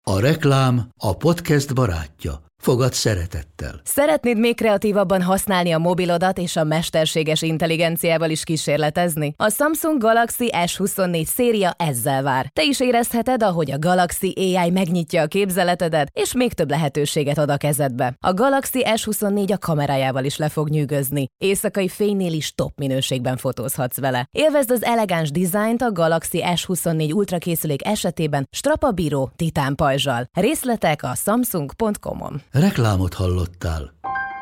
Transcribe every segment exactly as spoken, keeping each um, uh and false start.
A reklám a podcast barátja. Fogad szeretettel. Szeretnéd még kreatívabban használni a mobilodat és a mesterséges intelligenciával is kísérletezni? A Samsung Galaxy S huszonnégy széria ezzel vár. Te is érezheted, ahogy a Galaxy á i megnyitja a képzeletedet, és még több lehetőséget ad a kezedbe. A Galaxy S huszonnégy a kamerájával is le fog nyűgözni. Éjszakai fénynél is top minőségben fotózhatsz vele. Élvezd az elegáns dizájnt a Galaxy S huszonnégy Ultra készülék esetében strapabíró titán pajzsal. Részletek a samsung pont com-on. Reklámot hallottál.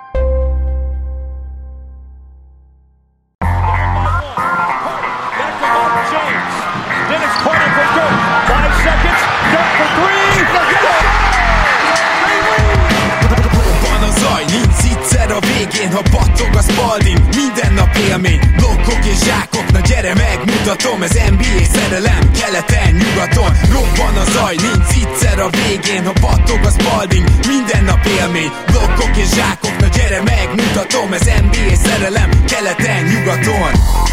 A végén, ha battog a Spalding, minden nap élmény, blokkok és zsákok, na gyere megmutatom, ez en bé á szerelem, keleten, nyugaton, robban a zaj, nincs egyszer a végén, ha battog a Spalding, minden nap élmény, blokkok és zsákok, na gyere megmutatom, ez en bé á szerelem, keleten, nyugaton.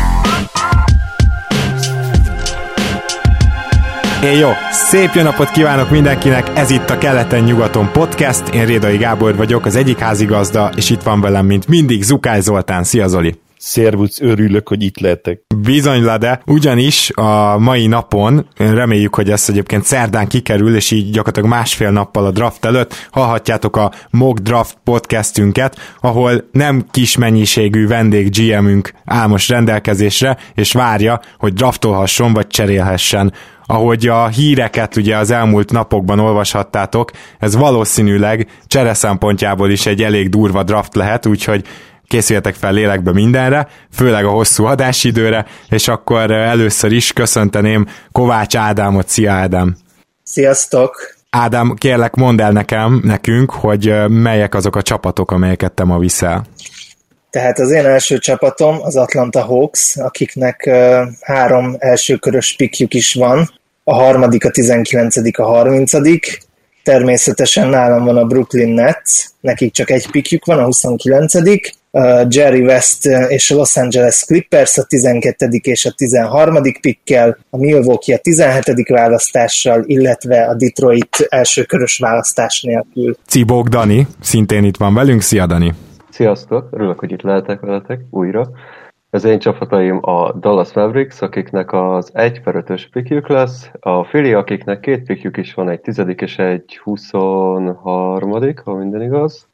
Hey, jó, szép jó napot kívánok mindenkinek, ez itt a Keleten-nyugaton podcast, én Rédai Gábor vagyok, az egyik házigazda, és itt van velem, mint mindig, Zukály Zoltán. Szia Zoli! Szervusz, örülök, hogy itt lehetek. Bizony, Lade, ugyanis a mai napon, reméljük, hogy ez egyébként szerdán kikerül, és így gyakorlatilag másfél nappal a draft előtt hallhatjátok a Mock Draft podcastünket, ahol nem kis mennyiségű vendég gé emünk áll most rendelkezésre, és várja, hogy draftolhasson, vagy cserélhessen. Ahogy a híreket ugye az elmúlt napokban olvashattátok, ez valószínűleg csere szempontjából is egy elég durva draft lehet, úgyhogy készüljetek fel lélekbe mindenre, főleg a hosszú adásidőre, és akkor először is köszönteném Kovács Ádámot. Szia Ádám! Sziasztok! Ádám, kérlek mondd el nekem, nekünk, hogy melyek azok a csapatok, amelyeket te ma viszel. Tehát az én első csapatom az Atlanta Hawks, akiknek uh, három elsőkörös pickjük is van, a harmadik, a tizenkilencedik, a harmincadik Természetesen nálam van a Brooklyn Nets, nekik csak egy pickjük van, a huszonkilencedik Uh, Jerry West és a Los Angeles Clippers a tizenkettedik és a tizenharmadik pickkel, a Milwaukee a tizenhetedik választással, illetve a Detroit elsőkörös választás nélkül. Cibók Dani, szintén itt van velünk. Szia Dani! Sziasztok! Örülök, hogy itt lehetek veletek újra. Az én csapataim a Dallas Mavericks, akiknek az egy per ötös pickjük lesz, a Philly, akiknek két pickjük is van, egy tizedik és egy huszonharmadik, ha minden igaz.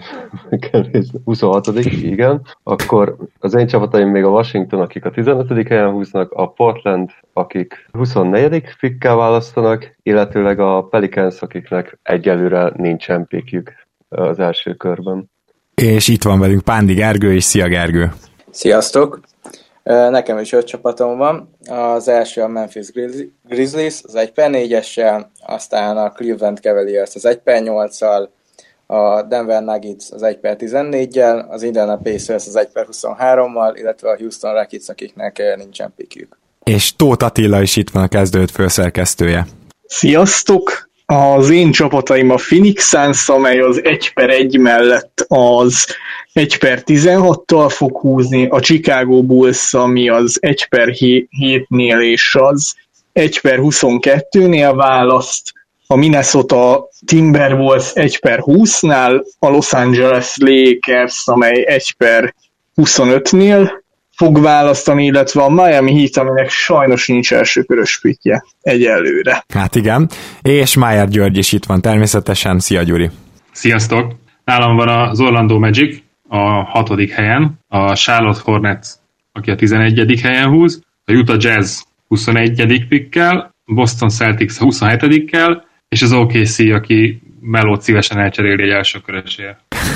huszonhatodik igen. Akkor az én csapataim még a Washington, akik a tizenötödik helyen húznak, a Portland, akik huszonnegyedik pickkel választanak, illetőleg a Pelicans, akiknek egyelőre nincsen pickjük az első körben. És itt van velünk Pándi Gergő, és szia Gergő! Sziasztok! Nekem is öt csapatom van. Az első a Memphis Grizzlies az egy per négyessel, aztán a Cleveland Cavaliers az egy per nyolccal, a Denver Nuggets az egy per tizennégyel, az Indiana Pacers az egy per huszonhárommal, illetve a Houston Rockets, akiknek nincsen pickjük. És Tóth Attila is itt van, a kezdőt főszerkesztője. Sziasztok! Az én csapataim a Phoenix Suns, amely az egy per egy mellett az egy per tizenhattal fog húzni, a Chicago Bulls, ami az egy per hétnél és az egy per huszonkettőnél választ, a Minnesota Timberwolves egy per húsznál, a Los Angeles Lakers, amely egy per huszonötnél fog választani, illetve a Miami Heat, aminek sajnos nincs elsőkörös pickje egyelőre. Hát igen, és Májer György is itt van természetesen. Szia Gyuri! Sziasztok! Nálam van az Orlando Magic a hatodik helyen, a Charlotte Hornets, aki a tizenegyedik helyen húz, a Utah Jazz huszonegyedik pickkel, Boston Celtics huszonhetedikkel, és az o ká cé, aki Melót szívesen elcseréli egy elsőkörösért.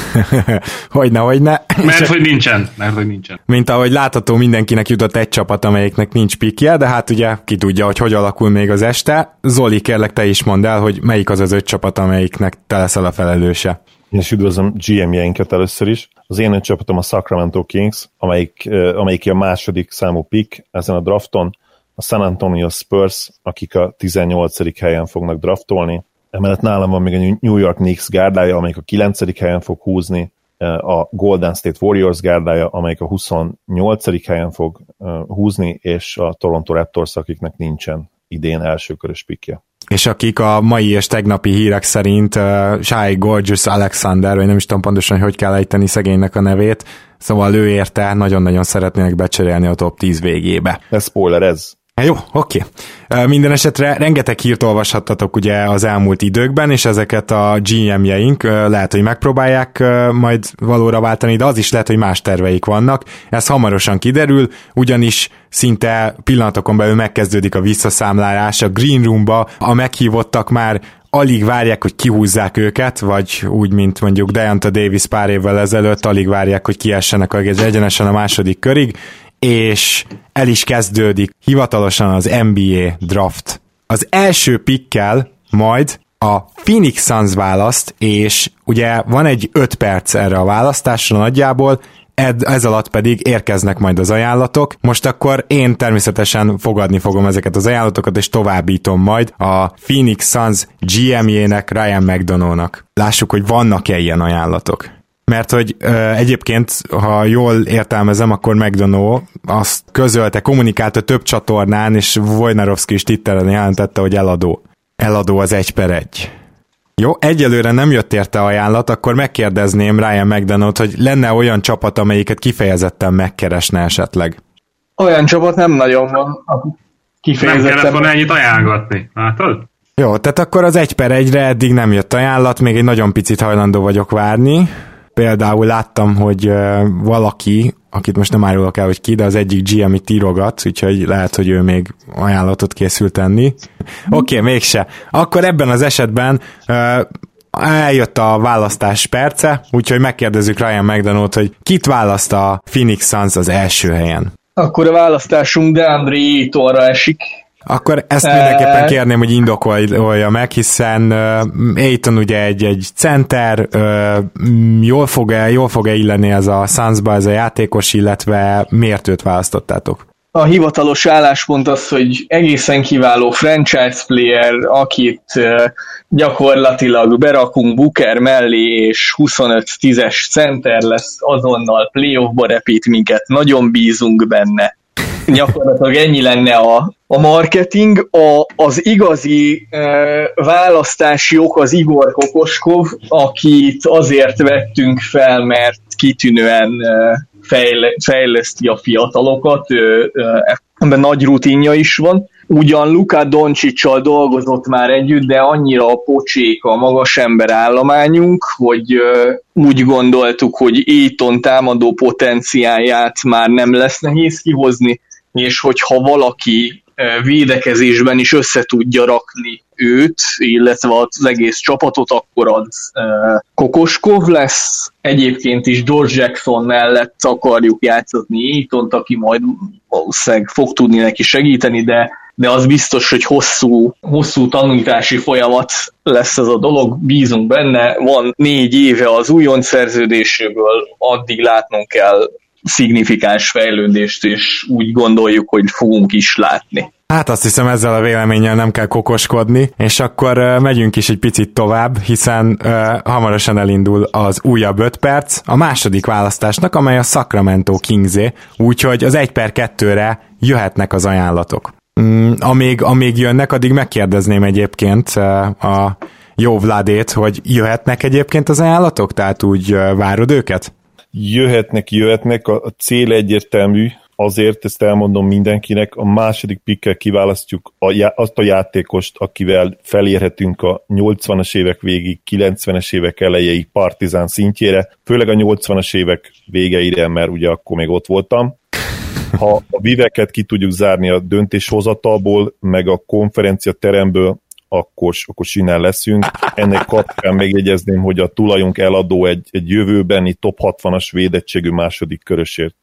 Hogyne, hogyne. Mert hogy nincsen, mert hogy nincsen. Mint ahogy látható, mindenkinek jutott egy csapat, amelyiknek nincs pickje, de hát ugye ki tudja, hogy hogy alakul még az este. Zoli, kérlek te is mondd el, hogy melyik az az öt csapat, amelyiknek te leszel a felelőse. Én is üdvözlöm gé em-jeinket először is. Az én öt csapatom a Sacramento Kings, amelyik, amelyik a második számú pick ezen a drafton, a San Antonio Spurs, akik a tizennyolcadik helyen fognak draftolni. Emellett nálam van még a New York Knicks gárdája, amelyik a kilencedik helyen fog húzni, a Golden State Warriors gárdája, amelyik a huszonnyolcadik helyen fog húzni, és a Toronto Raptors, akiknek nincsen idén elsőkörös pickje. és akik a mai és tegnapi hírek szerint uh, Shai Gorgeous Alexander, vagy nem is tudom pontosan, hogy kell ejteni szegénynek a nevét, szóval ő érte, nagyon-nagyon szeretnének becserélni a top tíz végébe. Ez spoiler, ez. Jó, oké. Okay. Minden esetre rengeteg hírt olvashattatok ugye az elmúlt időkben, és ezeket a gé em-jeink lehet, hogy megpróbálják majd valóra váltani, de az is lehet, hogy más terveik vannak. Ez hamarosan kiderül, ugyanis szinte pillanatokon belül megkezdődik a visszaszámlálás a Green Roomba, a meghívottak már alig várják, hogy kihúzzák őket, vagy úgy, mint mondjuk Deonta Davis pár évvel ezelőtt, alig várják, hogy kiessenek egyenesen a második körig, és el is kezdődik hivatalosan az en bé á draft. Az első pickkel majd a Phoenix Suns választ, és ugye van egy öt perc erre a választásra nagyjából, ez alatt pedig érkeznek majd az ajánlatok. Most akkor én természetesen fogadni fogom ezeket az ajánlatokat, és továbbítom majd a Phoenix Suns gé em-jének, Ryan McDonough-nak. Lássuk, hogy vannak-e ilyen ajánlatok. Mert hogy ö, egyébként, ha jól értelmezem, akkor McDonough azt közölte, kommunikálta több csatornán, és Wojnarowski is Twitteren jelentette, hogy eladó. Eladó az egy per egy. Jó, egyelőre nem jött érte ajánlat, akkor megkérdezném Ryan McDonough-t, hogy lenne olyan csapat, amelyiket kifejezetten megkeresne esetleg. Olyan csapat nem nagyon van. Kifejezetten. Nem kellett volna ennyit ajánlgatni, látod? Jó, tehát akkor az egy per egyre eddig nem jött ajánlat, még egy nagyon picit hajlandó vagyok várni. Például láttam, hogy uh, valaki, akit most nem árulok el, hogy ki, de az egyik gé em itt írogat, úgyhogy lehet, hogy ő még ajánlatot készül tenni. Oké, okay, mégse. Akkor ebben az esetben uh, eljött a választás perce, úgyhogy megkérdezzük Ryan McDonough-t, hogy kit választ a Phoenix Suns az első helyen. Akkor a választásunk DeAndre Aytonra esik. Akkor ezt mindenképpen kérném, hogy indokolja meg, hiszen uh, Ayton ugye egy, egy center, uh, jól fog-e, jól fog-e illeni ez a Sunsba, ez a játékos, illetve miért őt választottátok? A hivatalos álláspont az, hogy egészen kiváló franchise player, akit uh, gyakorlatilag berakunk Booker mellé, és huszonöt tízes center lesz, azonnal playoffba repít minket, nagyon bízunk benne. Gyakorlatilag ennyi lenne a, a marketing. A, az igazi e, választási ok az Igor Kokoskov, akit azért vettünk fel, mert kitűnően e, fejle, fejleszti a fiatalokat, ő, e, ebben nagy rutinja is van. Ugyan Luka Doncsicsal dolgozott már együtt, de annyira a pocsék a magas ember állományunk, hogy e, úgy gondoltuk, hogy Ayton támadó potenciáját már nem lesz nehéz kihozni, és hogyha valaki védekezésben is össze tudja rakni őt, illetve az egész csapatot, akkor az Kokoskov lesz. Egyébként is George Jackson mellett akarjuk játszatni Aytont, aki majd valószínűleg fog tudni neki segíteni, de, de az biztos, hogy hosszú, hosszú tanítási folyamat lesz ez a dolog, bízunk benne. Van négy éve az újonc szerződéséből, addig látnunk kell szignifikáns fejlődést, és úgy gondoljuk, hogy fogunk is látni. Hát azt hiszem, ezzel a véleménnyel nem kell kokoskodni, és akkor uh, megyünk is egy picit tovább, hiszen uh, hamarosan elindul az újabb öt perc a második választásnak, amely a Sacramento Kingsé, úgyhogy az egy per kettőre jöhetnek az ajánlatok. Mm, amíg, amíg jönnek, addig megkérdezném egyébként uh, a jó Vladét, hogy jöhetnek egyébként az ajánlatok, tehát úgy uh, várod őket? Jöhetnek, jöhetnek, a cél egyértelmű, azért ezt elmondom mindenkinek, a második pickkel kiválasztjuk a, azt a játékost, akivel felérhetünk a nyolcvanas évek végig, kilencvenes évek elejéig Partizán szintjére, főleg a nyolcvanas évek végeire, mert ugye akkor még ott voltam. Ha a viveket ki tudjuk zárni a döntéshozatalból, meg a konferencia teremből, akkor, akkor sinál leszünk. Ennek kapcsán megjegyezném, hogy a tulajunk eladó egy, egy jövőbeni top hatvanas védettségű második körösért.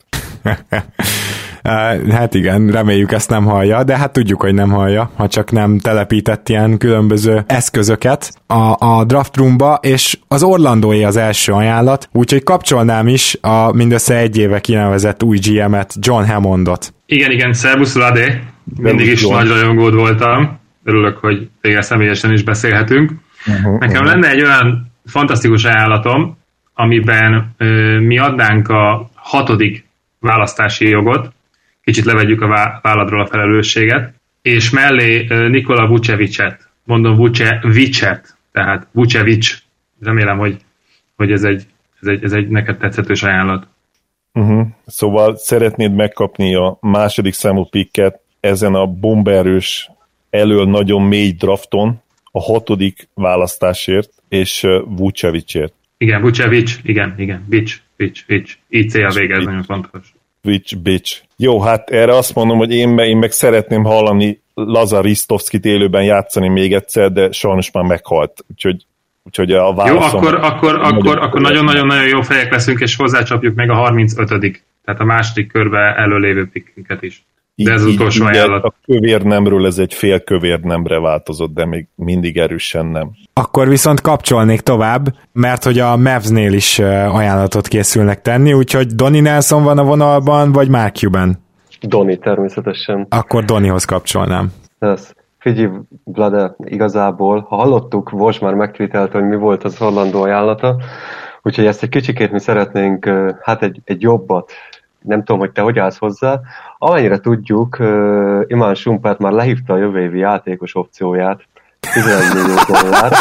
Hát igen, reméljük ezt nem hallja, de hát tudjuk, hogy nem hallja, ha csak nem telepített ilyen különböző eszközöket a, a draft roomba, és az Orlandóé az első ajánlat, úgyhogy kapcsolnám is a mindössze egy éve kinevezett új gé em-et, John Hammondot. Igen, igen, szervusz Ladé, mindig is nagy rajongód voltam. Örülök, hogy téged személyesen is beszélhetünk. Uh-huh, Nekem uh-huh. lenne egy olyan fantasztikus ajánlatom, amiben ö, mi adnánk a hatodik választási jogot, kicsit levegyük a válladról a felelősséget, és mellé ö, Nikola Vucevicet mondom Vucevicet, tehát Vucevic. Remélem, hogy, hogy ez, egy, ez, egy, ez egy neked tetszetős ajánlat. Uh-huh. Szóval szeretnéd megkapni a második számú picket ezen a bomberős, elől nagyon mély drafton, a hatodik választásért, és Vucevicért. Igen, Vucevic, igen, igen, Vic, Vic, Vic. I C a vége, ez nagyon fontos. Vic, bitch. Jó, hát erre azt mondom, hogy én meg, én meg szeretném hallani Lazar Ristovskit élőben játszani még egyszer, de sajnos már meghalt. Úgyhogy, úgyhogy a válaszom... Jó, akkor, akkor, akkor, akkor nagyon-nagyon-nagyon jó fejek leszünk, és hozzácsapjuk meg a harmincötödik tehát a második körbe előlévő pickünket is. De ez az utolsó ajánlat. A kövér nemről ez egy fél kövér nemre változott, de még mindig erősen nem. Akkor viszont kapcsolnék tovább, mert hogy a Mavsnél is ajánlatot készülnek tenni, úgyhogy Donnie Nelson van a vonalban, vagy Mark Cuban? Donnie természetesen. Akkor Donniehoz kapcsolnám. Ez. Figyelj, Vlade, igazából, ha hallottuk, Vos már megtweetelte, hogy mi volt az Orlandó ajánlata, úgyhogy ezt egy kicsikét mi szeretnénk, hát egy, egy jobbat, nem tudom, hogy te hogy állsz hozzá. Amennyire tudjuk, uh, Iman Shumpert már lehívta a jövő évi játékos opcióját, tizenegy millió dollár.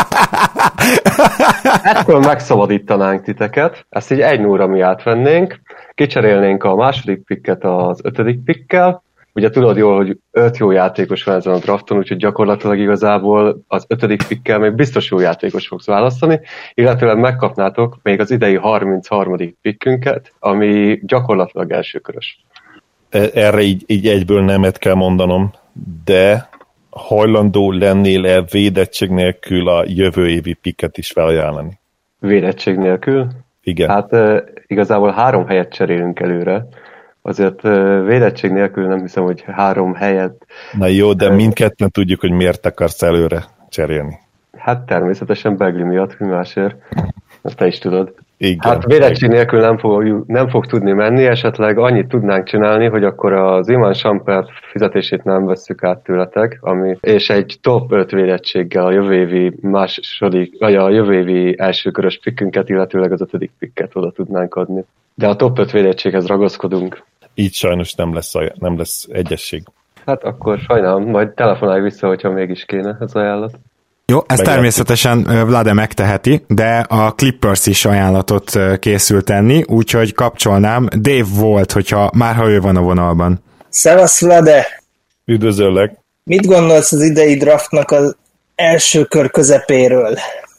Ettől megszabadítanánk titeket, ezt így egy nullra mi átvennénk, kicserélnénk a második picket az ötödik pickkel. Ugye tudod jól, hogy öt jó játékos van ezen a drafton, úgyhogy gyakorlatilag igazából az ötödik pickkel még biztos jó játékos fogsz választani, illetve megkapnátok még az idei harmincharmadik pickünket, ami gyakorlatilag elsőkörös. Erre így, így egyből nemet kell mondanom, de hajlandó lennél-e védettség nélkül a jövő évi picket is felajánlani? Védettség nélkül? Igen. Hát e, igazából három helyet cserélünk előre, azért e, védettség nélkül nem hiszem, hogy három helyet... Na jó, de mindketten tudjuk, hogy miért akarsz előre cserélni. Hát természetesen Bagley miatt, mi másért. Ezt te is tudod. Igen. Hát védettség nélkül nem fog, nem fog tudni menni, esetleg annyit tudnánk csinálni, hogy akkor az Iman Shumpert fizetését nem vesszük át tőletek, ami, és egy top öt védettséggel a jövő évi második, vagy a jövő évi elsőkörös pickünket, illetőleg az ötödik picket oda tudnánk adni. De a top öt védettséghez ragaszkodunk. Így sajnos nem lesz, nem lesz egyesség. Hát akkor sajnálom, majd telefonálj vissza, hogyha mégis kéne ez ajánlat. Jó, ezt Megjátszik. Természetesen Vlade megteheti, de a Clippers is ajánlatot készül tenni, úgyhogy kapcsolnám. Dave volt, hogyha már ha ő van a vonalban. Szevasz, Vlade! Üdvözöllek! Mit gondolsz az idei draftnak az első kör közepéről?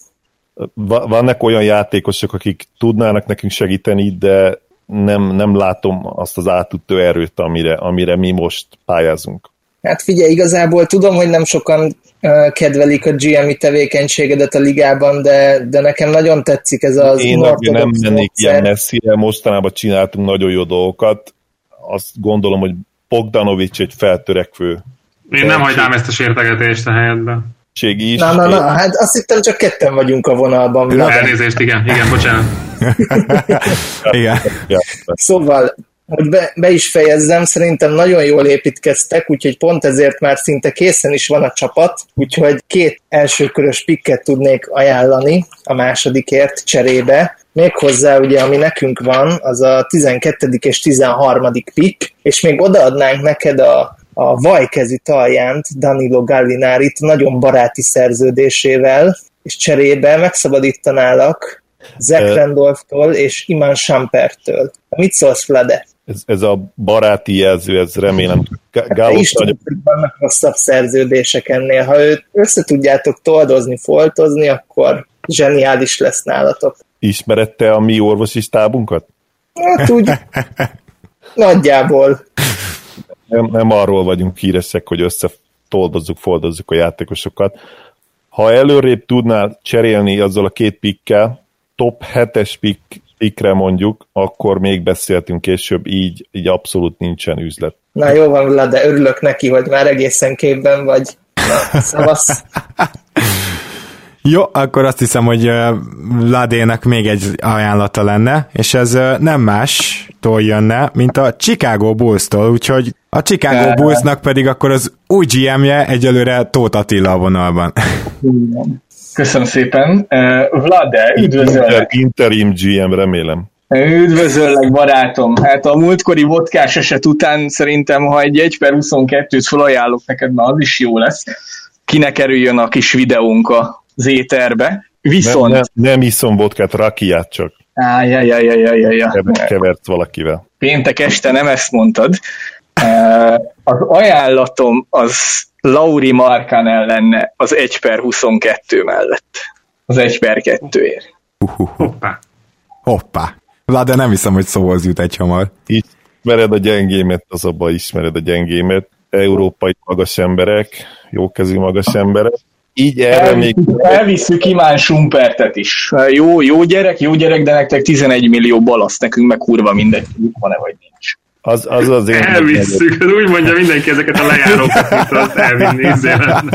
Vannak olyan játékosok, akik tudnának nekünk segíteni, de nem, nem látom azt az átütő erőt, amire, amire mi most pályázunk. Hát figyelj, igazából tudom, hogy nem sokan uh, kedvelik a gé em i tevékenységedet a ligában, de, de nekem nagyon tetszik ez az... Én nem mennék ilyen messzire, mostanában csináltunk nagyon jó dolgokat. Azt gondolom, hogy Bogdanovics egy feltörekvő. Én nem hagynám ezt a sértegetést a helyedben. Is, na, na, na, hát azt hittem csak ketten vagyunk a vonalban. Elnézést, igen, igen, bocsánat. Igen. Szóval, hogy be, be is fejezzem, szerintem nagyon jól építkeztek, úgyhogy pont ezért már szinte készen is van a csapat, úgyhogy két elsőkörös picket tudnék ajánlani a másodikért cserébe. Méghozzá ugye, ami nekünk van, az a tizenkettedik és tizenharmadik pick, és még odaadnánk neked a a vajkezű taljánt, Danilo Gallinárit nagyon baráti szerződésével, és cserébe megszabadítanálak Zach Randolph-tól és Iman Shumperttől. Mit szólsz, Vlade? Ez, ez a baráti jelző, ez remélem. Gálos is tudod, hogy vannak rosszabb szerződések ennél. Ha őt össze tudjátok toldozni, foltozni, akkor zseniális lesz nálatok. Ismered te a mi orvosi stábunkat? Hát úgy nagyjából. Nem, nem arról vagyunk híresek, hogy összetoldozzuk, foldozzuk a játékosokat. Ha előrébb tudnál cserélni azzal a két pickkel, top hetes pick, pickre mondjuk, akkor még beszéltünk később, így, így abszolút nincsen üzlet. Na jó van, Vlad, de örülök neki, hogy már egészen képben vagy. Na, szavasz. Jó, akkor azt hiszem, hogy Vladének még egy ajánlata lenne, és ez nem mástól jönne, mint a Chicago Bulls-tól, úgyhogy a Chicago Bullsnak pedig akkor az új gé em-je egyelőre Tóth Attila a vonalban. Köszönöm szépen. Vlade, üdvözöllek. Interim gé em, remélem. Üdvözöllek, barátom. Hát a múltkori vodkás eset után szerintem, ha egy egy per huszonkettőt felajánlok neked, már az is jó lesz. ki ne kerüljön a kis videónk az éterbe. Viszont... Nem, nem, nem iszom vodkát, rakiát csak. Ájjajjajjajjajjaj. Kevert valakivel. Péntek este nem ezt mondtad. Az ajánlatom az Lauri Markkanen lenne az egy per huszonkettő mellett. Az egy per kettőért. Hoppá. Hoppá. Vlade, nem hiszem, hogy szóhoz jut egy hamar. Ismered a gyengémet, az abban ismered a gyengémet. Európai magas emberek, jókezű magas emberek. Így erre még... Elvisszük Imán Schumpertet is. Jó, jó gyerek, jó gyerek, de nektek tizenegy millió balasz, nekünk meg kurva mindegy, van-e vagy nincs. Az, az az én... Elvisszük, úgy mondja mindenki ezeket a lejárókat, mint azt elvinni izélen.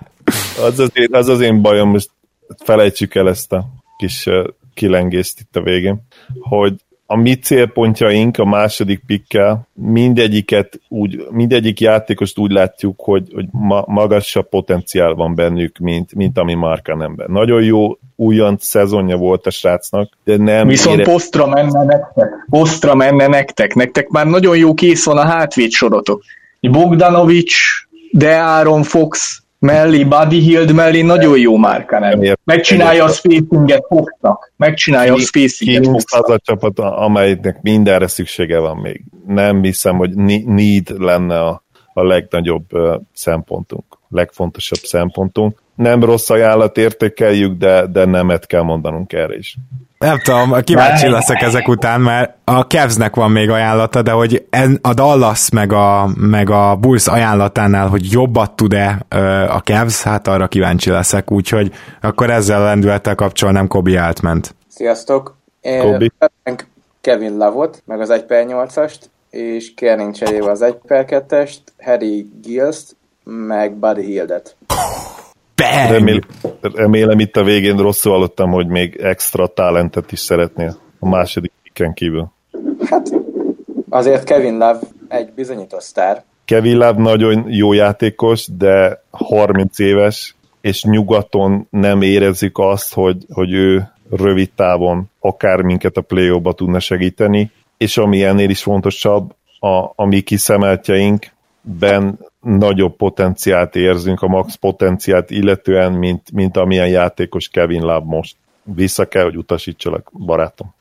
Az az, én, az az én bajom, most felejtsük el ezt a kis uh, kilengést itt a végén, hogy a mi célpontjaink a második pickkel mindegyiket úgy, mindegyik játékost úgy látjuk, hogy, hogy ma, magasabb potenciál van bennük, mint, mint ami Markkanenben. Nagyon jó újonc szezonja volt a srácnak, de nem... Viszont ére... posztra menne nektek. Posztra menne nektek. Nektek már nagyon jó kész van a hátvéd sorotok. Bogdanovics, DeAaron Fox mellé, Buddy Hield mellé nagyon jó Markkanen. Megcsinálja a spacinget Foxnak. Megcsinálja a spacinget Foxnak. Az a csapat, amelynek mindenre szüksége van még. Nem hiszem, hogy need lenne a, a legnagyobb uh, szempontunk, legfontosabb szempontunk. Nem rossz ajánlat, értékeljük, de, de nemet kell mondanunk erre is. Nem tudom, kíváncsi leszek ezek után, mert a Cavsnek van még ajánlata, de hogy a Dallas meg a, meg a Bulls ajánlatánál, hogy jobbat tud-e a Cavs, hát arra kíváncsi leszek, úgyhogy akkor ezzel a lendülettel kapcsolnám Kobi átment. Sziasztok! Én Kevin Love-ot, meg az egy per nyolcast, és kérnénk cserébe az egy per kettest, Harry Gilst, meg Buddy Hieldet. Remélem, remélem itt a végén rosszul hallottam, hogy még extra talentet is szeretnél a második picken kívül. Hát azért Kevin Love egy bizonyított sztár. Kevin Love nagyon jó játékos, de harminc éves, és nyugaton nem érezzük azt, hogy, hogy ő rövid távon akár minket a play-offba tudna segíteni, és ami ennél is fontosabb, a, a mi kiszemeltjeinkben nagyobb potenciált érzünk, a max potenciált illetően, mint, mint amilyen játékos Kevin Love most. Vissza kell, hogy utasítsalak, barátom.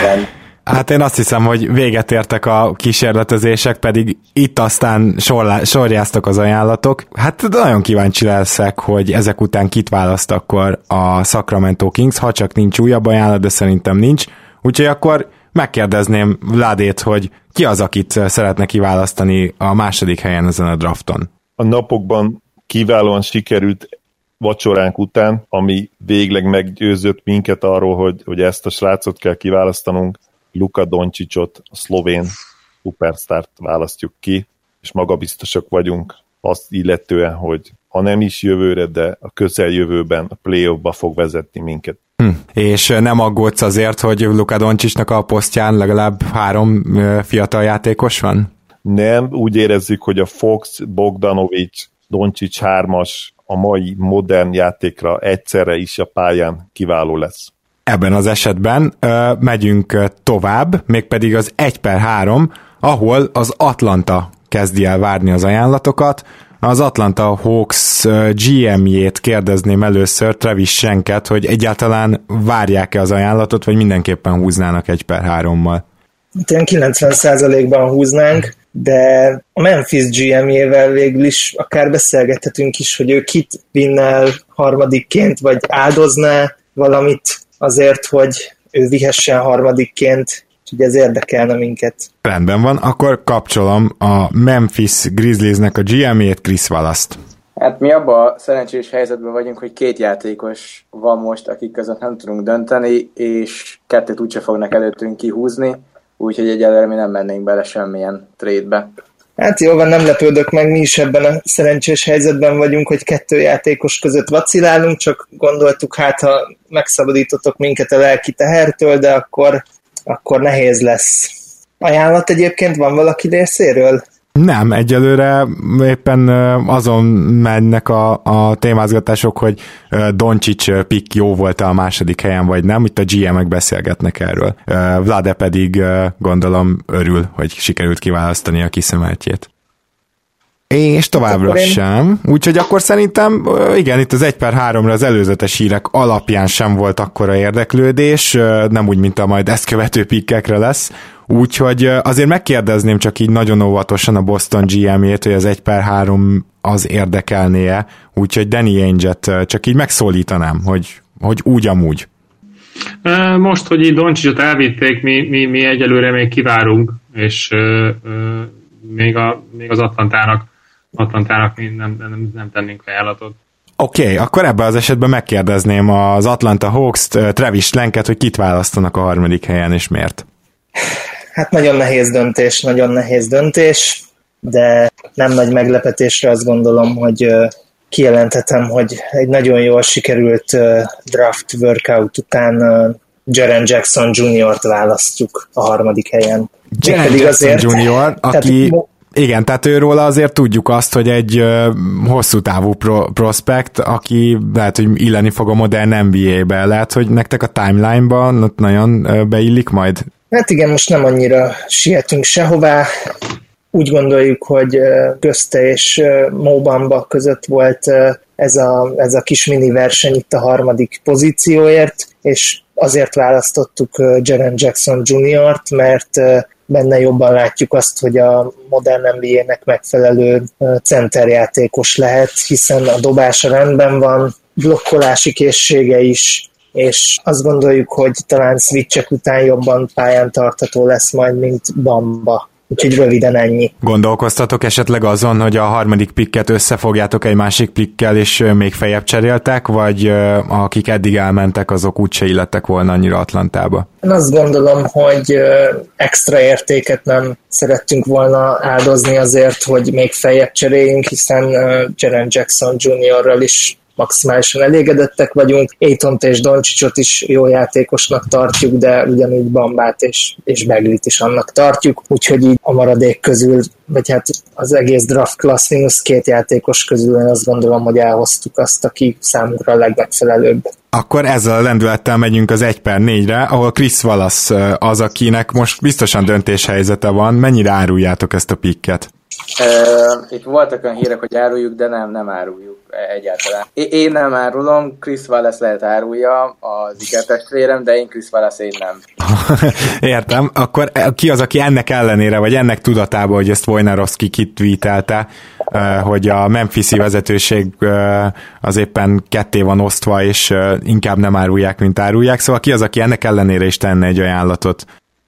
Hát én azt hiszem, hogy véget értek a kísérletezések, pedig itt aztán sorlá, sorjáztak az ajánlatok. Hát nagyon kíváncsi leszek, hogy ezek után kit választ akkor a Sacramento Kings, ha csak nincs újabb ajánlat, de szerintem nincs. Úgyhogy akkor megkérdezném Vladét, hogy ki az, akit szeretne kiválasztani a második helyen ezen a drafton? A napokban kiválóan sikerült vacsoránk után, ami végleg meggyőzött minket arról, hogy, hogy ezt a srácot kell kiválasztanunk, Luka Doncsicsot, a szlovén szupersztárt választjuk ki, és magabiztosak vagyunk azt illetően, hogy ha nem is jövőre, de a közeljövőben a play-offba fog vezetni minket. Hm. És nem aggódsz azért, hogy Luka Doncsicsnak a posztján legalább három fiatal játékos van? Nem, úgy érezzük, hogy a Fox, Bogdanovics, Doncsics hármas a mai modern játékra egyszerre is a pályán kiváló lesz. Ebben az esetben ö, megyünk tovább, mégpedig az egy per három, ahol az Atlanta kezdi el várni az ajánlatokat. Az Atlanta Hawks gé em-jét kérdezném először, Travis Schenket, hogy egyáltalán várják-e az ajánlatot, vagy mindenképpen húznának egy per hárommal? Ilyen kilencven százalékban húznánk, de a Memphis gé em-jével végül is akár beszélgethetünk is, hogy ő kit vinnel harmadikként, vagy áldozná valamit azért, hogy ő vihessen harmadikként, úgyhogy ez érdekelne minket. Rendben van, akkor kapcsolom a Memphis Grizzliesnek a gé em-jét, Chris Wallace-t. Hát mi abban a szerencsés helyzetben vagyunk, hogy két játékos van most, akik között nem tudunk dönteni, és kettőt úgyse fognak előttünk kihúzni, úgyhogy egyelőre mi nem mennénk bele semmilyen trade-be. Hát jó van, nem lepődök meg, mi is ebben a szerencsés helyzetben vagyunk, hogy kettő játékos között vacilálunk, csak gondoltuk, hát ha megszabadítotok minket a lelki tehertől, de akkor, akkor nehéz lesz. Ajánlat egyébként van valaki részéről? Nem, egyelőre éppen azon mennek a, a témázgatások, hogy Doncsics pick jó volt a második helyen, vagy nem, itt a gé em-ek beszélgetnek erről. Vlade pedig gondolom örül, hogy sikerült kiválasztani a kiszemeltjét. És továbbra én... sem. Úgyhogy akkor szerintem, igen, itt az egy per háromra az előzetes hírek alapján sem volt akkora érdeklődés, nem úgy, mint a majd ezt követő pikkekre lesz. Úgyhogy azért megkérdezném csak így nagyon óvatosan a Boston gé em-jét, hogy az egy per három az érdekelnie, úgyhogy Danny Ainge-et csak így megszólítanám, hogy, hogy úgy amúgy. Most, hogy így Doncsicsot elvitték, mi, mi, mi egyelőre még kivárunk, és ö, ö, még, a, még az Atlantának, Atlantának nem, nem, nem tennénk ajánlatot. Oké, okay, akkor ebben az esetben megkérdezném az Atlanta Hawks-t, Travis Schlenket, hogy kit választanak a harmadik helyen, és miért? Hát nagyon nehéz döntés, nagyon nehéz döntés, de nem nagy meglepetésre azt gondolom, hogy kijelenthetem, hogy egy nagyon jól sikerült draft workout után Jaren Jackson juniort választjuk a harmadik helyen. Jaren Jackson azért, junior, aki... Tehát, igen, tehát őróla azért tudjuk azt, hogy egy uh, hosszú távú pro- prospekt, aki lehet, hogy illeni fog a modern en bé á-be. Lehet, hogy nektek a timeline-ban nagyon uh, beillik majd? Hát igen, most nem annyira sietünk sehová. Úgy gondoljuk, hogy uh, közte és uh, Mo Bamba között volt uh, ez, a, ez a kis mini verseny itt a harmadik pozícióért, és azért választottuk uh, Jaren Jackson juniort, mert uh, benne jobban látjuk azt, hogy a modern en bé á-nek megfelelő centerjátékos lehet, hiszen a dobása rendben van, blokkolási készsége is, és azt gondoljuk, hogy talán switchek után jobban pályán tartható lesz majd, mint Bamba. Úgyhogy röviden ennyi. Gondolkoztatok esetleg azon, hogy a harmadik pikket összefogjátok egy másik pikkel, és még feljebb cseréltek, vagy akik eddig elmentek, azok úgyse illettek volna annyira Atlantába? Én azt gondolom, hogy extra értéket nem szerettünk volna áldozni azért, hogy még feljebb cseréljünk, hiszen Jaren Jackson juniorral is maximálisan elégedettek vagyunk. Aytont és Doncsicsot is jó játékosnak tartjuk, de ugyanúgy Bambát és, és Beglit is annak tartjuk, úgyhogy így a maradék közül, vagy hát az egész draft class mínusz két játékos közül én azt gondolom, hogy elhoztuk azt, aki számunkra a legmegfelelőbb. Akkor ezzel a lendülettel megyünk az egy per négyre, ahol Chris Wallace az, akinek most biztosan döntéshelyzete van. Mennyire áruljátok ezt a pikket? Uh, itt voltak olyan hírek, hogy áruljuk, de nem, nem áruljuk egyáltalán. É- én nem árulom, Chris Wallace lehet árulja, az ikertestvérem, de én Chris Wallace én nem. Értem. Akkor ki az, aki ennek ellenére, vagy ennek tudatában, hogy ezt Wojnarowski kitweetelte, hogy a Memphis-i vezetőség az éppen ketté van osztva, és inkább nem árulják, mint árulják. Szóval ki az, aki ennek ellenére is tenne egy ajánlatot?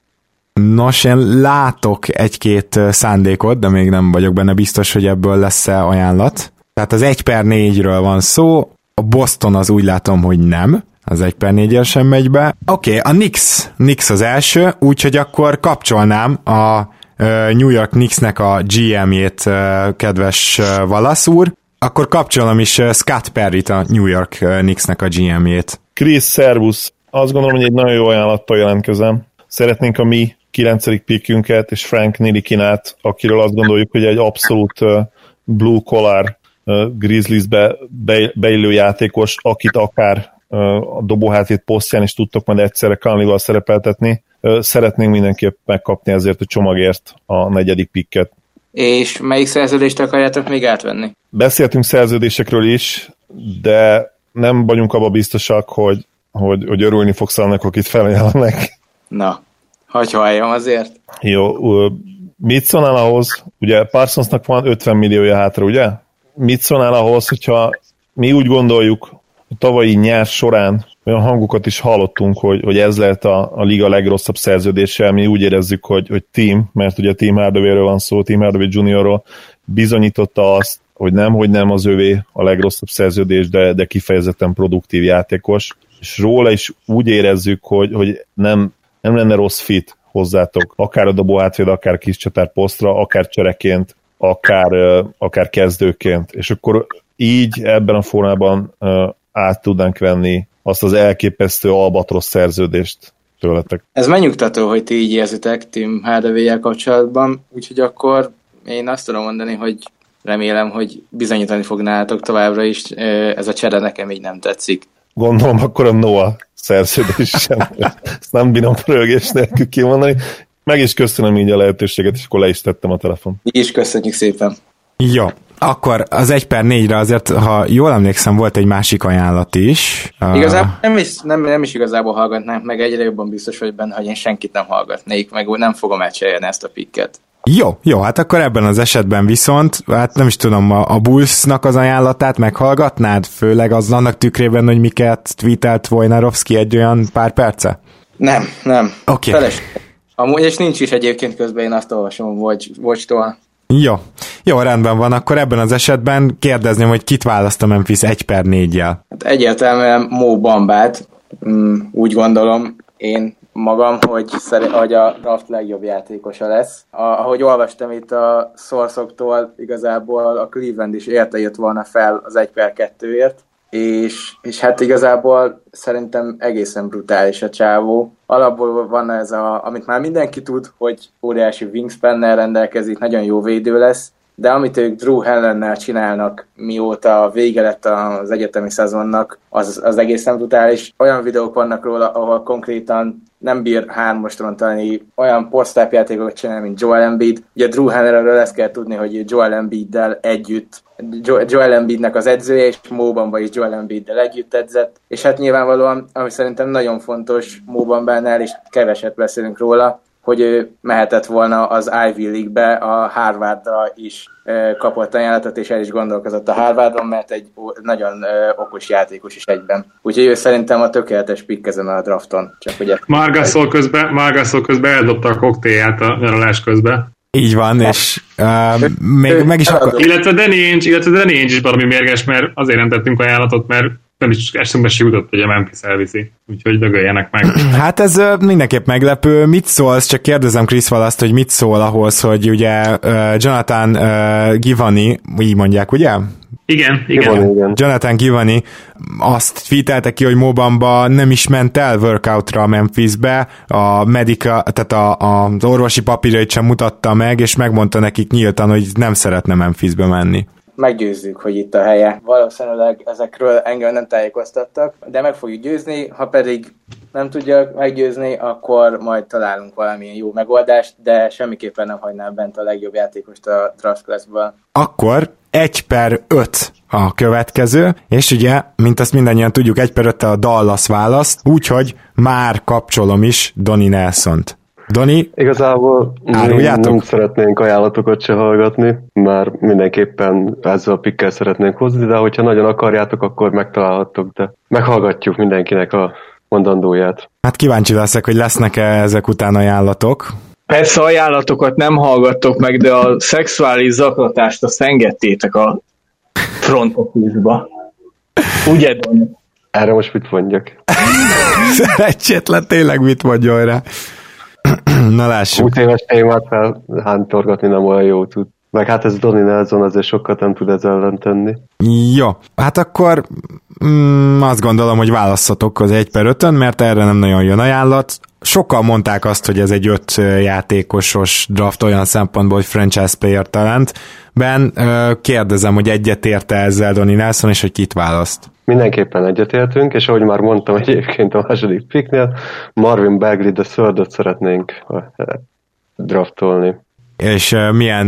Nos, én látok egy-két szándékot, de még nem vagyok benne biztos, hogy ebből lesz-e ajánlat. Tehát az egy per négyről van szó, a Boston az úgy látom, hogy nem, az egy per négyel sem megy be. Oké, okay, a Knicks, Knicks az első, úgyhogy akkor kapcsolnám a New York Knicksnek a gé em-jét, kedves Wallace úr, akkor kapcsolom is Scott Perryt, a New York Knicksnek a gé em-jét. Chris, szervusz! Azt gondolom, hogy egy nagyon jó ajánlattal jelentkezem. Szeretnénk a mi kilencedik pickünket és Frank Ntilikínát, akiről azt gondoljuk, hogy egy abszolút uh, blue collar uh, Grizzliesbe be, beillő játékos, akit akár uh, a dobóhátét posztján is tudtok majd egyszerre Conley-val szerepeltetni. Uh, szeretnénk mindenképp megkapni ezért a csomagért a negyedik picket. És melyik szerződést akarjátok még átvenni? Beszéltünk szerződésekről is, de nem vagyunk abban biztosak, hogy, hogy, hogy örülni fogsz annak, akit felajánlanak. Na, hagyj halljam azért. Jó, mit szólnál ahhoz, ugye Parsonsnak van ötven milliója hátra, ugye? Mit szólnál ahhoz, hogyha mi úgy gondoljuk, a tavalyi nyár során olyan hangokat is hallottunk, hogy, hogy ez lehet a, a liga legrosszabb szerződése, mi úgy érezzük, hogy, hogy Tim, mert ugye Tim Hardaway-ről van szó, Tim Hardaway juniorról bizonyította azt, hogy nem, hogy nem az övé a legrosszabb szerződés, de, de kifejezetten produktív játékos, és róla is úgy érezzük, hogy, hogy nem nem lenne rossz fit hozzátok, akár a dobó hátvéd, akár kis csatár posztra, akár csereként, akár, akár kezdőként, és akkor így ebben a formában át tudnánk venni azt az elképesztő albatrosz szerződést tőletek. Ez megnyugtató, hogy ti így érzitek Tim Hardaway-jel kapcsolatban, úgyhogy akkor én azt tudom mondani, hogy remélem, hogy bizonyítani fognátok továbbra is, ez a csere nekem így nem tetszik. Gondolom, akkor a Noah szerződés sem. Ezt nem bírom rögés nélkül kimondani. Meg is köszönöm így a lehetőséget, és akkor le is tettem a telefon. Mi is köszönjük szépen. Jó. Akkor az egy per négyre azért, ha jól emlékszem, volt egy másik ajánlat is. Igazából nem is, nem, nem is igazából hallgatnánk meg, egyre jobban biztos vagy benne, hogy én senkit nem hallgatnék, meg nem fogom elcserélni ezt a picket. Jó, jó, hát akkor ebben az esetben viszont, hát nem is tudom, a, a Bullsnak az ajánlatát meghallgatnád, főleg az annak tükrében, hogy miket tweetelt Wojnarowski egy olyan pár perce? Nem, nem. Oké. Okay. Amúgy, és nincs is egyébként közben, én azt olvasom Watch-tól. Jó, jó, rendben van, akkor ebben az esetben kérdezném, hogy kit választ a Memphis egy per négyjel. Hát egyértelműen Mo Bambát, úgy gondolom én magam, hogy, szere- hogy a draft legjobb játékosa lesz. A, ahogy olvastam itt a source-októl, igazából a Cleveland is érte jött volna fel az egy per kettőért, és, és hát igazából szerintem egészen brutális a csávó. Alapból van ez, a, amit már mindenki tud, hogy óriási wingspannel rendelkezik, nagyon jó védő lesz, de amit ők Drew Hellennel csinálnak, mióta vége lett az egyetemi szezonnak, az, az egészen brutális. Olyan videók vannak róla, ahol konkrétan nem bír hármast rontani, olyan post-up játékokat csinál, mint Joel Embiid. Ugye Drew Hellről ezt kell tudni, hogy Joel Embiiddel együtt, Joel Embiidnek az edzője, és Mo Bamba is Joel Embiiddel együtt edzett. És hát nyilvánvalóan, ami szerintem nagyon fontos Mo Bambánál, és keveset beszélünk róla, hogy ő mehetett volna az Ivy League-be, a Harvardra is kapott ajánlatot, és el is gondolkozott a Harvardon, mert egy nagyon okos játékos is egyben. Úgyhogy ő szerintem a tökéletes pick ezen a drafton. Csak ugye... Margasol közben, Margasol közben eldobta a koktélját a nyaralás közben. Így van, és uh, még meg is akar... Illetve Danny Ainge, illetve Danny Ainge is valami mérges, mert azért nem tettünk ajánlatot, mert nem is eszünkbe se jutott, hogy a Memphis elviszi. Úgyhogy dögöljenek meg. Hát ez uh, mindenképp meglepő. Mit szólsz? Csak kérdezem Chris Wallace-t, hogy mit szól ahhoz, hogy ugye uh, Jonathan uh, Givany, így mondják, ugye? Igen, igen. igen. igen. Jonathan Givany azt tweetelte ki, hogy Mo Bamba nem is ment el workoutra a Memphisbe, a medical, tehát a, a, az orvosi papírjait sem mutatta meg, és megmondta nekik nyíltan, hogy nem szeretne Memphisbe menni. Meggyőzzük, hogy itt a helye. Valószínűleg ezekről engem nem tájékoztattak, de meg fogjuk győzni, ha pedig nem tudja meggyőzni, akkor majd találunk valamilyen jó megoldást, de semmiképpen nem hagynám bent a legjobb játékost a draft classből. Akkor egy per öt a következő, és ugye, mint azt mindannyian tudjuk, egy per öt a Dallas választ, úgyhogy már kapcsolom is Donnie Nelsont. Doni, igazából nem szeretnénk ajánlatokat se hallgatni, mert mindenképpen ezzel a pickkel szeretnénk hozni, de hogyha nagyon akarjátok, akkor megtalálhattok, de meghallgatjuk mindenkinek a mondandóját. Hát kíváncsi leszek, hogy lesznek-e ezek után ajánlatok. Persze ajánlatokat nem hallgattok meg, de a szexuális zaklatást azt engedtétek a front office-ba. Ugye, Doni? Erre most mit mondjak? Szerencsétlen, tényleg mit mondjon rá? Na lássuk. húsz éves témát felhántorgatni nem olyan jó tud. Meg hát ez Donnie Nelson azért sokat nem tud ezzel ellen tenni. Jó, hát akkor mm, azt gondolom, hogy válasszatok az egy per ötön, mert erre nem nagyon jön ajánlat. Sokan mondták azt, hogy ez egy öt játékosos draft olyan szempontból, hogy franchise player talent. Ben, kérdezem, hogy egyetérte ezzel Donnie Nelson, és hogy kit választ. Mindenképpen egyetértünk, és ahogy már mondtam egyébként a második picknél, Marvin Bagley the third-öt szeretnénk draftolni. És uh, milyen,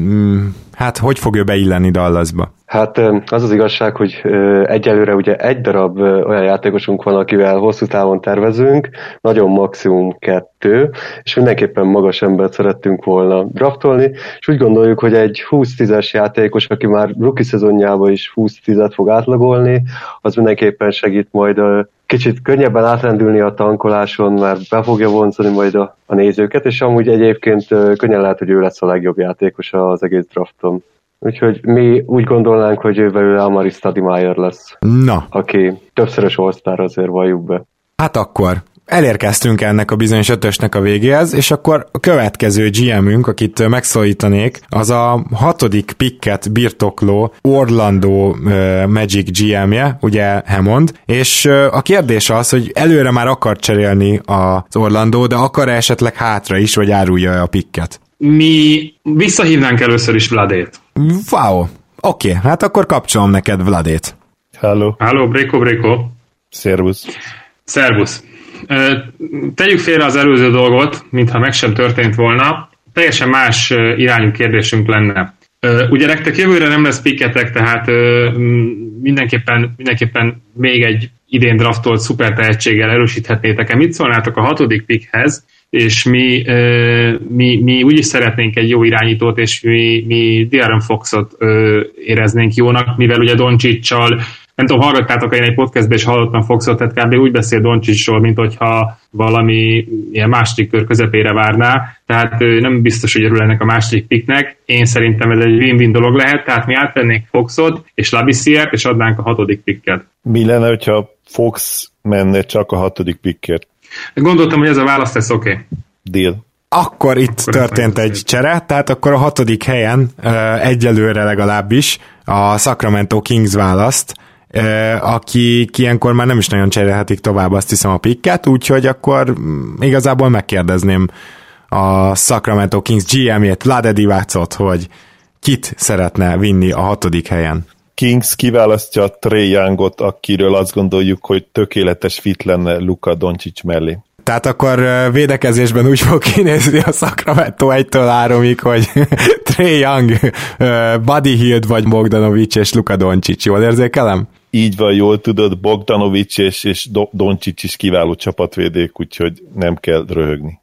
hát hogy fog ő beilleni Dallasba? Hát az az igazság, hogy egyelőre ugye egy darab olyan játékosunk van, akivel hosszú távon tervezünk, nagyon maximum kettő, és mindenképpen magas embert szerettünk volna draftolni, és úgy gondoljuk, hogy egy húsz-tízes játékos, aki már rookie szezonjában is húsz-tízet fog átlagolni, az mindenképpen segít majd kicsit könnyebben átlendülni a tankoláson, mert be fogja vonzani majd a, a nézőket, és amúgy egyébként könnyen lehet, hogy ő lesz a legjobb játékos az egész drafton. Úgyhogy mi úgy gondolnánk, hogy ő belőle Amari Stoudemire lesz. Na. Aki többszörös All-Star, azért valljuk be. Hát akkor elérkeztünk ennek a bizonyos ötösnek a végéhez, és akkor a következő gé em-ünk, akit megszólítanék, az a hatodik picket birtokló Orlando uh, Magic gé em-je, ugye Hammond, és uh, a kérdés az, hogy előre már akar cserélni az Orlando, de akar esetleg hátra is, vagy árulja a picket? Mi visszahívnánk először is Vladét. Wow, oké, okay, hát akkor kapcsolom neked Vladét. Hello. Hello, Bréko, Bréko. Szervusz. Szervusz. Tegyük félre az előző dolgot, mintha meg sem történt volna. Teljesen más irányú kérdésünk lenne. Ugye nektek jövőre nem lesz picketek, tehát mindenképpen, mindenképpen még egy idén draftolt szuper tehetséggel erősíthetnétek. Mit szólnátok a hatodik pickhez, és mi, mi, mi úgy is szeretnénk egy jó irányítót, és mi, mi De'Aaron Foxot éreznénk jónak, mivel ugye Doncsicsal, nem tudom, hallgattátok, én egy podcastben is hallottam Foxot, tehát kb. Úgy beszél Doncsicsról, mint hogyha valami ilyen második kör közepére várná, tehát nem biztos, hogy örül ennek a második picknek. Én szerintem ez egy win-win dolog lehet, tehát mi átvennénk Foxot és Labissiert, és adnánk a hatodik picket. Mi lenne, hogyha Fox menne csak a hatodik pickért? Gondoltam, hogy ez a válasz lesz oké. Okay. Deal. Akkor itt akkor történt egy csere, tehát akkor a hatodik helyen egyelőre legalábbis a Sacramento Kings választ, akik ilyenkor már nem is nagyon cserélhetik tovább, azt hiszem, a picket, úgyhogy akkor igazából megkérdezném a Sacramento Kings gé em-jét, Vlade Divacot, hogy kit szeretne vinni a hatodik helyen. Kings kiválasztja Trae Youngot, akiről azt gondoljuk, hogy tökéletes fit lenne Luka Doncic mellé. Tehát akkor védekezésben úgy fog kinézni a Sacramento egytől háromig, hogy Trae Young, Buddy Hield vagy Bogdanovic és Luka Doncic. Jól érzékelem? Így van, jól tudod, Bogdanovic és, és Doncic is kiváló csapatvédék, úgyhogy nem kell röhögni.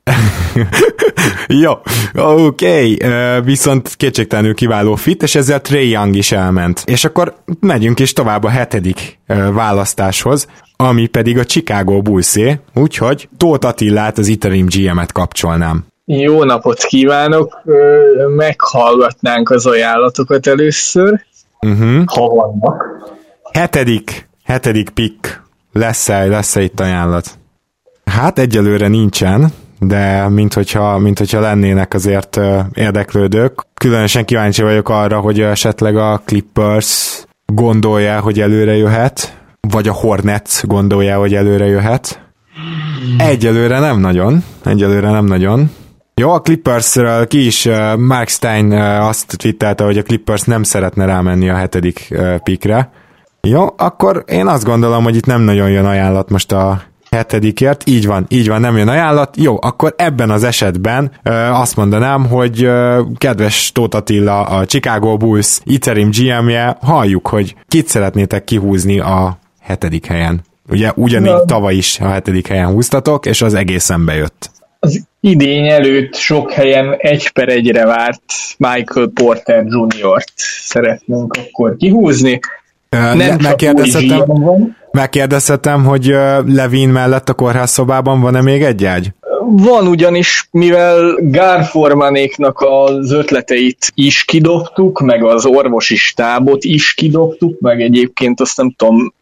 Jó, oké, okay. Viszont kétségtelenül kiváló fit, és ezzel Trae Young is elment. És akkor megyünk is tovább a hetedik választáshoz, ami pedig a Chicago Bullsé, úgyhogy Tóth Attilát, az interim gé em-et kapcsolnám. Jó napot kívánok! Meghallgatnánk az ajánlatokat először, uh-huh. ha vannak. Hetedik, hetedik pick. Lesz-e, lesz-e itt ajánlat? Hát egyelőre nincsen, de mint hogyha, mint hogyha lennének azért érdeklődők. Különösen kíváncsi vagyok arra, hogy esetleg a Clippers gondolja, hogy előre jöhet, vagy a Hornets gondolja, hogy előre jöhet. Egyelőre nem nagyon. Egyelőre nem nagyon. Jó, a Clippersről ki is, Mark Stein azt twittelte, hogy a Clippers nem szeretne rámenni a hetedik pickre. Jó, akkor én azt gondolom, hogy itt nem nagyon jön ajánlat most a hetedikért. Így van, így van, nem jön ajánlat. Jó, akkor ebben az esetben ö, azt mondanám, hogy ö, kedves Tóth Attila, a Chicago Bulls interim gé em-je, halljuk, hogy kit szeretnétek kihúzni a hetedik helyen. Ugye ugyanígy Na. tavaly is a hetedik helyen húztatok, és az egészen bejött. Az idény előtt sok helyen egy per egyre várt Michael Porter juniort szeretnénk akkor kihúzni. Nem megkérdezhetem, megkérdezhetem, hogy Levin mellett a kórház szobában van-e még egy ágy? Van, ugyanis mivel Gar Formanéknak az ötleteit is kidobtuk, meg az orvosi stábot is kidobtuk, meg egyébként azt nem tudom,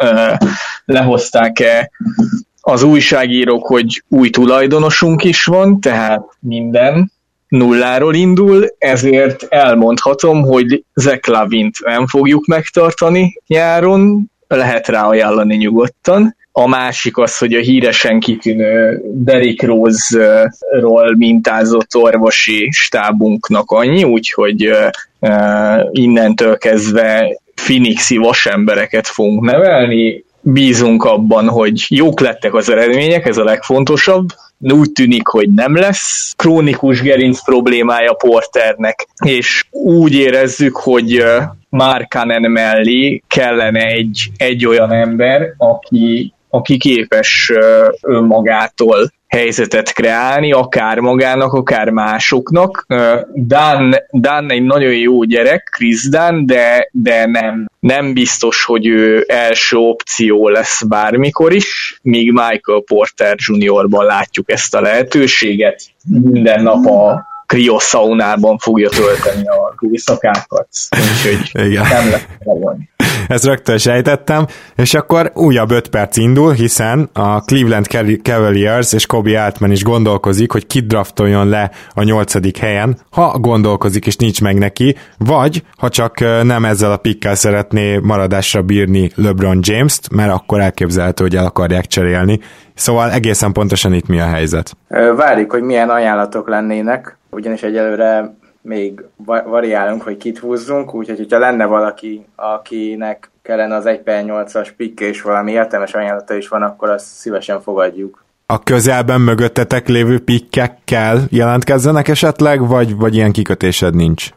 lehozták-e az újságírók, hogy új tulajdonosunk is van, tehát minden nulláról indul, ezért elmondhatom, hogy Zach Lavint nem fogjuk megtartani nyáron, lehet rá ajánlani nyugodtan. A másik az, hogy a híresen kitűnő Derrick Rose-ról mintázott orvosi stábunknak annyi, úgyhogy uh, innentől kezdve Phoenixi vasembereket fogunk nevelni. Bízunk abban, hogy jók lettek az eredmények, ez a legfontosabb. Úgy tűnik, hogy nem lesz krónikus gerinc problémája Porternek, és úgy érezzük, hogy Markkanen mellé kellene egy, egy olyan ember, aki, aki képes önmagától helyzetet kreálni, akár magának, akár másoknak. Dan, Dan egy nagyon jó gyerek, Chris Dan, de, de nem, nem biztos, hogy ő első opció lesz bármikor is, míg Michael Porter juniorban látjuk ezt a lehetőséget. Minden nap a krioszaunában fogja tölteni a éjszakákat, úgyhogy Igen. nem lesz elvonni. Ezt rögtön sejtettem, és akkor újabb öt perc indul, hiszen a Cleveland Cavaliers és Kobe Altman is gondolkozik, hogy kit draftoljon le a nyolcadik helyen, ha gondolkozik és nincs meg neki, vagy ha csak nem ezzel a pickkel szeretné maradásra bírni LeBron James-t, mert akkor elképzelhető, hogy el akarják cserélni. Szóval egészen pontosan itt mi a helyzet. Várjuk, hogy milyen ajánlatok lennének, ugyanis egyelőre még variálunk, hogy kit húzzunk, úgyhogy hogyha lenne valaki, akinek kellene az egy per nyolcas pick és valami értelmes ajánlata is van, akkor azt szívesen fogadjuk. A közelben mögöttetek lévő pikkekkel jelentkezzenek esetleg, vagy, vagy ilyen kikötésed nincs?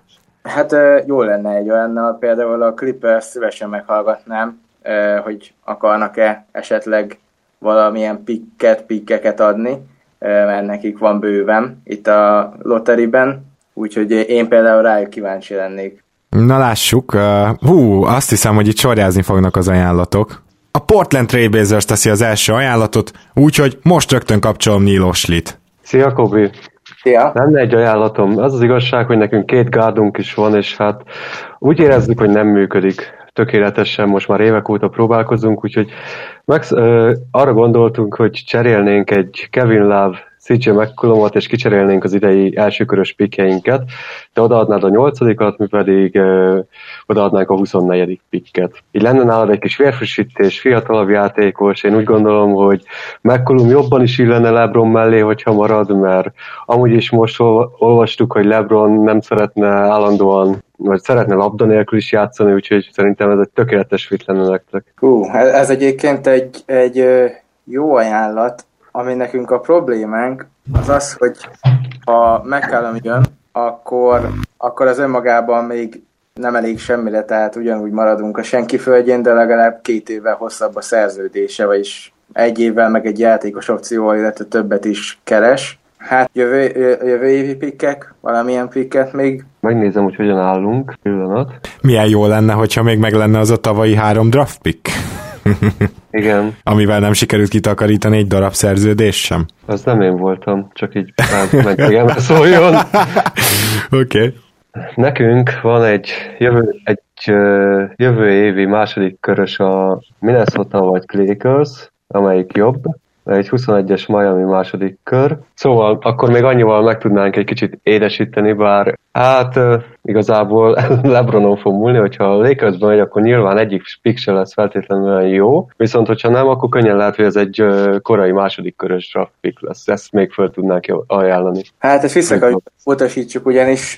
Hát jó lenne egy olyannal, például a Clippers szívesen meghallgatnám, hogy akarnak-e esetleg valamilyen pikket, pikkeket adni, mert nekik van bőven itt a lotteriben, úgyhogy én például rájuk kíváncsi lennék. Na lássuk, hú, azt hiszem, hogy itt sorjázni fognak az ajánlatok. A Portland Trailblazers teszi az első ajánlatot, úgyhogy most rögtön kapcsolom Neil Oshlit. Szia, Kobi! Szia! Lenne egy ajánlatom. Az az igazság, hogy nekünk két gárdunk is van, és hát úgy érezzük, hogy nem működik tökéletesen, most már évek óta próbálkozunk, úgyhogy meg, ö, arra gondoltunk, hogy cserélnénk egy Kevin Love, cé jé McCollumot, és kicserélnénk az idei elsőkörös pikkeinket, de odaadnád a nyolcadikat, mi pedig ö, odaadnánk a huszonnegyedik pikket. Így lenne nálad egy kis vérfrissítés, fiatalabb játékos, én úgy gondolom, hogy McCollum jobban is illene LeBron mellé, hogyha marad, mert amúgy is most olvastuk, hogy LeBron nem szeretne állandóan, vagy szeretne labda nélkül is játszani, úgyhogy szerintem ez egy tökéletes fit lenne nektek. Hú, ez egyébként egy, egy jó ajánlat, ami nekünk a problémánk, az az, hogy ha McCallum jön, akkor, akkor az önmagában még nem elég semmire, tehát ugyanúgy maradunk a senki földjén, de legalább két évvel hosszabb a szerződése, vagyis egy évvel meg egy játékos opcióval, illetve többet is keres. Hát jövő, jövő évi pikkek, valamilyen pikket még. Megnézem, hogy hogyan állunk. Pillanat. Milyen jó lenne, hogyha még meg lenne az a tavalyi három draft pick. Igen. Amivel nem sikerült kitakarítani egy darab szerződés sem. Az nem én voltam, csak így megtegem szóljon. Oké. Okay. Nekünk van egy jövő, egy jövő évi második körös a Minnesota vagy Lakers, amelyik jobb. Egy huszonegyes Miami második kör. Szóval akkor még annyival meg tudnánk egy kicsit édesíteni, bár hát uh, igazából LeBronon fog múlni, hogyha a Lakersben megy, akkor nyilván egyik pick se lesz feltétlenül olyan jó, viszont hogyha nem, akkor könnyen lehet, hogy ez egy uh, korai második körös draft pick lesz. Ezt még fel tudnánk ajánlani. Hát ezt vissza kell utasítsuk, ugyanis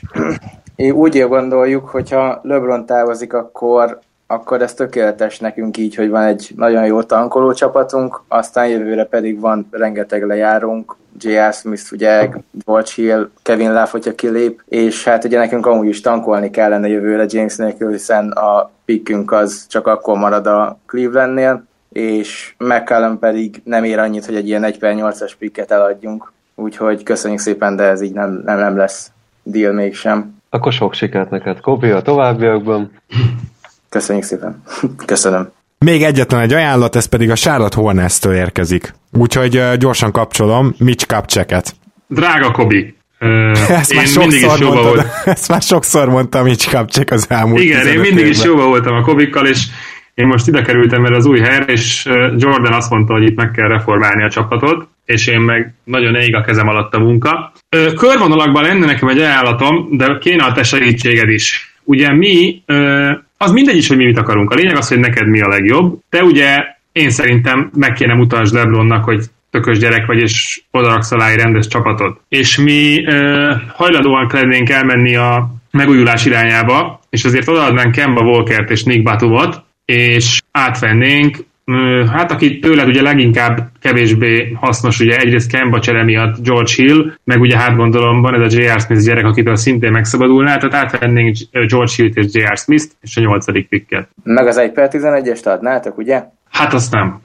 úgy gondoljuk, hogyha LeBron távozik, akkor akkor ez tökéletes nekünk így, hogy van egy nagyon jó tankoló csapatunk, aztán jövőre pedig van rengeteg lejárunk, jé er. Smith, ugye, George Hill, Kevin Love, hogyha kilép, és hát ugye nekünk amúgy is tankolni kellene jövőre James nélkül, hiszen a pickünk az csak akkor marad a Clevelandnél, és McCallum pedig nem ér annyit, hogy egy ilyen egy per nyolcas picket eladjunk, úgyhogy köszönjük szépen, de ez így nem, nem, nem lesz deal mégsem. Akkor sok sikert neked, Kobi, a továbbiakban. Köszönjük szépen. Köszönöm. Még egyetlen egy ajánlat, ez pedig a Charlotte Hornets-től érkezik. Úgyhogy uh, gyorsan kapcsolom Mitch Kupcheket. Drága Kobi, uh, ezt én már mindig is jóba mondtad, volt. Ezt már sokszor mondtam Mitch Kupchek az elmúlt Igen, én mindig évben. is jóba voltam a Kobikkal, és én most ide kerültem erre az új helyre, és Jordan azt mondta, hogy itt meg kell reformálni a csapatot, és én meg nagyon ég a kezem alatt a munka. Körvonalakban lenne nekem egy ajánlatom, de kéne a te segítséged is. Ugye mi, az mindegy is, hogy mi mit akarunk. A lényeg az, hogy neked mi a legjobb. Te ugye, én szerintem meg kéne mutasd LeBronnak, hogy tökös gyerek vagy, és odaraksz alá egy rendes csapatot. És mi hajlandóan lennénk elmenni a megújulás irányába, és azért odaadnánk Kemba Walkert és Nick Batumot, és átvennénk, hát aki tőled ugye leginkább kevésbé hasznos, ugye egyrészt Kemba csere miatt George Hill, meg ugye hát gondolom van ez a jé er. Smith gyerek, akitől szintén megszabadulnál, tehát átvennénk George Hill-t és jé er. Smith-t, és a nyolcadik picket. Meg az egy per tizenegyest adnátok, ugye? Hát azt nem.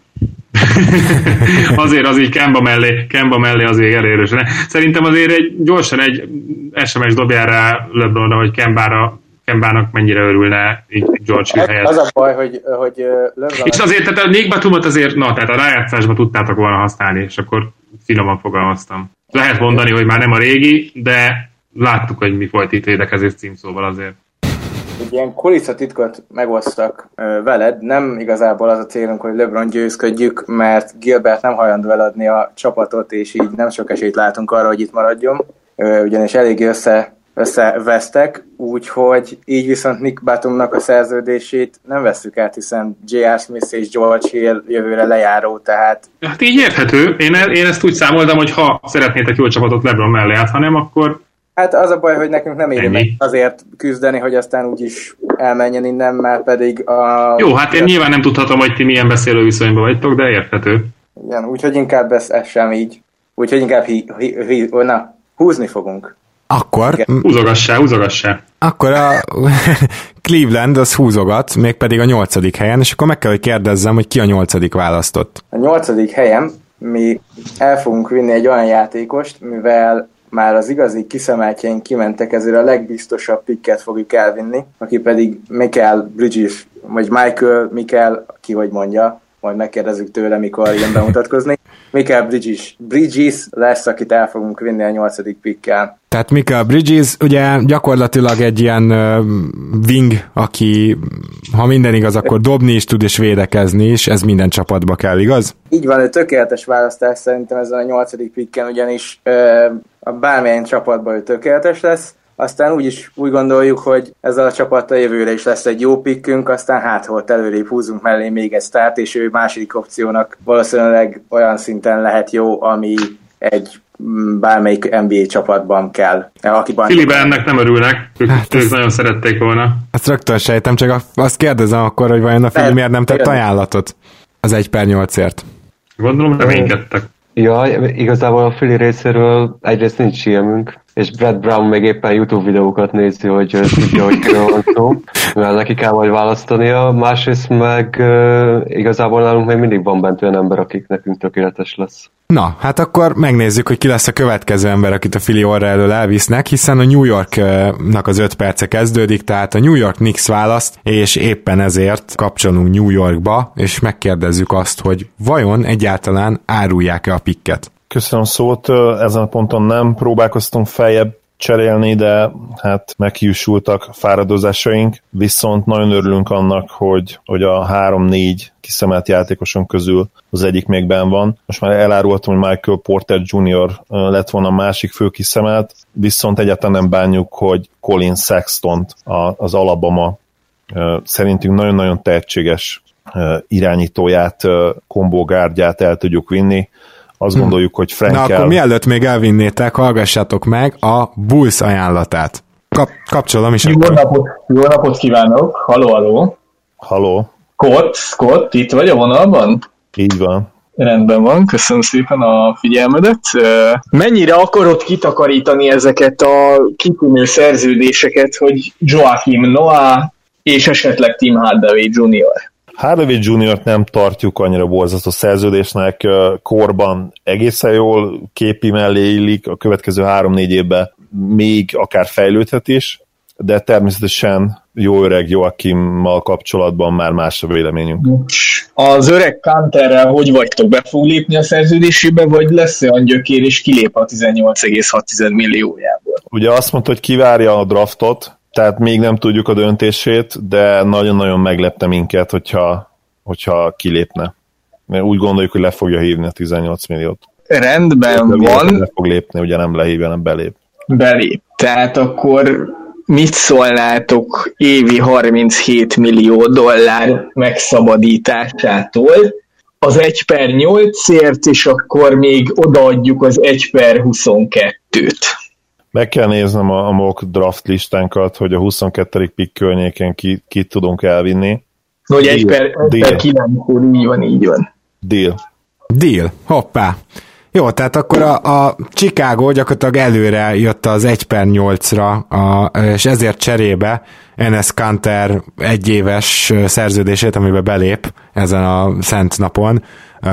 azért az így Kemba mellé, Kemba mellé azért elérős. Szerintem azért egy, gyorsan egy es em es dobjál rá LeBronra, hogy Kembára Kembának mennyire örülne így George Hill helyett. Az a baj, hogy, hogy LeBron... És azért, tehát a Nick Batumot azért, na, tehát a rájátszásban tudtátok volna használni, és akkor finoman fogalmaztam. Lehet mondani, hogy már nem a régi, de láttuk, hogy mi volt itt védekezés címszóval azért. Egy ilyen kulisszatitkot megosztak veled, nem igazából az a célunk, hogy LeBron győzködjük, mert Gilbert nem hajlandó eladni a csapatot, és így nem sok esélyt látunk arra, hogy itt maradjon, ugyanis eléggé össze összevesztek, úgyhogy így viszont Nick Batumnak a szerződését nem vesszük át, hiszen jé er. Smith és George Hill jövőre lejáró, tehát... Hát így érthető. Én, én ezt úgy számoltam, hogy ha szeretnétek jó csapatot LeBron mellé át, ha nem, akkor... Hát az a baj, hogy nekünk nem éri meg azért küzdeni, hogy aztán úgyis elmenjen innen, már pedig a... Jó, hát én nyilván nem tudhatom, hogy ti milyen beszélő viszonyban vagytok, de érthető. Igen, úgyhogy inkább ez, ez sem így. Úgyhogy inkább hi, hi, hi, na, húzni fogunk. Akkor... Húzogassá, húzogassá. Akkor a Cleveland az húzogat, mégpedig a nyolcadik helyen, és akkor meg kell, hogy kérdezzem, hogy ki a nyolcadik választott. A nyolcadik helyen mi el fogunk vinni egy olyan játékost, mivel már az igazi kiszemeltjeink kimentek, ezért a legbiztosabb picket fogjuk elvinni, aki pedig Michael Bridges, vagy Michael, Michael, ki hogy mondja, majd megkérdezzük tőle, mikor jön bemutatkozni. Michael Bridges, Bridges lesz, akit el fogunk vinni a nyolcadik pickkel. Tehát Michael Bridges ugye gyakorlatilag egy ilyen uh, wing, aki ha minden igaz, akkor dobni is tud és védekezni is, ez minden csapatba kell, igaz? Így van, ő tökéletes választás szerintem ezen a nyolcadik picken, ugyanis uh, a bármilyen csapatban ő tökéletes lesz. Aztán úgy is úgy gondoljuk, hogy ezzel a csapattal jövőre is lesz egy jó pickünk, aztán hát volt előrébb húzunk mellé még egy sztárt, és ő második opciónak valószínűleg olyan szinten lehet jó, ami egy bármelyik en bé á csapatban kell. Filibe ennek nem örülnek, ők, hát ők ezt, nagyon szerették volna. Ezt rögtön sejtem, csak azt kérdezem akkor, hogy vajon a Fili miért nem tett ajánlatot az egy per nyolcért. Gondolom reménykedtek. Ja, igazából a Philly részéről egyrészt nincs ilyenünk, és Brad Brown még éppen YouTube videókat nézi, hogy tudja, hogy kiről van szó, mert neki kell majd választania, másrészt meg uh, igazából nálunk még mindig van bent olyan ember, akik nekünk tökéletes lesz. Na, hát akkor megnézzük, hogy ki lesz a következő ember, akit a Philly orra elől elvisznek, hiszen a New Yorknak az öt perce kezdődik, tehát a New York Knicks választ, és éppen ezért kapcsolunk New Yorkba, és megkérdezzük azt, hogy vajon egyáltalán árulják-e a picket? Köszönöm szót, ezen a ponton nem próbálkoztunk feljebb cserélni, de hát meghiúsultak fáradozásaink, viszont nagyon örülünk annak, hogy, hogy a három-négy kiszemelt játékoson közül az egyik még benn van. Most már elárultam, hogy Michael Porter junior lett volna a másik fő kiszemelt, viszont egyáltalán nem bánjuk, hogy Colin Sextont, az Alabama szerintünk nagyon-nagyon tehetséges irányítóját, kombógárdját el tudjuk vinni. Azt gondoljuk, hogy Frankel... Na akkor mielőtt még elvinnétek, hallgassátok meg a Bulls ajánlatát. Kap- kapcsolom is. Jó napot, jó napot kívánok! Halló, halló! Halló! Scott, Scott, itt vagy a vonalban? Így van. Rendben van, köszönöm szépen a figyelmedet. Mennyire akarod kitakarítani ezeket a kitűnő szerződéseket, hogy Joakim Noah és esetleg Tim Hardaway junior? Hardaway juniort nem tartjuk annyira borzasztó szerződésnek, korban egészen jól képi mellé illik, a következő három-négy évben még akár fejlődhet is, de természetesen jó öreg Joakimmal kapcsolatban már más a véleményünk. Az öreg Kanterrel hogy vagytok, be fog lépni a szerződésébe, vagy lesz olyan gyökér és kilép a tizennyolc egész hat milliójából? Ugye azt mondta, hogy kivárja a draftot, tehát még nem tudjuk a döntését, de nagyon-nagyon meglepte minket, hogyha, hogyha kilépne. Mert úgy gondoljuk, hogy le fogja hívni a tizennyolc milliót. Rendben de van. Le fog lépni, ugye nem lehívja, hanem belép. Belép. Tehát akkor mit szólnátok évi harminchét millió dollár megszabadításától az egy per nyolcért, és akkor még odaadjuk az egy per huszonkettőt. Meg kell néznem a, a mock draft listánkat, hogy a huszonkettő pick környéken ki, kit tudunk elvinni. Hogy egy per kilenc, így van, így van. Deal. Deal, hoppá. Jó, tehát akkor a, a Chicago gyakorlatilag előre jött az egy per nyolcra, a, és ezért cserébe Enes Kanter egyéves szerződését, amiben belép ezen a szent napon,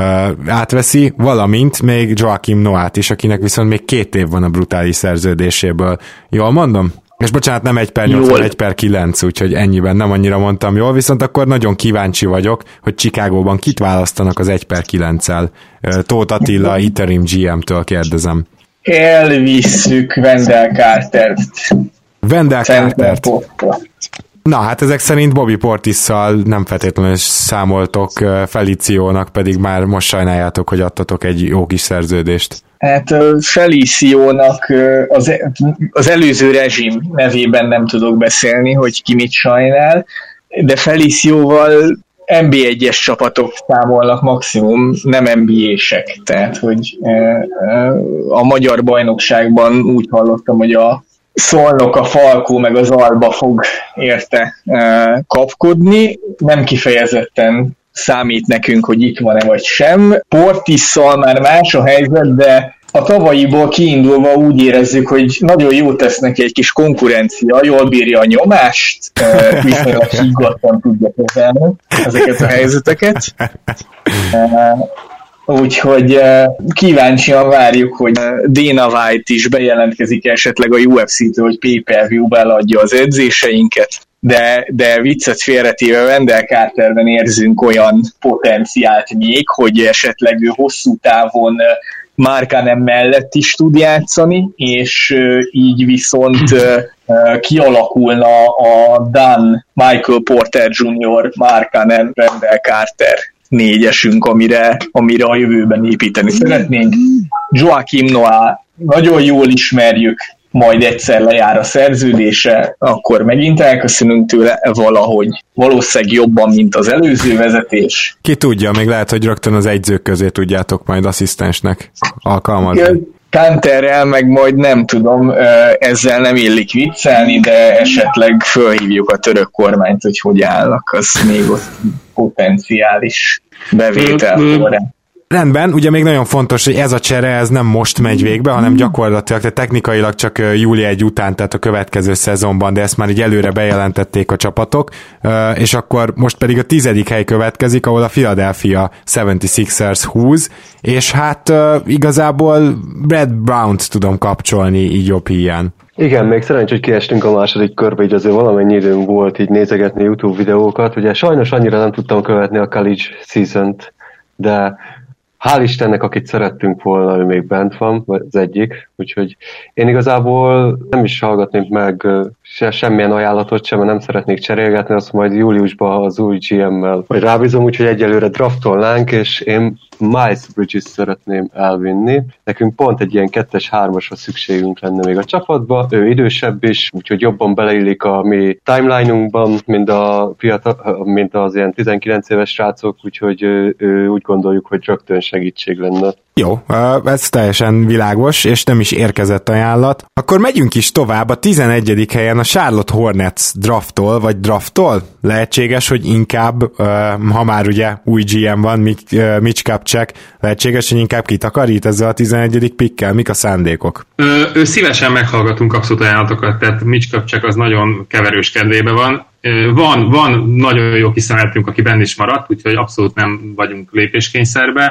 átveszi, valamint még Joakim Noah-t is, akinek viszont még két év van a brutális szerződéséből. Jól mondom? És bocsánat, nem egy per nyolc, hanem egy per kilenc, úgyhogy ennyiben nem annyira mondtam jól, viszont akkor nagyon kíváncsi vagyok, hogy Chicagóban kit választanak az egy per kilenccel. Tóth Attila, interim gé em-től kérdezem. Elvisszük Wendell Cartert. Wendell Cartert. Na, hát ezek szerint Bobby Portisszal nem feltétlenül számoltok, Feliciónak pedig már most sajnáljátok, hogy adtatok egy jó kis szerződést. Hát Feliciónak az, az előző rezsim nevében nem tudok beszélni, hogy ki mit sajnál, de Felicióval en bé egyes csapatok számolnak maximum, nem en bé á-sek. Tehát, hogy a magyar bajnokságban úgy hallottam, hogy a Szolnok, a Falkó meg az Alba fog érte kapkodni, nem kifejezetten számít nekünk, hogy itt van-e vagy sem. Portisszal már más a helyzet, de a tavalyiból kiindulva úgy érezzük, hogy nagyon jó tesz neki egy kis konkurencia, jól bírja a nyomást, viszonylag higgadtan tudja kezelni ezeket a helyzeteket. Úgyhogy kíváncsian várjuk, hogy Dana White is bejelentkezik esetleg a U F C-től, hogy pay-per-view-ba eladja az edzéseinket, de, de viccet félretéve Wendell Carterben érzünk olyan potenciált még, hogy esetleg ő hosszú távon Markkanen mellett is tud játszani, és így viszont kialakulna a Dan Michael Porter junior, Markkanen, Wendell Carter négyesünk, amire, amire a jövőben építeni szeretnénk. Joakim Noah nagyon jól ismerjük, majd egyszer lejár a szerződése, akkor megint elköszönünk tőle valahogy, valószínűleg jobban, mint az előző vezetés. Ki tudja, még lehet, hogy rögtön az egyzők közé tudjátok majd asszisztensnek alkalmazni. Kanterrel meg majd nem tudom, ezzel nem illik viccelni, de esetleg fölhívjuk a török kormányt, hogy hogy állnak, az még ott potenciális bevételforrás. Rendben, ugye még nagyon fontos, hogy ez a csere ez nem most megy végbe, hanem gyakorlatilag, tehát technikailag csak július elsejé után, tehát a következő szezonban, de ezt már így előre bejelentették a csapatok, és akkor most pedig a tizedik hely következik, ahol a Philadelphia hetvenhatos húz, és hát igazából Brad Brownt tudom kapcsolni így jobb híján. Igen, még szerencsé, hogy kiestünk a második körbe, így azért valamennyi időnk volt így nézegetni YouTube videókat. Ugye sajnos annyira nem tudtam követni a college season-t, de hál' Istennek, akit szerettünk volna, ő még bent van, az egyik, úgyhogy én igazából nem is hallgatnék meg se, semmilyen ajánlatot sem, mert nem szeretnék cserélgetni, azt majd júliusban az új gé em-mel majd rábízom, úgyhogy egyelőre draftolnánk, és én Miles Bridges szeretném elvinni. Nekünk pont egy ilyen kettes-hármasra szükségünk lenne még a csapatba, ő idősebb is, úgyhogy jobban beleillik a mi timeline-unkban, mint, a fiatal, mint az ilyen tizenkilenc éves srácok, úgyhogy ő, ő úgy gondoljuk, hogy rögtön segítség lenne. Jó, ez teljesen világos, és nem is érkezett ajánlat. Akkor megyünk is tovább, a tizenegyedik helyen a Charlotte Hornets draftol, vagy draftol? Lehetséges, hogy inkább, ha már ugye új gé em van, Mitch Kupchak, lehetséges, hogy inkább kitakarít ezzel a tizenegyedik pickkel? Mik a szándékok? Ö, ő szívesen meghallgatunk abszolút ajánlatokat, tehát Mitch Kupchak az nagyon keverős kedvébe van. Van, van nagyon jó kiszemeltünk, aki benn is maradt, úgyhogy abszolút nem vagyunk lépéskényszerbe,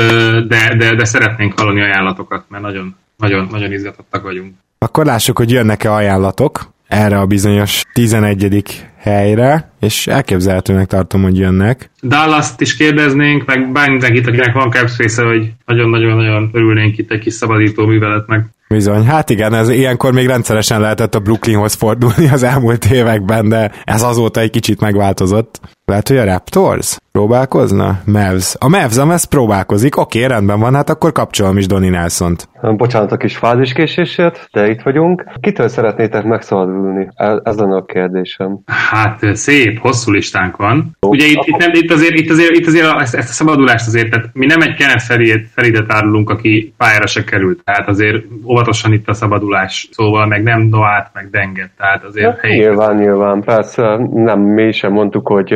de, de, de szeretnénk hallani ajánlatokat, mert nagyon, nagyon, nagyon izgatottak vagyunk. Akkor lássuk, hogy jönnek-e ajánlatok erre a bizonyos tizenegyedik helyre, és elképzelhetőnek tartom, hogy jönnek. Dallas-t is kérdeznénk, meg bármit, akinek van cap space, hogy nagyon-nagyon-nagyon örülnénk itt egy kis szabadító műveletnek. Bizony, hát igen, ez ilyenkor még rendszeresen lehetett a Brooklynhoz fordulni az elmúlt években, de ez azóta egy kicsit megváltozott. Lehet, hogy a Raptors próbálkozna? Mavs. A Mavs, a Mavs próbálkozik, oké, rendben van, hát akkor kapcsolom is Donnie Nelsont. Bocsánat a kis fáziskésésért, de itt vagyunk. Kitől szeretnétek megszabadulni? Ez lenne a kérdésem. Hát szép, hosszú listánk van. Ugye itt, itt, nem, itt azért, itt azért, itt azért a, ezt, ezt a szabadulást azért, tehát mi nem egy Kenneth Faridet árulunk, aki pályára se került, tehát azért óvatosan itt a szabadulás, szóval meg nem Noát, meg Denget, tehát azért ja, helyi. Nyilván, nyilván, persze, nem, mi sem mondtuk, hogy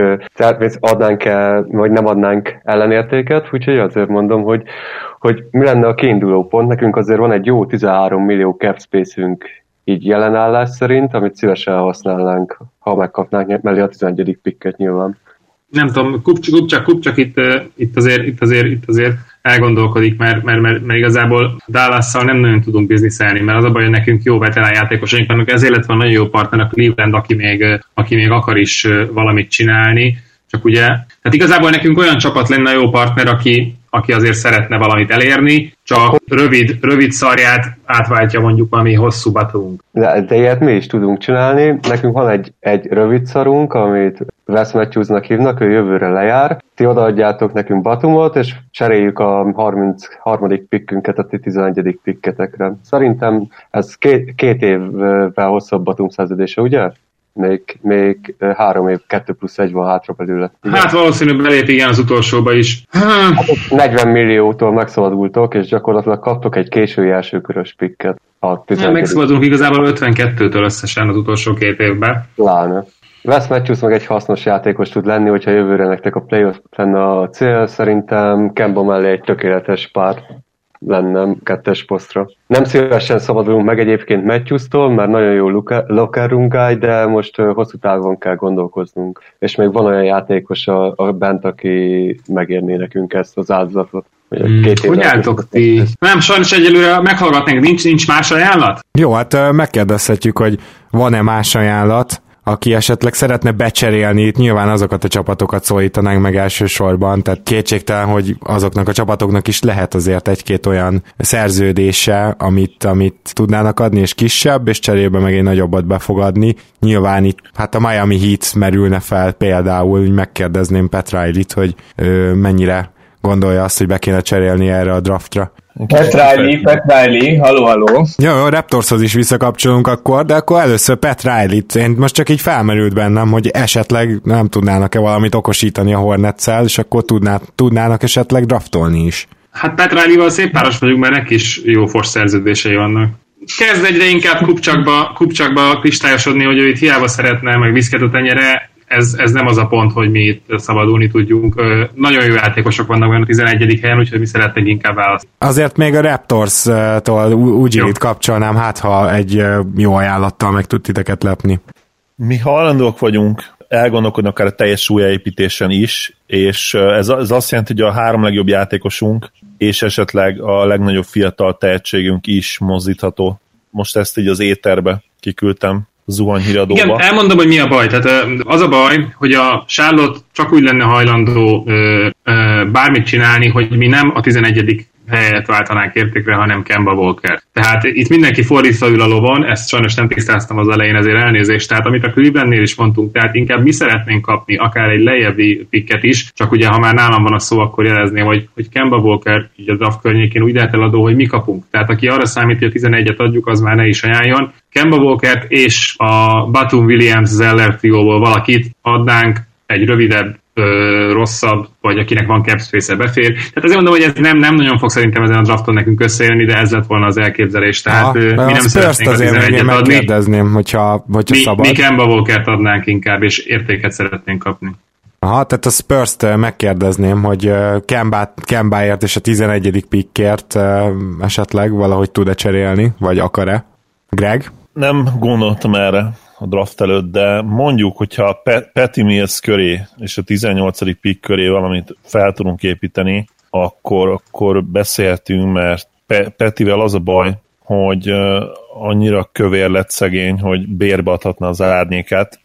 adnánk-e, vagy nem adnánk ellenértéket, úgyhogy azért mondom, hogy, hogy mi lenne a kiinduló pont. Nekünk azért van egy jó tizenhárom millió cap space-ünk így jelenállás szerint, amit szívesen használnánk, ha megkapnánk mellé a tizenegyedik picket nyilván. Nem tudom, Kupchak, Kupchak itt, itt, azért, itt, azért, itt azért elgondolkodik, mert, mert, mert, mert igazából Dallasszal nem nagyon tudunk bizniszelni, mert az a baj, hogy nekünk jó veterán játékosaink vannak, ezért lett van nagyon jó partner a Cleveland, aki még, aki még akar is valamit csinálni, csak ugye, tehát igazából nekünk olyan csapat lenne jó partner, aki, aki azért szeretne valamit elérni, csak rövid, rövid szarját átváltja mondjuk valami hosszú batunk. De, de ilyet mi is tudunk csinálni. Nekünk van egy, egy rövid szarunk, amit Wes Matthewsnak hívnak, ő jövőre lejár. Ti odaadjátok nekünk batumot, és cseréljük a harmincharmadik pickünket a ti tizenegyedik picketekre. Szerintem ez két, két évvel hosszabb batum szerződése, ugye? Még, még három év, kettő plusz egy van hátra belőle. Igen. Hát valószínűleg belép igen az utolsóba is. Hát negyven milliótól megszabadultok, és gyakorlatilag kaptok egy késői elsőkörös picket. Nem, megszabadulunk igazából ötvenkettőtől összesen az utolsó két évben. Pláne. Wes Matthews meg egy hasznos játékos tud lenni, hogyha jövőre nektek a playoff lenne a cél, szerintem Kemba mellé egy tökéletes pár. lennem kettes posztra. Nem szívesen szabadulunk meg egyébként Matthews-tól, mert nagyon jó locker room guy, de most hosszú távon kell gondolkoznunk. És még van olyan játékos a, a bent, aki megérné nekünk ezt az áldozatot. Hmm. Hogy álltok ti? Nem, sajnos egyelőre meghallgatnánk, nincs, nincs más ajánlat? Jó, hát megkérdezhetjük, hogy van-e más ajánlat, aki esetleg szeretne becserélni, itt nyilván azokat a csapatokat szólítanánk meg elsősorban, tehát kétségtelen, hogy azoknak a csapatoknak is lehet azért egy-két olyan szerződése, amit, amit tudnának adni, és kisebb, és cserébe meg egy nagyobbat befogadni. Nyilván itt, hát a Miami Heat merülne fel például, úgy megkérdezném Pat Riley-t, hogy ö, mennyire gondolja azt, hogy be kéne cserélni erre a draftra. Pat Riley, Pat Riley, halló, halló. Jó, a Raptorshoz is visszakapcsolunk akkor, de akkor először Pat Riley-t. Én most csak így felmerült bennem, hogy esetleg nem tudnának-e valamit okosítani a Hornetszel, és akkor tudná, tudnának esetleg draftolni is. Hát Pat Riley-val szép páros vagyunk, mert neki is jó fors szerződései vannak. Kezd egyre inkább kupcsakba, kupcsakba kristályosodni, hogy ő itt hiába szeretne, meg viszketot tenyere. Ez, ez nem az a pont, hogy mi itt szabadulni tudjunk. Nagyon jó játékosok vannak olyan a tizenegyedik helyen, úgyhogy mi szeretnénk inkább választani. Azért még a Raptors-tól úgy itt kapcsolnám, hát ha egy jó ajánlattal meg tud titeket lepni. Mi hajlandóak vagyunk elgondolkodni akár a teljes újjáépítésen is, és ez, ez azt jelenti, hogy a három legjobb játékosunk és esetleg a legnagyobb fiatal tehetségünk is mozdítható. Most ezt így az éterbe kiküldtem. Zuhanyhíradóba. Igen, elmondom, hogy mi a baj. Tehát az a baj, hogy a Charlotte csak úgy lenne hajlandó ö, ö, bármit csinálni, hogy mi nem a tizenegyedik helyet váltanánk értékre, hanem Kemba Walker. Tehát itt mindenki fordítva ül a lovon, ezt sajnos nem tisztáztam az elején, ezért elnézést. Tehát amit a Clevelandnél is mondtunk, tehát inkább mi szeretnénk kapni akár egy lejjebbi picket is, csak ugye ha már nálam van a szó, akkor jelezném, hogy, hogy Kemba Walker így a draft környékén úgy lehet eladó, hogy mi kapunk. Tehát aki arra számít, hogy a tizenegyet adjuk, az már ne is ajánljon. Kemba Walkert és a Batum Williams Zeller trióból valakit adnánk egy rövidebb, ö, rosszabb, vagy akinek van cap space-e befér. Tehát azért mondom, hogy ez nem, nem nagyon fog szerintem ezen a drafton nekünk összejönni, de ez lett volna az elképzelés. Tehát ha, mi nem szeretnénk a tizenegyet adni. Megkérdezném, hogyha, hogyha mi, szabad. Mi Kemba Walkert adnánk inkább, és értéket szeretnénk kapni. Aha, tehát a Spurs-t megkérdezném, hogy Kembáért és a tizenegyedik pickért esetleg valahogy tud-e cserélni, vagy akar-e? Greg? Nem gondoltam erre a draft előtt, de mondjuk, hogyha a Patty Mills köré és a tizennyolcadik pick köré valamit fel tudunk építeni, akkor, akkor beszélhetünk, mert Pattyvel az a baj, hogy annyira kövér lett szegény, hogy bérbe adhatna az árnyékát.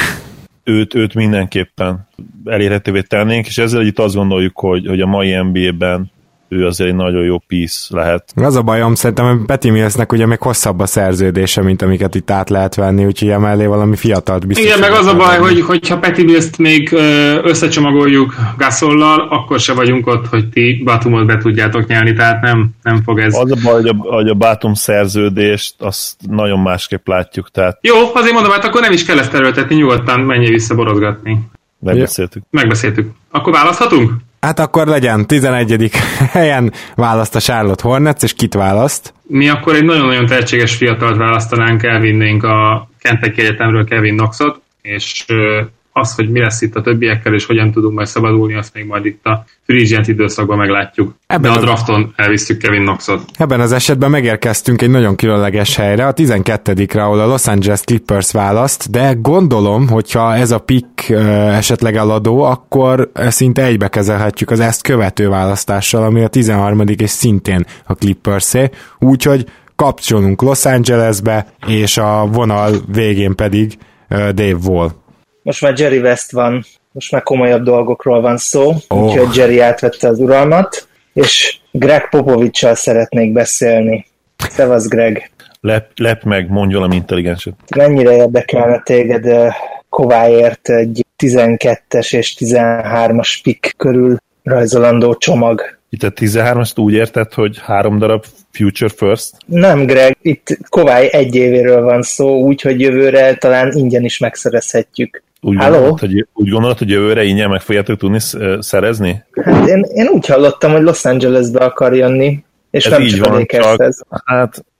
Őt, őt mindenképpen elérhetővé tennénk, és ezzel együtt azt gondoljuk, hogy, hogy a mai en bé á-ben ő azért egy nagyon jó piece lehet. Az a bajom, szerintem a Patty Millsnek ugye még hosszabb a szerződése, mint amiket itt át lehet venni, úgyhogy emellé valami fiatalt biztos. Igen, meg az a baj, hogy, hogyha Patty Mills-t még összecsomagoljuk Gasollal, akkor se vagyunk ott, hogy ti Batumot be tudjátok nyelni, tehát nem, nem fog ez. Az a baj, hogy a, hogy a Batum szerződést azt nagyon másképp látjuk. Tehát... Jó, azért mondom, hát akkor nem is kell ezt erőltetni, nyugodtan menjél vissza borozgatni. Megbeszéltük. Megbeszéltük. Akkor választhatunk? Hát akkor legyen tizenegyedik helyen választ a Charlotte Hornets, és kit választ? Mi akkor egy nagyon-nagyon tehetséges fiatalt választanánk, elvinnénk a Kentucky Egyetemről Kevin Knoxot, és az, hogy mi lesz itt a többiekkel, és hogyan tudunk majd szabadulni, azt még majd itt a free agent időszakban meglátjuk. Ebben de a drafton elvisztük Kevin Knoxot. Ebben az esetben megérkeztünk egy nagyon különleges helyre, a tizenkettedikre ahol a Los Angeles Clippers választ, de gondolom, hogyha ez a pick esetleg eladó, akkor szinte egybekezelhetjük az ezt követő választással, ami a tizenharmadik és szintén a Clippersé, úgyhogy kapcsolunk Los Angelesbe, és a vonal végén pedig Dave Wall. Most már Jerry West van, most már komolyabb dolgokról van szó, oh. Úgyhogy Jerry átvette az uralmat, és Greg Popovics-sal szeretnék beszélni. Szevasz, Greg! Lep, lep meg, mondj valami intelligenset. Mennyire érdekelne téged Kawhiért egy tizenkettes és tizenhármas pick körül rajzolandó csomag? Itt a tizenhármast úgy érted, hogy három darab Future First? Nem, Greg, itt Kawhi egy évéről van szó, úgyhogy jövőre talán ingyen is megszerezhetjük. Úgy gondolod, hogy, úgy gondolod, hogy jövőre ingyen meg fogjátok tudni szerezni? Hát én, én úgy hallottam, hogy Los Angelesbe akar jönni, és ez nem így csak van, a Lakershez. Hát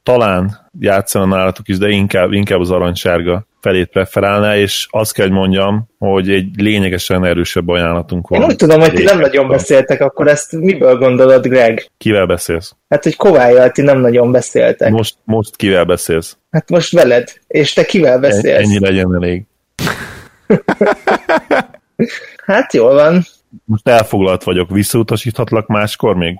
talán játszana nálatok is, de inkább, inkább az aranysárga felét preferálná, és azt kell, hogy mondjam, hogy egy lényegesen erősebb ajánlatunk van. Én úgy tudom, hogy ti nem nagyon beszéltek, akkor ezt miből gondolod, Greg? Kivel beszélsz? Hát, hogy Kovályjal ti nem nagyon beszéltek. Most, most kivel beszélsz? Hát most veled. És te kivel beszélsz? Ennyi legyen elég. Hát jól van. Most elfoglalt vagyok, visszautasíthatlak máskor még?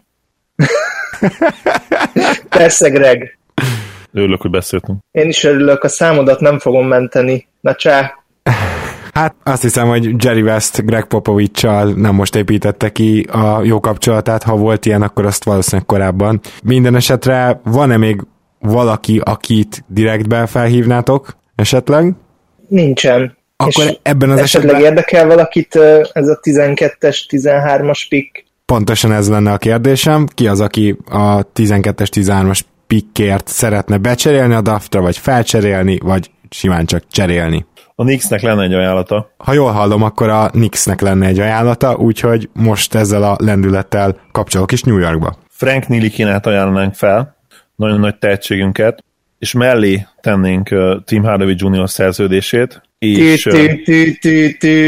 Persze, Greg. Örülök, hogy beszéltünk. Én is örülök, a számodat nem fogom menteni. Na csá! Hát azt hiszem, hogy Jerry West Greg Popovics-sal nem most építette ki a jó kapcsolatát, ha volt ilyen, akkor azt valószínűleg korábban. Minden esetre van-e még valaki, akit direktben felhívnátok esetleg? Nincsen. Akkor és ebben az esetleg esetben... érdekel valakit ez a tizenkettes, tizenhármas pick? Pontosan ez lenne a kérdésem. Ki az, aki a tizenkettes, tizenhármas pickért szeretne becserélni a draftra, vagy felcserélni, vagy simán csak cserélni? A Knicksnek lenne egy ajánlata. Ha jól hallom, akkor a Knicksnek lenne egy ajánlata, úgyhogy most ezzel a lendülettel kapcsolok is New Yorkba. Frank Ntilikínát ajánlanánk fel, nagyon nagy tehetségünket, és mellé tennénk uh, Tim Hardaway junior szerződését, és... Tű, tű, tű, tű, tű.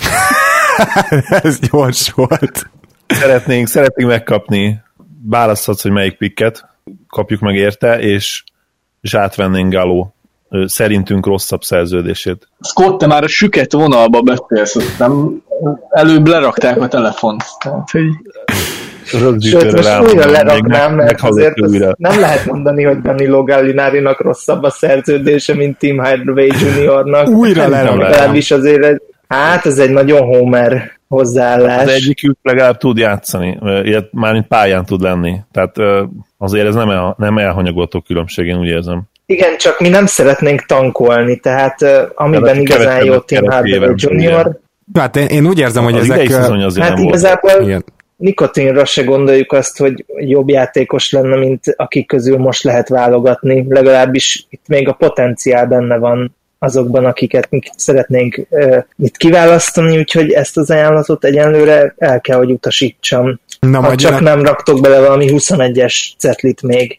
Ez gyors volt. Szeretnénk, szeretnénk megkapni, választhatsz, hogy melyik picket kapjuk meg érte, és, és átvennénk Gallo szerintünk rosszabb szerződését. Scott, te már a süket vonalba beszélsz, nem? Előbb lerakták a telefont. Tehát, hogy... Sőt, most újra leraknám, mert azért nem lehet mondani, hogy Danilo Gallinarinak rosszabb a szerződése, mint Tim Hardaway juniornak. Újra leraknám. Azért ez, hát ez egy nagyon homer hozzáállás. Az egyikük legalább tud játszani, ilyet mármint pályán tud lenni. Tehát azért ez nem, el, nem elhanyagolható különbség, én úgy érzem. Igen, csak mi nem szeretnénk tankolni, tehát amiben ja, igazán jó Tim Hardaway junior. Hát én, én úgy érzem, hogy az ezek... Hát igazából nikotinra se gondoljuk azt, hogy jobb játékos lenne, mint akik közül most lehet válogatni. Legalábbis itt még a potenciál benne van azokban, akiket mi szeretnénk uh, itt kiválasztani, úgyhogy ezt az ajánlatot egyenlőre el kell, hogy utasítsam. Na, ha csak nem raktok bele valami huszonegyes cetlit még.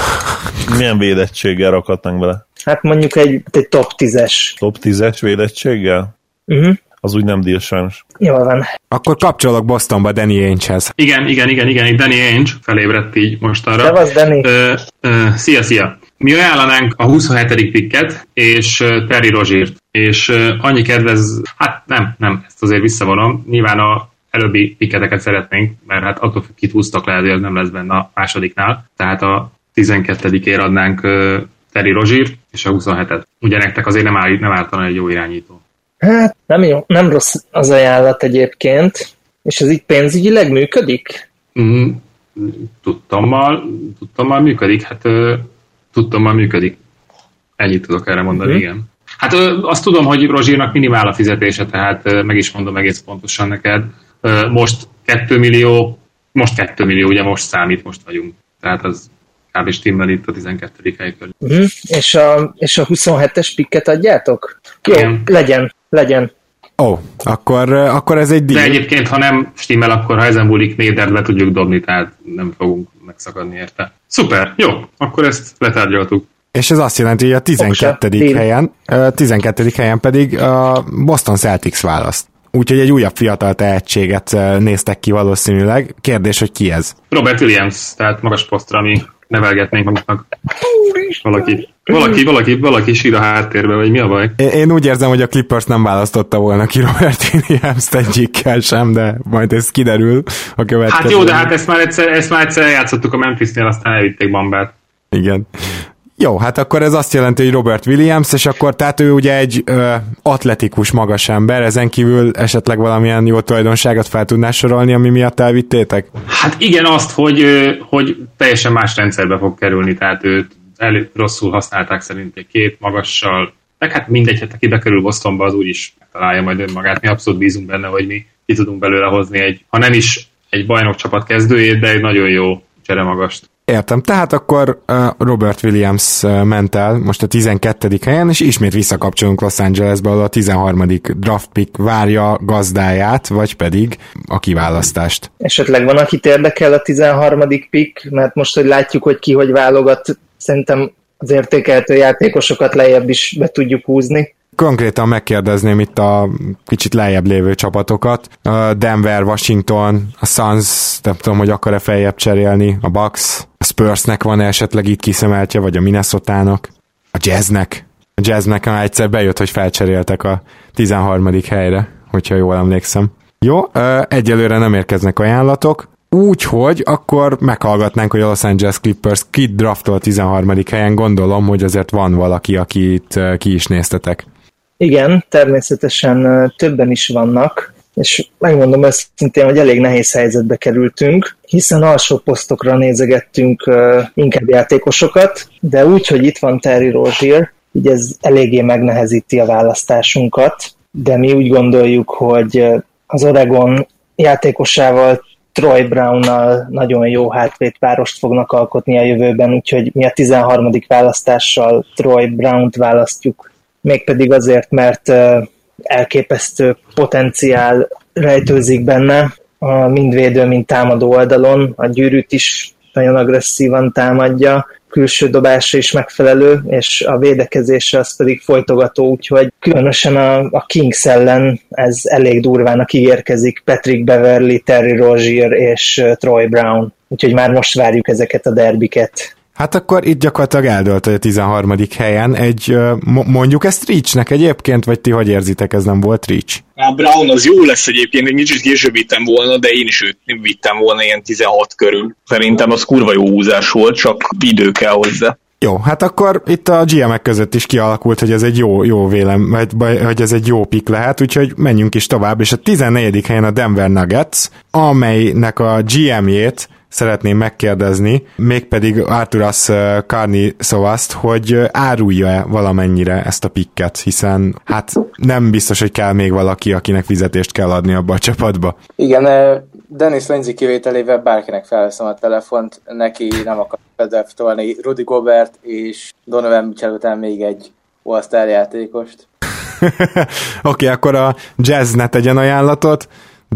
Milyen védettséggel rakhatnánk bele? Hát mondjuk egy, egy top tízes. Top tízes védettséggel? Uh-huh. Az úgy nem díj sajnos. Jól van. Akkor kapcsolok Bostonba Danny Ainge-hez. Igen, igen, igen, igen, Danny Ainge felébredt így mostanra. Szevasz, Danny. Ö, ö, szia, szia. Mi ajánlanánk a huszonhetedik picket és Terry Roziert, és ö, annyi kedvez, hát nem, nem, ezt azért visszavonom, nyilván a előbbi picketeket szeretnénk, mert hát attól kit húztak le, hogy nem lesz benne a másodiknál, tehát a tizenkettedikért adnánk ö, Terry Roziert, és a huszonhetet. Ugye nektek azért nem, áll, nem álltana egy jó irányító. Hát nem jó, nem rossz az ajánlat egyébként, és ez így pénzügyileg működik? Mm, tudtommal, tudtommal működik, hát ö, tudtommal működik. Ennyit tudok erre mondani, mm. igen. Hát ö, azt tudom, hogy Rozsírnak minimál a fizetése, tehát ö, meg is mondom egész pontosan neked. Ö, most két millió, most két millió, ugye most számít, most vagyunk. Tehát az kb. Stimmel itt a tizenkettedik hely körül. Mm. És, a, és a huszonhetes pikket adjátok? Jó, igen. legyen, legyen. Ó, oh, akkor, akkor ez egy díj. De egyébként, ha nem stimmel, akkor ha ezen múlik, Nédert be tudjuk dobni, tehát nem fogunk megszakadni érte. Szuper, jó, akkor ezt letárgyaltuk. És ez azt jelenti, hogy a tizenkettedik helyen, tizenkettedik helyen pedig a Boston Celtics választ. Úgyhogy egy újabb fiatal tehetséget néztek ki valószínűleg. Kérdés, hogy ki ez? Robert Williams, tehát magas posztra, ami nevelgetnénk maguknak. Valaki, valaki, valaki, valaki sír a háttérbe, vagy mi a baj? Én, én úgy érzem, hogy a Clippers nem választotta volna ki Robert Williams-t egyikkel sem, de majd ez kiderül a következő. Hát jó, de hát ezt már egyszer, ezt már egyszer játszottuk a Memphisnél, aztán elvitték Bambát. Igen. Jó, hát akkor ez azt jelenti, hogy Robert Williams, és akkor tehát ő ugye egy ö, atletikus magas ember, ezen kívül esetleg valamilyen jó tulajdonságot fel tudná sorolni, ami miatt elvittétek? Hát igen, azt, hogy, hogy teljesen más rendszerbe fog kerülni, tehát őt elég rosszul használták szerint egy két magassal, meg hát mindegy, hát aki bekerül Bostonba, az úgyis találja majd önmagát, mi abszolút bízunk benne, hogy mi ki tudunk belőle hozni egy, ha nem is egy bajnokcsapat kezdőjét, de egy nagyon jó cseremagast. Értem, tehát akkor uh, Robert Williams uh, ment el most a tizenkettedik helyen, és ismét visszakapcsolunk Los Angelesbe, ahol a tizenharmadik draft pick várja gazdáját, vagy pedig a kiválasztást. Esetleg van, akit érdekel a tizenharmadik pick, mert most, hogy látjuk, hogy ki hogy válogat, szerintem az értékelhető játékosokat lejjebb is be tudjuk húzni. Konkrétan megkérdezném itt a kicsit lejjebb lévő csapatokat. A Denver, Washington, a Suns, nem tudom, hogy akar-e feljebb cserélni, a Bucks, a Spursnek van esetleg itt kiszemeltje, vagy a Minnesotának, a Jazznek. A Jazznek egyszer bejött, hogy felcseréltek a tizenharmadik helyre, hogyha jól emlékszem. Jó, egyelőre nem érkeznek ajánlatok, úgyhogy akkor meghallgatnánk, hogy a Los Angeles Clippers kit draftol a tizenharmadik helyen, gondolom, hogy azért van valaki, akit ki is néztetek. Igen, természetesen többen is vannak, és megmondom őszintén, hogy elég nehéz helyzetbe kerültünk, hiszen alsó posztokra nézegettünk inkább játékosokat, de úgy, hogy itt van Terry Rozier, így ez eléggé megnehezíti a választásunkat, de mi úgy gondoljuk, hogy az Oregon játékosával, Troy Brownnal nagyon jó hátvédpárost fognak alkotni a jövőben, úgyhogy mi a tizenharmadik választással Troy Brownt választjuk. Mégpedig azért, mert elképesztő potenciál rejtőzik benne, a mind védő, mind támadó oldalon. A gyűrűt is nagyon agresszívan támadja, külső dobása is megfelelő, és a védekezése az pedig folytogató, úgyhogy különösen a, a Kings ellen ez elég durvának ígérkezik. Patrick Beverley, Terry Rozier és Troy Brown. Úgyhogy már most várjuk ezeket a derbiket. Hát akkor itt gyakorlatilag eldölt, hogy a tizenharmadik helyen egy, mondjuk ezt Reachnek egyébként, vagy ti hogy érzitek, ez nem volt Reach? A Brown az jó lesz egyébként, egy kicsit később vittem volna, de én is őt vittem volna ilyen tizenhat körül. Szerintem az kurva jó húzás volt, csak idő kell hozzá. Jó, hát akkor itt a gé em-ek között is kialakult, hogy ez egy jó, jó vélem, vagy, hogy ez egy jó pick lehet, úgyhogy menjünk is tovább, és a tizennegyedik helyen a Denver Nuggets, amelynek a gé em-jét szeretném megkérdezni, mégpedig Arturas Karniszovaszt, hogy árulja-e valamennyire ezt a picket, hiszen hát nem biztos, hogy kell még valaki, akinek fizetést kell adni abba a csapatba. Igen, Dennis Lindsay kivételével bárkinek felveszem a telefont, neki nem akar bedraftolni Rudy Gobert és Donovan Mitchell után még egy All-Star játékost. Oké, okay, akkor a Jazz ne tegyen ajánlatot,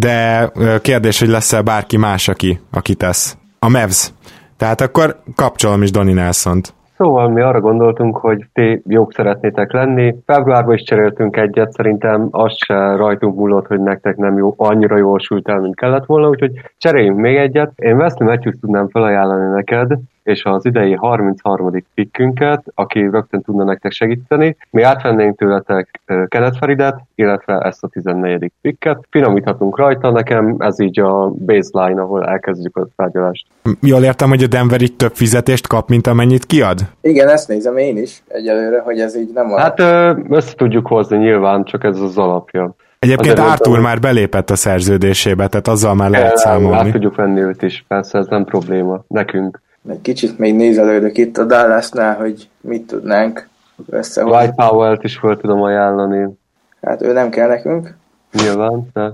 de kérdés, hogy lesz-e bárki más, aki, aki tesz. A Mavs. Tehát akkor kapcsolom is Donnie Nelsont. Szóval mi arra gondoltunk, hogy ti jók szeretnétek lenni. Februárban is cseréltünk egyet, szerintem az se rajtunk múlott, hogy nektek nem jó, annyira jól sült el, mint kellett volna, úgyhogy cseréljünk még egyet. Én Wesley Matthews tudnám felajánlani neked, és az idei harmincharmadik pikkünket, aki rögtön tudna nektek segíteni. Mi átvennénk tőletek Kenneth Faridet, illetve ezt a tizennegyedik pikket. Finomíthatunk rajta, nekem ez így a baseline, ahol elkezdjük a tárgyalást. Jól értem, hogy a Denver itt több fizetést kap, mint amennyit kiad? Igen, ezt nézem én is egyelőre, hogy ez így nem van. Hát össze tudjuk hozni nyilván, csak ez az alapja. Egyébként Arthur nem... már belépett a szerződésébe, tehát azzal már lehet számolni. Át tudjuk venni őt is, persze ez nem probléma nekünk. Egy kicsit még nézelődök itt a Dallasnál, hogy mit tudnánk összehozni. Dwight Powell-t is fel tudom ajánlani. Hát ő nem kell nekünk. Nyilván, de...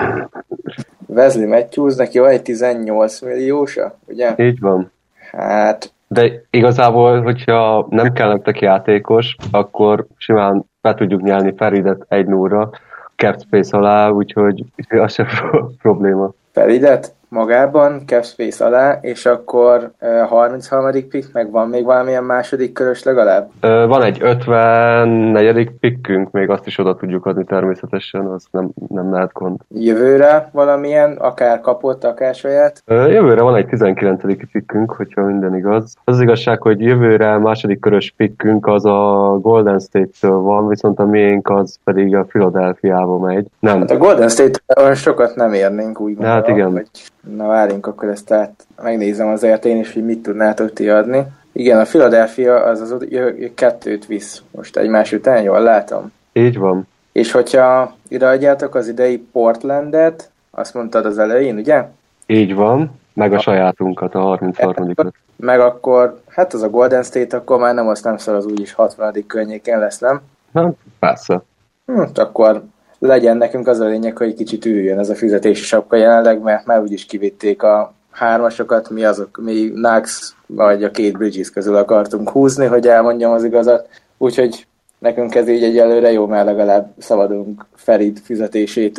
Wesley Matthews, neki van egy tizennyolc milliósa, ugye? Így van. Hát... De igazából, hogyha nem kell nektek játékos, akkor simán be tudjuk nyelni Faridet egy nullra cap space alá, úgyhogy az sem probléma. Faridet magában, cap space alá, és akkor uh, harmincharmadik pick, meg van még valamilyen második körös legalább? Uh, van egy ötvennegyedik pickünk, még azt is oda tudjuk adni természetesen, az nem, nem lehet gond. Jövőre valamilyen, akár kapott, akár saját? Uh, jövőre van egy tizenkilencedik pickünk, hogyha minden igaz. Az, az igazság, hogy jövőre második körös pickünk az a Golden State-től van, viszont a miénk az pedig a Philadelphia-ba megy. Nem. Hát a Golden State olyan sokat nem érnénk, úgy gondolom. Hát igen. Hogy... Na várjunk, akkor ezt át megnézem azért én is, hogy mit tudnátok ti adni. Igen, a Philadelphia az az kettőt visz most egymás után, jól látom? Így van. És hogyha ideadjátok az idei Portlandet, azt mondtad az elején, ugye? Így van, meg a sajátunkat, a harmincharmadikat. Meg akkor, hát az a Golden State, akkor már nem azt nem szor, az úgyis hatvanadik környéken lesz, nem? Hát, persze. Hm, akkor legyen nekünk az a lényeg, hogy kicsit üljön ez a fizetési sapka jelenleg, mert már úgyis kivitték a hármasokat, mi azok, mi Knox vagy a két Bridges közül akartunk húzni, hogy elmondjam az igazat. Úgyhogy nekünk ez így egyelőre jó, mert legalább szabadulunk Farid fizetésétől.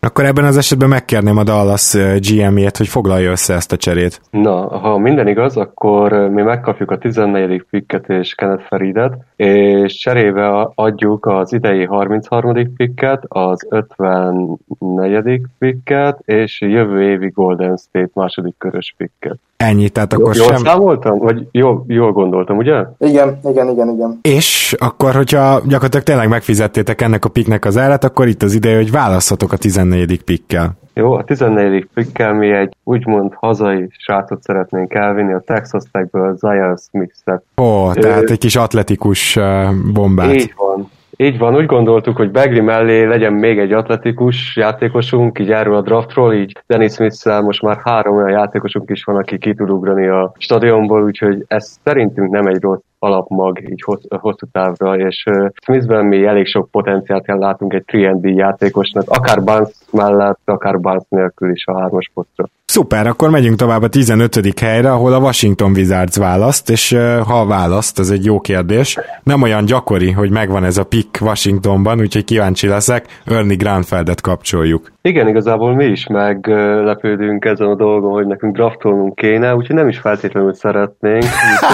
Akkor ebben az esetben megkérném a Dallas gé em-ét, hogy foglalja össze ezt a cserét. Na, ha minden igaz, akkor mi megkapjuk a tizennegyedik picket és Kenneth Faridet, és cserébe adjuk az idei harmincharmadik picket, az ötvennegyedik picket, és jövő évi Golden State második körös picket. Ennyi, tehát akkor jól sem... Jól számoltam? Vagy jól, jól gondoltam, ugye? Igen, igen, igen, igen. És akkor, hogyha gyakorlatilag tényleg megfizettétek ennek a picknek az árát, akkor itt az ideje, hogy válasszatok a tizennegyedik pickkel. Jó, a tizennegyedik pickkel mi egy úgymond hazai srácot szeretnénk elvinni, a Texas Techből Zion Smith-et. Ó, tehát egy kis atletikus bombát. Így van. Így van, úgy gondoltuk, hogy Bagley mellé legyen még egy atletikus játékosunk, így erről a draftról, így Dennis Smith-szel most már három olyan játékosunk is van, aki ki tud ugrani a stadionból, úgyhogy ez szerintünk nem egy rossz alapmag így hosszú, hosszú távra, és uh, Smithben mi elég sok potenciált látunk egy három and D játékosnak, akár Barnes mellett, akár Barnes nélkül is a hármas posztra. Szuper, akkor megyünk tovább a tizenötödik helyre, ahol a Washington Wizards választ, és uh, ha választ, az egy jó kérdés. Nem olyan gyakori, hogy megvan ez a pick Washingtonban, úgyhogy kíváncsi leszek, Ernie Grunfeldet kapcsoljuk. Igen, igazából mi is meglepődünk ezen a dolgon, hogy nekünk draftolnunk kéne, úgyhogy nem is feltétlenül szeretnénk,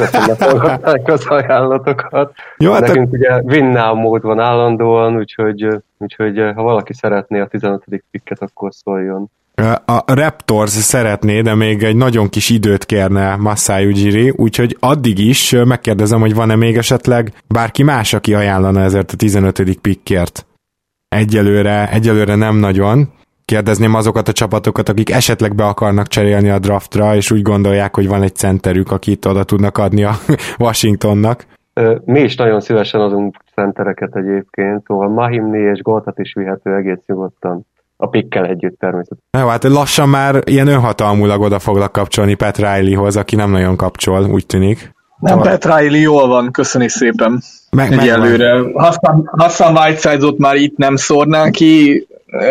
hogy az ajánlatokat. Jó, hát nekünk a... ugye win now mód van állandóan, úgyhogy, úgyhogy ha valaki szeretné a tizenötödik picket, akkor szóljon. A Raptors szeretné, de még egy nagyon kis időt kérne Masai Ujiri, úgyhogy addig is megkérdezem, hogy van-e még esetleg bárki más, aki ajánlana ezért a tizenötödik pickért. Egyelőre, egyelőre nem nagyon. Kérdezném azokat a csapatokat, akik esetleg be akarnak cserélni a draftra, és úgy gondolják, hogy van egy centerük, akit oda tudnak adni a Washingtonnak. Mi is nagyon szívesen adunk centereket egyébként, szóval Mahimni és Goltat is vihető egész nyugodtan. A pickkel együtt természetesen. Jó, hát lassan már ilyen önhatalmulag oda foglak kapcsolni Pat Rileyhoz, aki nem nagyon kapcsol, úgy tűnik. Nem, Pat Riley jól van, köszöni szépen. Meg, Egyelőre. Hassan, Hassan Whiteside-ot már itt nem szórnál ki,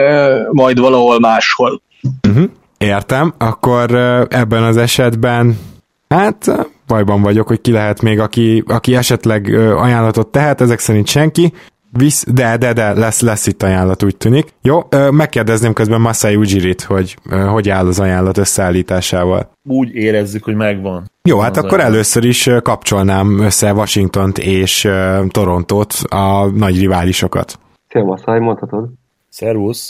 majd valahol máshol. Uh-huh. Értem, akkor ebben az esetben hát bajban vagyok, hogy ki lehet még, aki, aki esetleg ajánlatot tehet, ezek szerint senki. Visz, de, de, de, lesz, lesz itt ajánlat, úgy tűnik. Jó, megkérdezném közben Masai Ujirit, hogy hogy áll az ajánlat összeállításával. Úgy érezzük, hogy megvan. Jó, hát akkor ajánlat. Először is kapcsolnám össze Washingtont és Torontót, a nagy riválisokat. Szia Masai, mondhatod? Szervusz.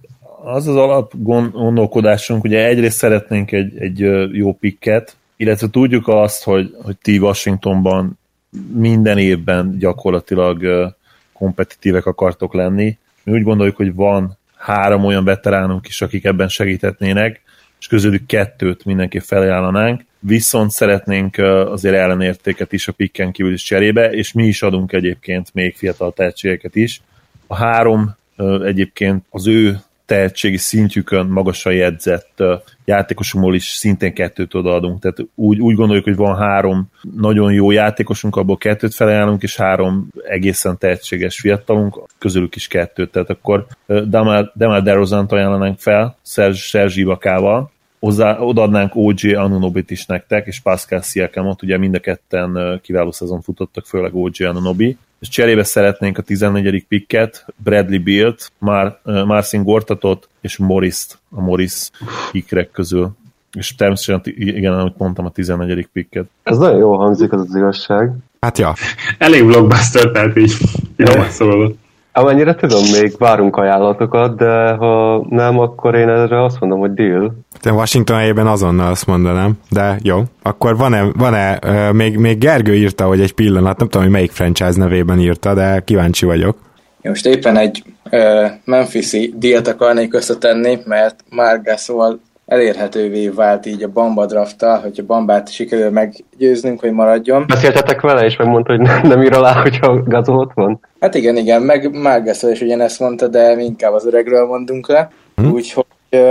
Az az alap gondolkodásunk, ugye egyrészt szeretnénk egy, egy jó picket, illetve tudjuk azt, hogy, hogy ti Washingtonban minden évben gyakorlatilag kompetitívek akartok lenni. Mi úgy gondoljuk, hogy van három olyan veteránunk is, akik ebben segíthetnének, és közülük kettőt mindenképp felajánlanánk, viszont szeretnénk azért ellenértéket is a picken kívül is cserébe, és mi is adunk egyébként még fiatal tehetségeket is. A három egyébként az ő tehetségi szintjükön magasan jegyzett játékosunkból is szintén kettőt odaadunk. Tehát úgy, úgy gondoljuk, hogy van három nagyon jó játékosunk, abból kettőt felajánlunk, és három egészen tehetséges fiatalunk, közülük is kettőt. Tehát akkor Demar DeRozant ajánlanánk fel, Serge Ibakával, odaadnánk o gé Anunobit is nektek, és Pascal Siakamot, ugye mind a ketten kiváló szezon futottak, főleg o gé Anunobi, és cserébe szeretnénk a tizennegyedik picket, Bradley Bealt, Mar- Marcin Gortatot és Morris-t, a Morris pickek közül. És természetesen, igen, ahogy mondtam, a tizennegyedik picket. Ez nagyon jól hangzik, az az igazság. Hát ja. Elég blockbuster, tehát így finoman szólva. Amennyire tudom, még várunk ajánlatokat, de ha nem, akkor én erre azt mondom, hogy deal. Te Washington helyében azonnal azt mondanám, de jó. Akkor van-e, van-e uh, még, még Gergő írta, hogy egy pillanat, nem tudom, hogy melyik franchise nevében írta, de kíváncsi vagyok. Most éppen egy uh, Memphis-i díjat akarnék összetenni, mert Marc Gasol elérhetővé vált így a Bamba drafttal, hogyha Bambát sikerül meggyőznünk, hogy maradjon. Beszéltetek vele, és megmondta, hogy nem, nem ír alá, hogyha Gasol ott van? Hát igen, igen, meg Marc Gasol is ugyanezt mondta, de mi inkább az öregről mondunk le. Hm? Úgyhogy,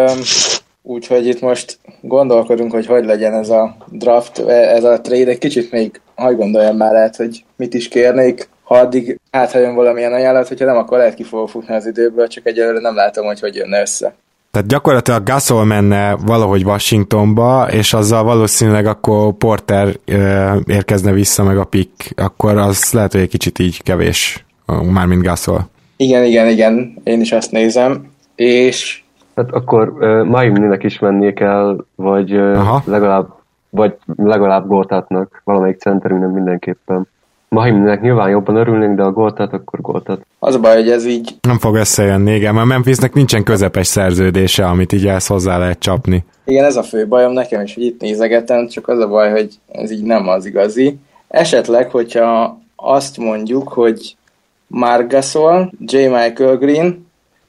úgyhogy itt most gondolkodunk, hogy hogy legyen ez a draft, ez a trade. Egy kicsit még hagy gondoljam már lehet, hogy mit is kérnék, ha addig áthajön valamilyen ajánlat, hogyha nem, akkor lehet ki fogok futni az időből, csak egyelőre nem látom, hogy hogy jönne össze. Tehát gyakorlatilag Gasol menne valahogy Washingtonba, és azzal valószínűleg akkor Porter ö, érkezne vissza meg a pick, akkor az lehet, hogy egy kicsit így kevés, mármint Gasol. Igen, igen, igen, én is azt nézem, és Hát akkor uh, Miami-nek is mennie kell, vagy uh, legalább vagy legalább Gortatnak, valamelyik centerünknek mindenképpen. Miami-nek nyilván jobban örülnénk, de a Gortat, akkor Gortat. Az a baj, hogy ez így... Nem fog összejönni, igen, mert Memphisnek nincsen közepes szerződése, amit így ezt hozzá lehet csapni. Igen, ez a fő bajom nekem is, hogy itt nézegetem, csak az a baj, hogy ez így nem az igazi. Esetleg, hogyha azt mondjuk, hogy Marc Gasol, J. Michael Green,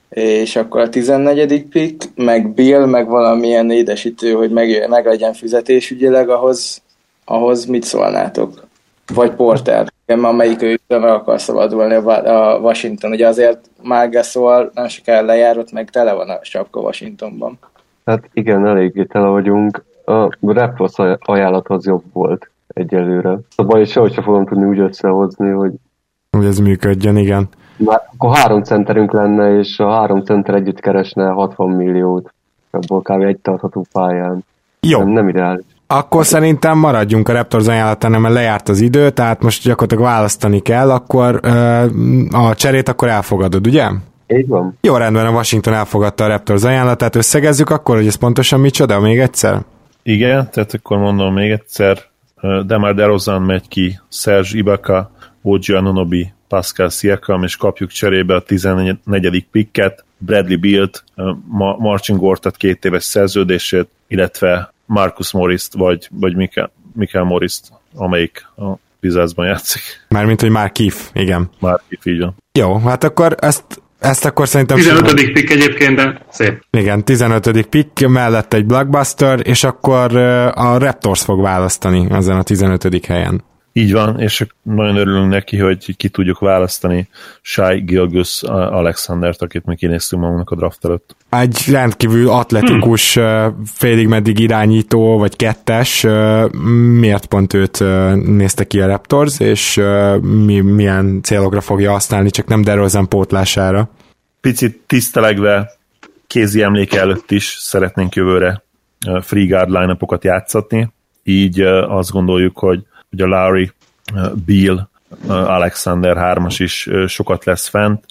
és akkor a tizennegyedik pick, meg Bill, meg valamilyen édesítő, hogy meg, meg legyen fizetésügyileg, ahhoz, ahhoz mit szólnátok? Vagy Porter, amelyik őtől meg akar szabadulni a Washington. Ugye azért Marc Gasol nem sokára lejárott, meg tele van a sapka Washingtonban. Hát igen, eléggé tele vagyunk. A Raptors ajánlathoz jobb volt egyelőre. A baj, sehogy sem fogom tudni úgy összehozni, hogy... Hogy ez működjön, igen. Már akkor három centerünk lenne, és a három center együtt keresne hatvan milliót. Abból kb. Egy tartható pályán. Jó. Nem, nem ideális. Akkor szerintem maradjunk a Raptors ajánlatánál, mert lejárt az idő, tehát most gyakorlatilag választani kell, akkor ö, a cserét akkor elfogadod, ugye? Így van. Jó, rendben, a Washington elfogadta a Raptors ajánlatát, összegezzük akkor, hogy ez pontosan micsoda, még egyszer? Igen, tehát akkor mondom még egyszer, DeMar DeRozan megy ki, Serge Ibaka, o gé Anunoby, Pascal Siakam, és kapjuk cserébe a tizennegyedik picket, Bradley Bealt, Marcin Gortat két éves szerződését, illetve Marcus Morris-t, vagy, vagy Michael, Michael Morris-t, amelyik a Wizardsban játszik. Mármint, hogy Markieff, igen. Markieff, így van. Jó, hát akkor ezt, ezt akkor szerintem... tizenötödik pick egyébként, de szép. Igen, tizenötödik pick, mellett egy blockbuster, és akkor a Raptors fog választani ezen a tizenötödik helyen. Így van, és nagyon örülünk neki, hogy ki tudjuk választani Shai Gilgeous Alexandert, akit mi kinéztünk magunknak a draft előtt. Egy rendkívül atletikus, hmm. félig meddig irányító, vagy kettes, miért pont őt nézte ki a Raptors, és mi, milyen célokra fogja használni, csak nem DeRozan pótlására. Picit tisztelegve kézi emléke előtt is szeretnénk jövőre free guard line-upokat játszatni, így azt gondoljuk, hogy hogy a Lowry, Beal, Alexander hármas is sokat lesz fent.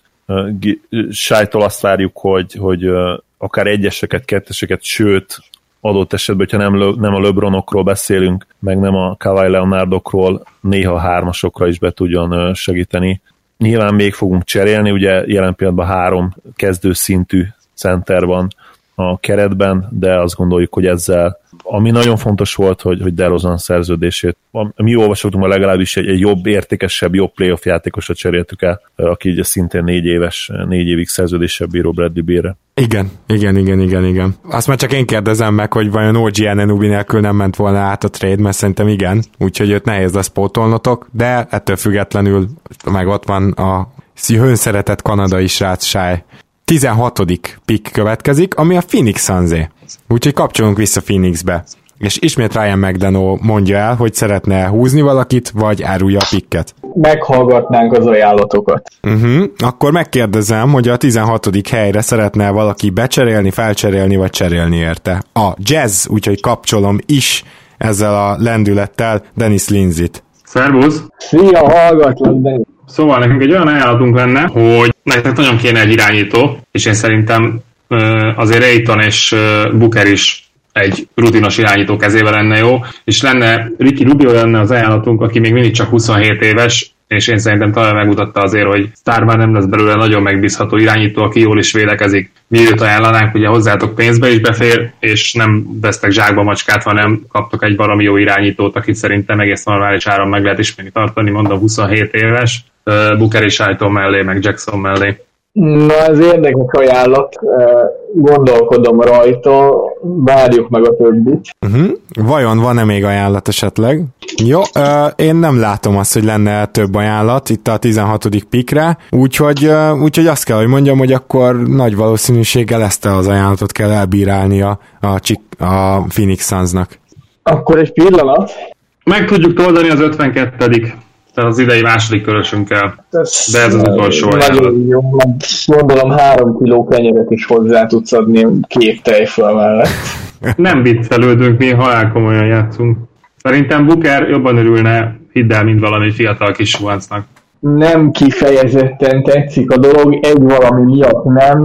Sájtól azt várjuk, hogy, hogy akár egyeseket, ketteseket, sőt, adott esetben, hogyha nem, nem a LeBronokról beszélünk, meg nem a Kawhi Leonardokról, néha hármasokra is be tudjon segíteni. Nyilván még fogunk cserélni, ugye jelen pillanatban három kezdőszintű center van a keretben, de azt gondoljuk, hogy ezzel, ami nagyon fontos volt, hogy, hogy DeRozan szerződését, mi olvasottunk legalábbis egy, egy jobb, értékesebb, jobb playoff játékosra cseréltük el, aki ugye szintén négy éves, négy évig szerződéssel bíró Bradley Beal-re. Igen, igen, igen, igen, igen. Azt már csak én kérdezem meg, hogy vajon o gé Anunoby nélkül nem ment volna át a trade, mert szerintem igen, úgyhogy őt nehéz lesz pótolnotok, de ettől függetlenül meg ott van a hőnszeretett kanadai srác Shai. tizenhatodik pick következik, ami a Phoenix Suns-é. Úgyhogy kapcsolunk vissza Phoenixbe. És ismét Ryan McDonough mondja el, hogy szeretne húzni valakit, vagy árulja a picket. Meghallgatnánk az ajánlatokat. Uh-huh. Akkor megkérdezem, hogy a tizenhatodik helyre szeretne valaki becserélni, felcserélni, vagy cserélni érte. A Jazz, úgyhogy kapcsolom is ezzel a lendülettel Dennis Lindsay-t. Szervusz! Szia, hallgatlak, Dennis! Szóval nekünk egy olyan ajánlatunk lenne, hogy nektek nagyon kéne egy irányító, és én szerintem azért Ayton és Booker is egy rutinos irányító kezébe lenne jó, és lenne Ricky Rubio lenne az ajánlatunk, aki még mindig csak huszonhét éves, és én szerintem talán megmutatta azért, hogy sztárban nem lesz belőle nagyon megbízható irányító, aki jól is védekezik. Mi őt ajánlanánk, ugye hozzátok pénzbe is befér, és nem vesztek zsákba macskát, hanem kaptok egy baromi jó irányítót, akit szerintem egész normális áron meg lehet ismerni tartani, mondom huszonhét éves, Booker és Ayton mellé, meg Jackson mellé. Na, ez érdekes ajánlat, gondolkodom rajta, várjuk meg a többit. Uh-huh. Vajon van-e még ajánlat esetleg? Jó, uh, én nem látom azt, hogy lenne több ajánlat itt a tizenhatodik pickre, úgyhogy, uh, úgyhogy azt kell, hogy mondjam, hogy akkor nagy valószínűséggel ezt az ajánlatot kell elbírálnia a, Chick- a Phoenix Sunsnak. Akkor egy pillanat. Meg tudjuk toldani az ötvenkettedik tehát az idei második körösünkkel, de ez az utolsó ajánlat. Nagyon jó, gondolom három kiló kenyeret is hozzá tudsz adni két tejföl mellett. Nem viccelődünk, mi halálkomolyan játszunk. Szerintem Booker jobban örülne, hidd el, mint valami fiatal kis suhancnak. Nem kifejezetten tetszik a dolog, egy valami miatt nem,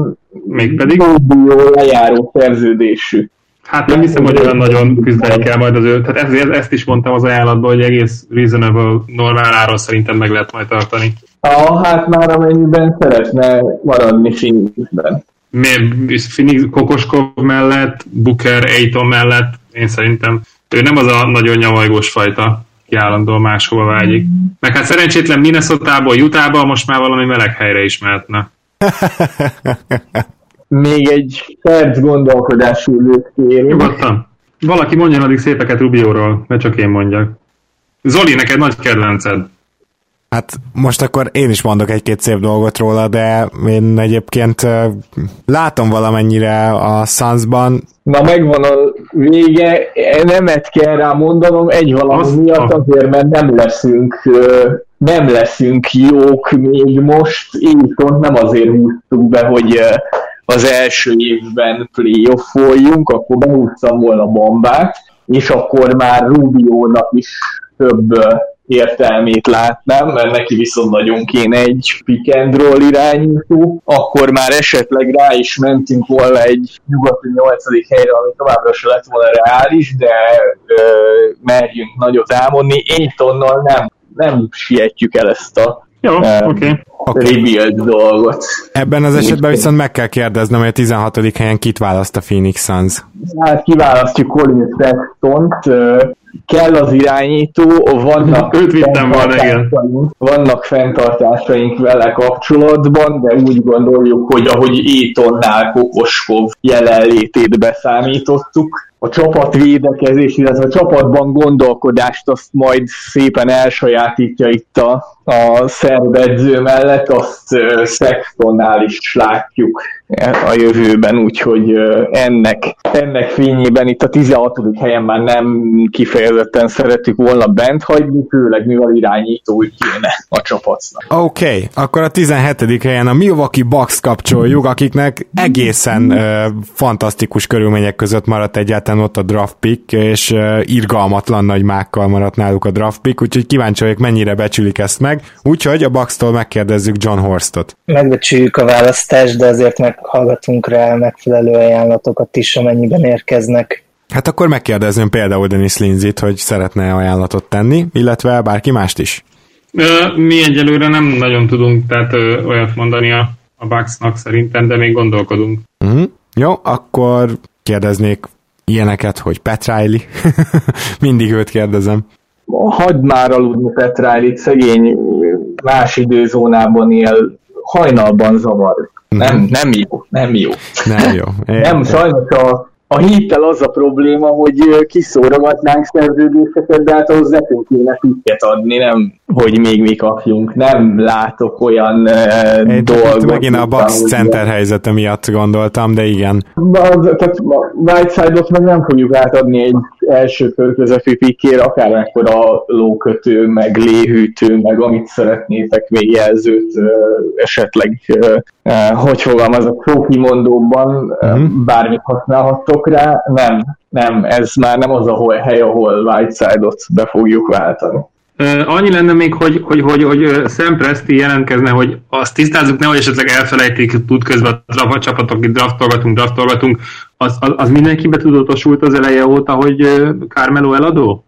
Mégpedig? Rubio lejáró szerződésű. Hát nem hiszem, hogy olyan nagyon küzdeni kell majd az ő. Tehát ezt, ezt is mondtam az ajánlatban, hogy egész reasonable, normál áron szerintem meg lehet majd tartani. Ah, hát már amennyiben szeretne maradni Phoenixben. Phoenix Kokoskov mellett, Booker, Ayton mellett, én szerintem ő nem az a nagyon nyavajgós fajta, ki állandóan máshova vágyik. Meg hát szerencsétlen Minnesotából, Utahból most már valami meleg helyre is mehetne. Még egy perc gondolkodású lőtt kérünk. Nyugodtan. Valaki mondjon addig szépeket Rubióról, ne csak én mondjak. Zoli, neked nagy kedvenced. Hát most akkor én is mondok egy-két szép dolgot róla, de én egyébként uh, látom valamennyire a Sunsban. Na megvan a vége, nemet kell rá mondanom, egy valami Azt, miatt azért, mert nem leszünk, uh, nem leszünk jók még most, így nem azért húztuk be, hogy uh, az első évben playoff-oljunk, akkor behúztam volna Bambát, és akkor már Rubiónak is több uh, értelmét látnám, mert neki viszont nagyon kéne egy pick and roll irányító, akkor már esetleg rá is mentünk volna egy nyugati nyolcadik helyre, ami továbbra se lett volna reális, de ö, merjünk nagyot álmodni. Aytonnal nem, nem sietjük el ezt a Jó, ö, okay. rebuild dolgot. Ebben az esetben viszont meg kell kérdeznem, hogy a tizenhatodik helyen kit választ a Phoenix Suns. Hát kiválasztjuk Colin Sextont, kell az irányító, vannak, őt vittem volna, igen. vannak fenntartásaink vele kapcsolatban, de úgy gondoljuk, hogy ahogy Aytonnál Kokoskov jelenlétét beszámítottuk, a csapatvédekezés, illetve a csapatban gondolkodást azt majd szépen elsajátítja itt a, a szerb edző mellett, azt uh, Sextonnál is látjuk a jövőben, úgyhogy uh, ennek, ennek fényében itt a tizenhatodik helyen már nem kifejezetten szerettük volna bent hagyni, főleg mivel irányító úgy kéne a csapatnak. Oké, okay, akkor a tizenhetedik helyen a Milwaukee Bucks kapcsoljuk, akiknek egészen uh, fantasztikus körülmények között maradt egyáltalán ott a draft pick, és uh, irgalmatlan nagy mákkal maradt náluk a draft pick, úgyhogy kíváncsi vagyok, mennyire becsülik ezt meg. Úgyhogy a Bucks-tól megkérdezzük John Horstot. Megbecsüljük a választást, de azért meghallgatunk rá megfelelő ajánlatokat is, amennyiben érkeznek. Hát akkor megkérdezném például Dennis Lindsay-t, hogy szeretne ajánlatot tenni, illetve bárki mást is. Mi egyelőre nem nagyon tudunk tehát ö, olyat mondani a, a Bucksnak szerintem, de még gondolkodunk. Uh-huh. Jó, akkor kérdeznék ilyeneket, hogy Pat Riley. Mindig őt kérdezem. Hagyd már aludni Pat Riley-t, szegény más időzónában él, hajnalban zavar. Nem, nem jó, nem jó. Nem jó. É, nem, sajnos a, a Heattel az a probléma, hogy kiszórogatnánk szerződéseket, de hát ahhoz nekünk kéne pikket adni, nem, hogy még mi kapjunk. Nem látok olyan uh, dolgot. Megint a Bucks center helyzete miatt gondoltam, de igen. Tehát Whiteside-ot meg nem fogjuk átadni egy első kör közepi pikkért, akármekkora lókötő, meg léhűtő, meg amit szeretnétek, még jelzőt uh, esetleg, uh, uh, hogy fogalmazok, szókimondóban uh, mm-hmm. bármit használhattok rá. Nem, nem, ez már nem az a hely, ahol Whiteside-ot be fogjuk váltani. Uh, annyi lenne még, hogy, hogy, hogy, hogy Sam Presti jelentkezne, hogy azt tisztázzuk, nehogy esetleg elfelejtik, tud közben a csapatok, itt draftolgatunk, draftolgatunk, az, az, az mindenkibe tudatosult az eleje óta, hogy uh, Carmelo eladó?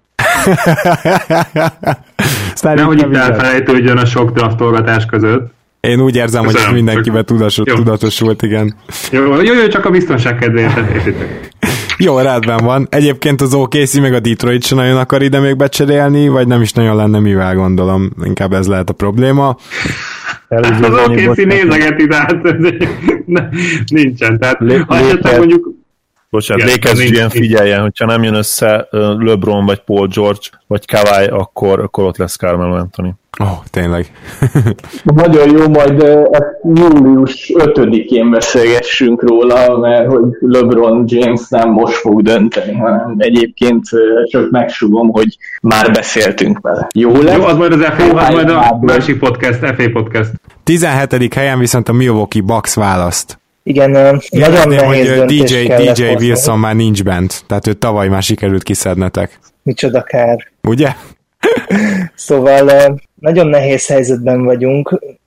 Nehogy itt elfelejtődjön a sok draftolgatás között. Én úgy érzem, Köszönöm. hogy ez mindenkibe tudatosult, tudatosult, igen. Jó, jó, jó, csak a biztonság kedvéért tettétek. Jó, rendben van. Egyébként az o ká cé meg a Detroit sem nagyon akar ide még becserélni, vagy nem is nagyon lenne mivel, gondolom. Inkább ez lehet a probléma. Hát az o ká cé nézegeti, tehát nincsen. Tehát azt mondjuk... Bocsánat, Lakers gé em figyeljen, hogyha nem jön össze LeBron, vagy Paul George, vagy Kawhi, akkor, akkor ott lesz Carmelo Anthony. Ó, oh, tényleg. Nagyon jó, majd július ötödikén beszélgessünk róla, mert hogy LeBron James nem most fog dönteni, hanem egyébként csak megsugom, hogy már beszéltünk vele. Jó lesz? Jó, az majd az ef á, az majd a másik podcast, ef á podcast. tizenhetedik helyen viszont a Milwaukee Bucks választ. Igen, nagyon Kérdezném, nehéz hogy döntés dé dzsé, dé dzsé Wilson már nincs bent, tehát ő tavaly már sikerült kiszednetek. Micsoda kár. Ugye? Szóval nagyon nehéz helyzetben vagyunk.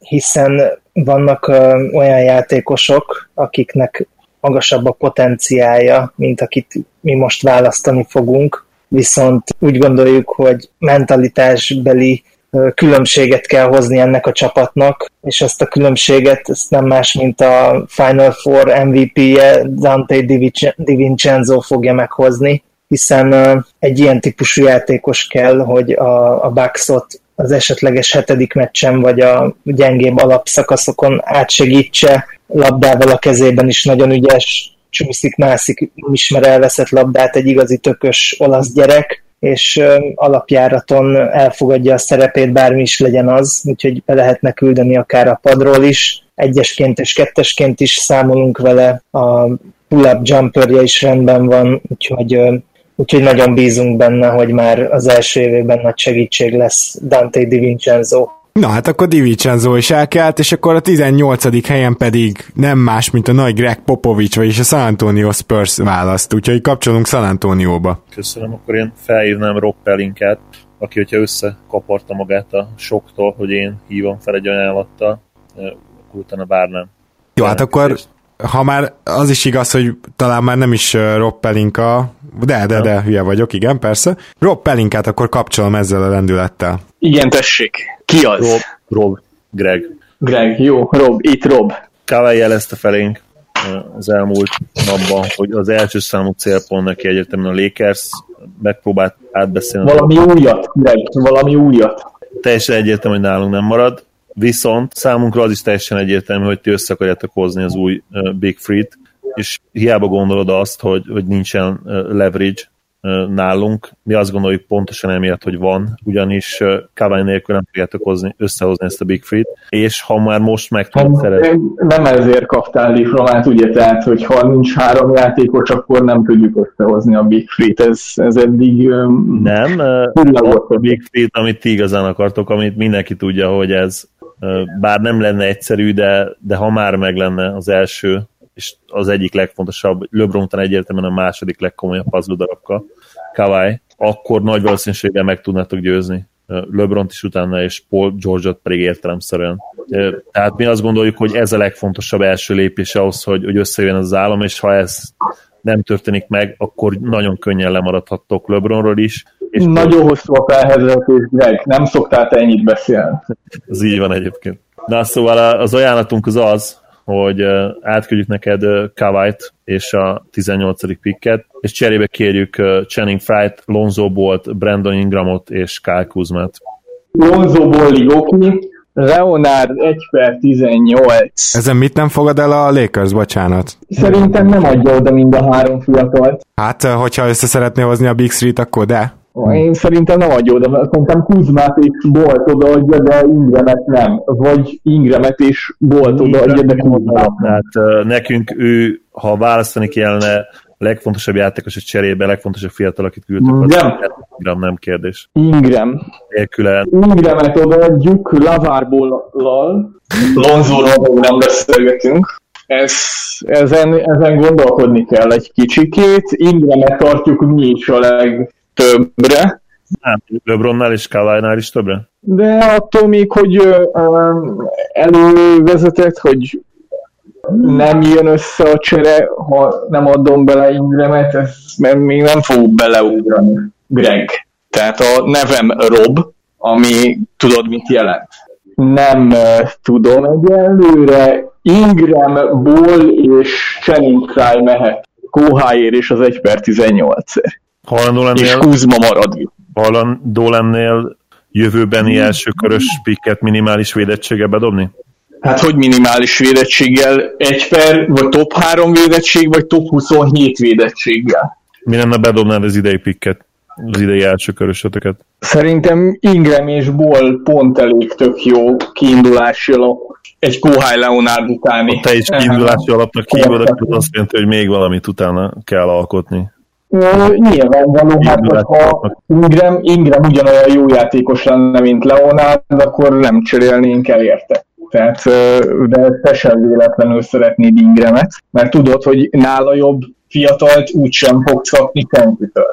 hiszen vannak uh, olyan játékosok, akiknek magasabb a potenciálja, mint akit mi most választani fogunk, viszont úgy gondoljuk, hogy mentalitásbeli különbséget kell hozni ennek a csapatnak, és ezt a különbséget ezt nem más, mint a Final Four em vé pé-je Dante DiVincenzo fogja meghozni, hiszen egy ilyen típusú játékos kell, hogy a, a Bucksot az esetleges hetedik meccsen, vagy a gyengébb alapszakaszokon átsegítse, labdával a kezében is nagyon ügyes, csúszik-mászik, ismer elveszett labdát, egy igazi tökös olasz gyerek, és alapjáraton elfogadja a szerepét, bármi is legyen az, úgyhogy be lehetne küldeni akár a padról is. Egyesként és kettesként is számolunk vele, a pull-up jumperje is rendben van, úgyhogy, úgyhogy nagyon bízunk benne, hogy már az első évében nagy segítség lesz Dante DiVincenzo. Na hát akkor DiVincenzo is elkelt, és akkor a tizennyolcadik helyen pedig nem más, mint a nagy Greg Popovich, vagyis a San Antonio Spurs választ, úgyhogy kapcsolunk San Antonioba. Köszönöm, akkor én felhívnám Rob Pelinket, aki, hogyha összekaparta magát a soktól, hogy én hívom fel egy ajánlattal, akkor utána várnám. Jó, hát akkor ha már az is igaz, hogy talán már nem is Rob Pelinka, de, de, de, hülye vagyok, igen, persze. Rob Pelinkát akkor kapcsolom ezzel a lendülettel. Igen, tessék. Ki az? Rob, Rob, Greg. Greg, jó, Rob, itt Rob. Kawhi jelezte felénk az elmúlt napban, hogy az első számú célpont neki egyértelműen a Lakers, megpróbált átbeszélni. Valami újat, Greg, valami újat. Teljesen egyértelmű, hogy nálunk nem marad, viszont számunkra az is teljesen egyértelmű, hogy ti össze akarjátok hozni az új uh, Big Free-t, és hiába gondolod azt, hogy, hogy nincsen uh, leverage uh, nálunk, mi azt gondoljuk pontosan emiatt, hogy van, ugyanis uh, Kawhi nélkül nem fogjátok hozni, összehozni ezt a Big Free-t, és ha már most meg tudod szeretni. Nem ezért kaptál diplomát, ugye, tehát, hogy ha nincs három játékos, akkor nem tudjuk összehozni a Big Free-t, ez, ez eddig um, nem, uh, a Big Free-t, amit ti igazán akartok, amit mindenki tudja, hogy ez bár nem lenne egyszerű, de, de ha már meg lenne az első, és az egyik legfontosabb, LeBron után egyértelműen a második legkomolyabb puzzle darabka, Kawhi, akkor nagy valószínűséggel meg tudnátok győzni LeBront is utána, és Paul George-ot pedig értelemszerűen. Tehát mi azt gondoljuk, hogy ez a legfontosabb első lépés ahhoz, hogy, hogy összejön az állam, és ha ez nem történik meg, akkor nagyon könnyen lemaradhattok LeBronról is. És nagyon hosszú a felvezetés, Greg, nem szoktál te ennyit beszélni. Ez így van egyébként. Na szóval az ajánlatunk az az, hogy átküldjük neked Kawhi-t és a tizennyolcadik picket, és cserébe kérjük Channing Frye-t, Lonzo Ballt, Brandon Ingramot és Kyle Kuzmát. Lonzo Ball oké, Leonard egy per tizennyolc. Ezen mit nem fogad el a Lakers, bocsánat? Szerintem nem adja oda mind a három fiatalt. Hát, hogyha össze szeretné hozni a Big Three-t, akkor de. Én szerintem nem adja oda, mert szerintem Kuzmát és Bolt odaadja, de Ingramet nem. Vagy Ingramet és Bolt odaadja, de Kuzmát nem. Hát nekünk ő, ha választani kellene a legfontosabb játékos a cserébe, a legfontosabb fiatal, akit küldtük, az Ingram, nem kérdés. Ingram. Nélküle. Ingramet odaadjuk, Lavárból-lal. Lonzóról nem beszélgetünk. Ez, ezen, ezen gondolkodni kell egy kicsikét. Ingramet tartjuk mi is a leg többre. Nem, LeBronnál és Kawhi-nál is többre? De attól még, hogy um, elővezetett, hogy nem jön össze a csere, ha nem adom bele Ingramet, ez, mert még nem fog beleugrani Greg. Tehát a nevem Rob, ami tudod, mit jelent. Nem uh, tudom egyelőre. Ingram, Ball és Channing Frye mehet Kawhiért és az egy per tizennyolcért. És Kuzma marad. Hajlandó lennél jövőbeni elsőkörös picket minimális védettséggel bedobni? Hát hogy minimális védettséggel? Egy per, vagy top három védettség, vagy top huszonhét védettséggel? Mi lenne bedobnád az idei picket? Az idei elsőkörösötöket? Szerintem Ingram és Ball pont elég tök jó kiindulási alap. Egy Kawhi Leonard utáni. Ha te is kiindulási alapnak hívod, akkor azt jelenti, hogy még valamit utána kell alkotni. Uh, nyilvánvaló, hát ha Ingram, Ingram ugyanolyan jó játékos lenne, mint Leonard, akkor nem cserélnénk el érte. Tehát, de te sem véletlenül szeretnéd Ingramet, mert tudod, hogy nála jobb fiatalt úgysem fogsz kapni senkitől.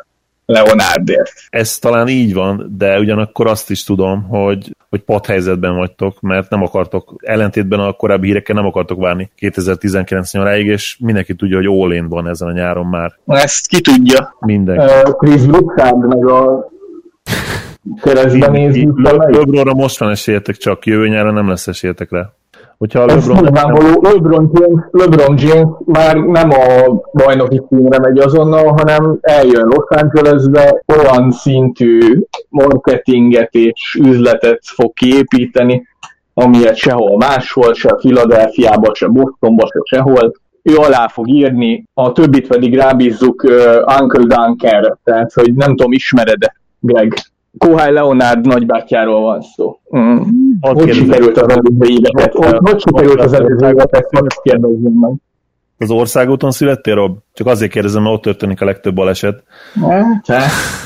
Leonardért. Ez talán így van, de ugyanakkor azt is tudom, hogy, hogy padhelyzetben vagytok, mert nem akartok, ellentétben a korábbi hírekkel nem akartok várni kétezer-tizenkilenc nyaráig, és mindenki tudja, hogy all-in van ezen a nyáron már. Ezt ki tudja? Mindenki. Uh, Chris Brookshard meg a keresztben nézzük. LeBronra most van esélyetek, csak jövő nyáron nem lesz esélyetek rá. Hogyha a LeBron, nem... LeBron, James, LeBron James már nem a bajnoki címre megy azonnal, hanem eljön Los Angelesbe, olyan szintű marketinget és üzletet fog kiépíteni, amilyet sehol máshol, se Philadelphiába, se Bostonba, se sehol. Ő alá fog írni, a többit pedig rábízzuk uh, Uncle Duncanre, tehát hogy nem tudom, ismered-e, Greg? Kawhi Leonard nagybátyjáról van szó. Mm. Hogy sikerült az előző éveket? Hogy sikerült az előző éveket? Most kérdezzem meg. Az országúton születtél, Rob? Csak azért kérdezem, mert ott történik a legtöbb baleset. Te.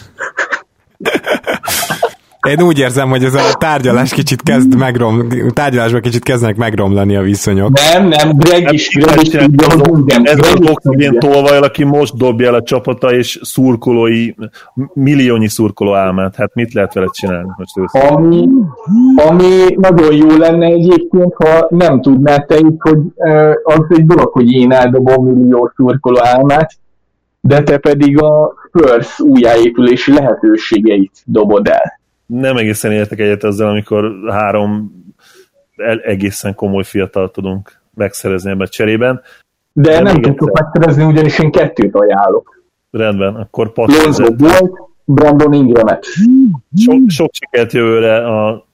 Én úgy érzem, hogy ez a tárgyalás kicsit kezd megrom, tárgyalásban kicsit kezdenek megromlani a viszonyok. Nem, nem, Greg is, Greg is tudja, hogy minden. Ez az oxigén tolvajal, aki most dobja el a csapata, és szurkolói, milliónyi szurkoló álmát. Hát mit lehet vele csinálni? Most ami, ami nagyon jó lenne egyébként, ha nem tudnád te itt, hogy az egy dolog, hogy én eldobom millió szurkoló álmát, de te pedig a Spurs újjáépülési lehetőségeit dobod el. Nem egészen értek egyet ezzel, amikor három egészen komoly fiatal tudunk megszerezni ebben cserében. De nem, nem tudtuk megszerezni, ugyanis én kettőt ajánlok. Rendben, akkor Lonzo Ball, Brandon Ingramet. Sok, sok sikert jövőre a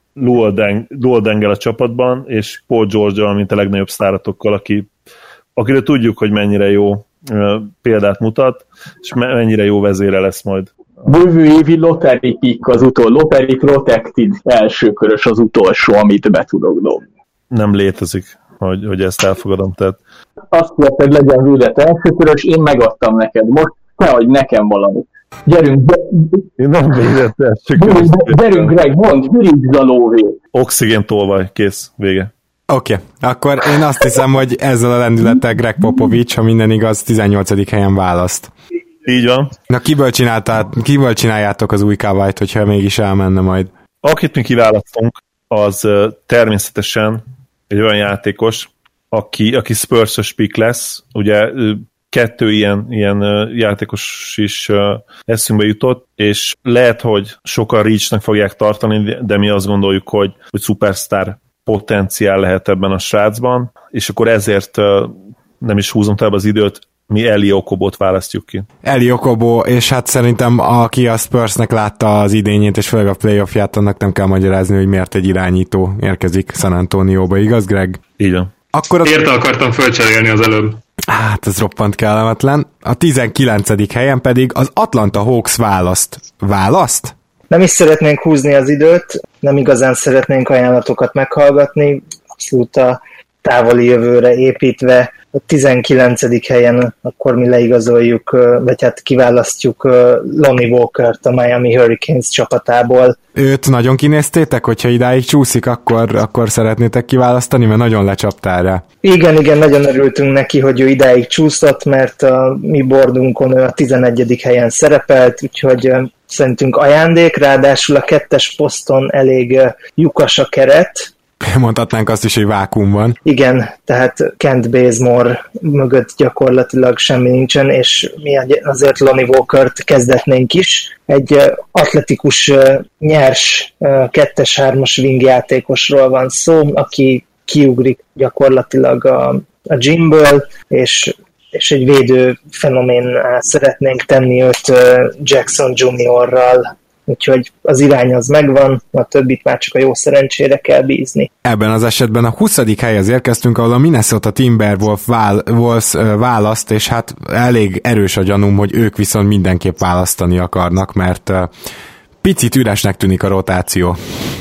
Luol Dengel a csapatban, és Paul George-al, mint a legnagyobb sztáratokkal, aki, akiről tudjuk, hogy mennyire jó példát mutat, és mennyire jó vezére lesz majd. Bővő évi lottery pick az utolsó, lottery protected elsőkörös az utolsó, amit be tudok dobni. Nem létezik, hogy, hogy ezt elfogadom. Tehát... Azt kérted, legyen védett elsőkörös, én megadtam neked. Most te adj nekem valamit. Gyerünk, de... Én nem védett elsőkörös. Gyerünk, Greg, mondd, virítsd a lóvét. Oxigén tolvaj, kész, vége. Oké, okay. Akkor én azt hiszem, hogy ezzel a lendülettel Greg Popovich, ha minden igaz, tizennyolcadik helyen választ. Így van. Na, kiből, kiből csináljátok az új Kawhit, hogyha mégis elmenne majd? Akit mi kiválasztunk, az természetesen egy olyan játékos, aki, aki Spurs-ös pick lesz. Ugye kettő ilyen, ilyen játékos is eszünkbe jutott, és lehet, hogy sokan Reachnek fogják tartani, de mi azt gondoljuk, hogy, hogy szupersztár potenciál lehet ebben a srácban, és akkor ezért nem is húzom tovább az időt, mi Eli Okobot választjuk ki. Eli Okobo, és hát szerintem aki a Spursnek látta az idényét, és főleg a playoffját, annak nem kell magyarázni, hogy miért egy irányító érkezik San Antonióba, igaz, Greg? Így van. Akkor az... Érte akartam fölcserélni az előbb. Hát, ez roppant kellemetlen. A tizenkilencedik helyen pedig az Atlanta Hawks választ. Választ? Nem is szeretnénk húzni az időt, nem igazán szeretnénk ajánlatokat meghallgatni, abszolút a távoli jövőre építve. A tizenkilencedik helyen akkor mi leigazoljuk, vagy hát kiválasztjuk Lonnie Walkert a Miami Hurricanes csapatából. Őt nagyon kinéztétek, hogyha idáig csúszik, akkor, akkor szeretnétek kiválasztani, mert nagyon lecsaptál rá. Igen, igen, nagyon örültünk neki, hogy ő idáig csúszott, mert a mi bordunkon ő a tizenegyedik helyen szerepelt, úgyhogy szerintünk ajándék, ráadásul a kettes poszton elég lyukas a keret. Mondhatnánk azt is, hogy vákuum van. Igen, tehát Kent Bazemore mögött gyakorlatilag semmi nincsen, és mi azért Lonnie Walkert kezdetnénk is. Egy atletikus, nyers, kettes-hármas wing játékosról van szó, aki kiugrik gyakorlatilag a, a gymből, és, és egy védő fenoménná szeretnénk tenni őt Jackson juniorral. Úgyhogy az irány az megvan, a többit már csak a jó szerencsére kell bízni. Ebben az esetben a huszadik helyhez érkeztünk, ahol a Minnesota Timberwolves vál, választ, és hát elég erős a gyanúm, hogy ők viszont mindenképp választani akarnak, mert picit üresnek tűnik a rotáció.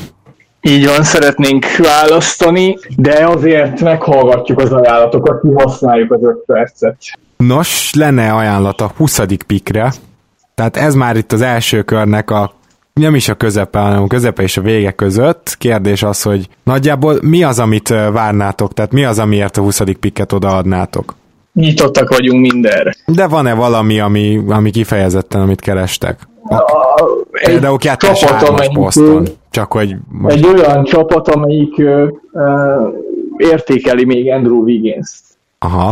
Így van, szeretnénk választani, de azért meghallgatjuk az ajánlatokat, kihasználjuk az öt percet. Nos, lenne ajánlat a huszadik pickre, tehát ez már itt az első körnek a nem is a közepe, hanem a közepe és a vége között. Kérdés az, hogy nagyjából mi az, amit várnátok, tehát mi az, amiért a huszadik picket odaadnátok? nyitottak vagyunk mindenre. De van-e valami, ami, ami kifejezetten, amit kerestek? Például kettes hármas poszton. Csak hogy most... Egy olyan csapat, amelyik ö, ö, értékeli még Andrew Wiggins-t. Aha.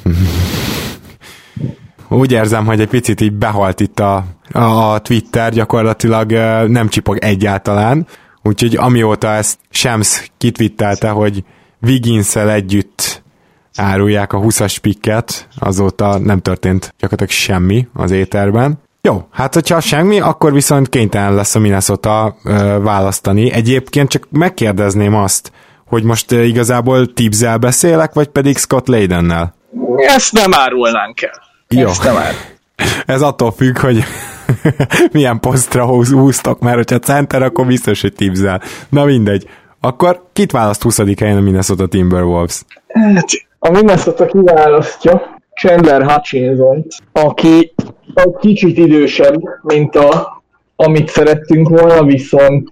Úgy érzem, hogy egy picit így behalt itt a, a Twitter, gyakorlatilag nem csipog egyáltalán. Úgyhogy amióta ezt Shams kitvittelte, hogy Wiggins-szel együtt árulják a huszas pikket, azóta nem történt gyakorlatilag semmi az éterben. Jó, hát hogyha semmi, akkor viszont kénytelen lesz a Minnesota ö, választani. Egyébként csak megkérdezném azt, hogy most ö, igazából Tibbs-el beszélek, vagy pedig Scott Layden-nel? Ezt nem árulnánk el. Jó. Ezt nem ár. Ez attól függ, hogy milyen posztra húztok, mert hogyha center, akkor biztos, hogy Tibbs-el. Na mindegy. Akkor kit választ huszadik helyen a Minnesota Timberwolves? Hát, a Minnesota kiválasztja Chandler Hutchinson, aki a kicsit idősebb, mint a, amit szerettünk volna, viszont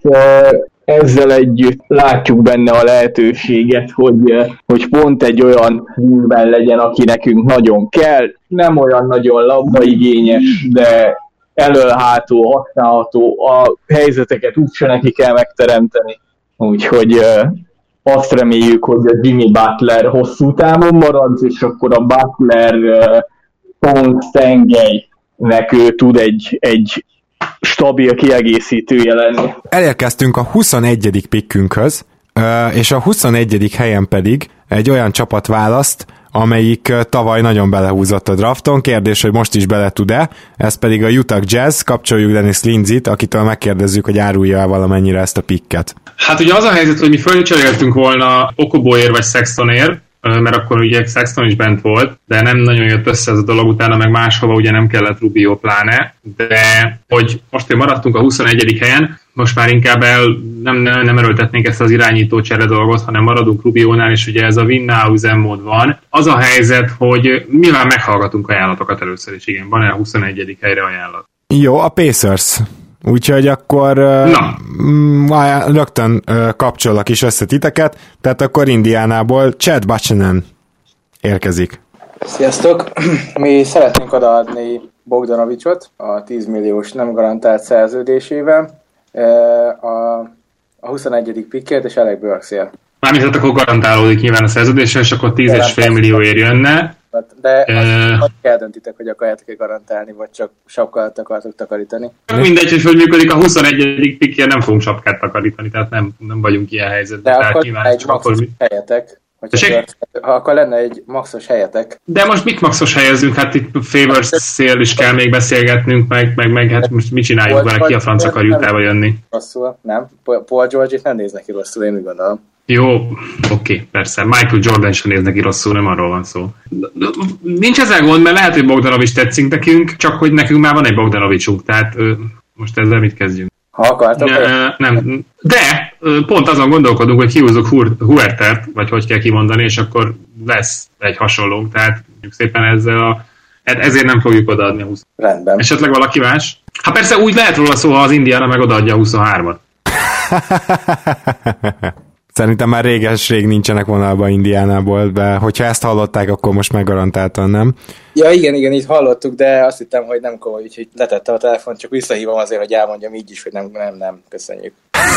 ezzel együtt látjuk benne a lehetőséget, hogy, hogy pont egy olyan wingben legyen, aki nekünk nagyon kell, nem olyan nagyon labdaigényes, de elől-hátul használható, a helyzeteket úgyse neki kell megteremteni. Úgyhogy azt reméljük, hogy a Jimmy Butler hosszú távon marad, és akkor a Butler Pong Stengelynek ő tud egy, egy stabil kiegészítője lenni. Elérkeztünk a huszonegyedik pikkünkhöz, és a huszonegyedik helyen pedig egy olyan csapat választ, amelyik tavaly nagyon belehúzott a drafton. Kérdés, hogy most is bele tud-e, ez pedig a Utah Jazz. Kapcsoljuk Dennis Lindsayt, akitől megkérdezzük, hogy árulja el valamennyire ezt a picket. Hát ugye az a helyzet, hogy mi fölcseréltünk volna Okoboér vagy Sextonér, mert akkor ugye Sexton is bent volt, de nem nagyon jött össze ez a dolog, utána meg máshova ugye nem kellett Rubio pláne, de hogy most én maradtunk a huszonegyedik helyen, most már inkább el, nem, nem, nem erőltetnénk ezt az irányító csere dolgot, hanem maradunk Rubionál, és ugye ez a win now üzemmód van. Az a helyzet, hogy nyilván meghallgatunk ajánlatokat először is, igen, van-e a huszonegyedik helyre ajánlat? Jó, a Pacers. Úgyhogy akkor uh, rögtön uh, kapcsolok is össze titeket, tehát akkor Indiánából Chad Buchanan érkezik. Sziasztok! Mi szeretnénk odaadni Bogdanovicsot a tíz milliós nem garantált szerződésével, a, a huszonegyedik pikkért és Alec Burksért. Mármint hát akkor garantálódik nyilván a szerződéssel, és akkor tíz egész öt millióért jönne. De uh, azt kell döntitek, hogy akarjátok-e garantálni, vagy csak sapkát akartok takarítani. Mindegy, hogy hogy működik a huszonegyedik pikkért, nem fogunk sapkát takarítani, tehát nem, nem vagyunk ilyen helyzetben. De tehát akkor egy maxos mi... helyetek. Ha akkor lenne egy maxos helyetek. De most mit maxos helyezünk? Hát itt Favors-szél is kell még beszélgetnünk, meg, meg, meg hát most mit csináljuk vele, ki a franc akar Utahba jönni? Rosszul, nem? Paul George itt nem néz neki rosszul, én úgy gondolom. Jó, oké, persze. Michael Jordan sem néz neki rosszul, nem arról van szó. Nincs ezzel gond, mert lehet, hogy Bogdanovics tetszik nekünk, csak hogy nekünk már van egy Bogdanovicsunk, tehát most ezzel mit kezdjünk? Ha akartok? Ne, nem, de pont azon gondolkodunk, hogy kihúzzuk Huertert, vagy hogy kell kimondani, és akkor lesz egy hasonlónk, tehát szépen ezzel a... ezért nem fogjuk odaadni a húsz. Rendben. Esetleg valaki más? Hát persze úgy lehet róla szó, ha az Indiana meg odaadja a huszonhármat. Szerintem már réges-rég nincsenek vonalba Indiánából, de hogyha ezt hallották, akkor most meggarantáltan, nem? Ja, igen, igen, így hallottuk, de azt hittem, hogy nem komoly, úgyhogy letette a telefont, csak visszahívom azért, hogy elmondjam így is, hogy nem, nem, nem, köszönjük.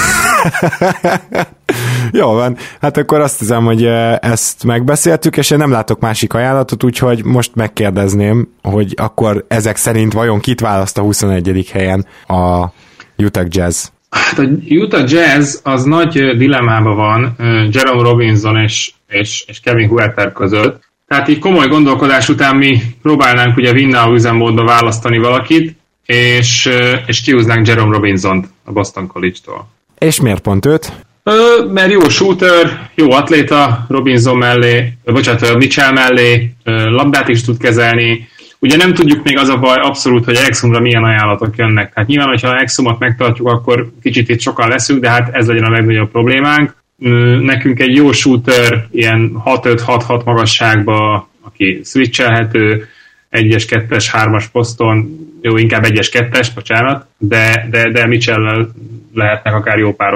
Jó van, hát akkor azt hiszem, hogy ezt megbeszéltük, és én nem látok másik ajánlatot, úgyhogy most megkérdezném, hogy akkor ezek szerint vajon kit választ a huszonegyedik helyen a Utah Jazz? Hát a Utah Jazz az nagy dilemmában van Jerome Robinson és, és, és Kevin Huerter között. Tehát így komoly gondolkodás után mi próbálnánk ugye win-now üzemmódba választani valakit, és, és kihúznánk Jerome Robinsont a Boston College-tól. És miért pont őt? Ö, mert jó shooter, jó atléta Robinson mellé, bocsánat, Mitchell mellé, labdát is tud kezelni. Ugye nem tudjuk még az a baj abszolút, hogy Exumra milyen ajánlatok jönnek. Hát nyilván, hogyha Exumot megtartjuk, akkor kicsit itt sokan leszünk, de hát ez legyen a legnagyobb problémánk. Nekünk egy jó shooter, ilyen hat öt hat hat magasságba, aki switchelhető, egyes, kettes, hármas poszton, jó, inkább egyes, kettes, bocsánat, de, de, de Mitchell-lel lehetnek akár jó párosok.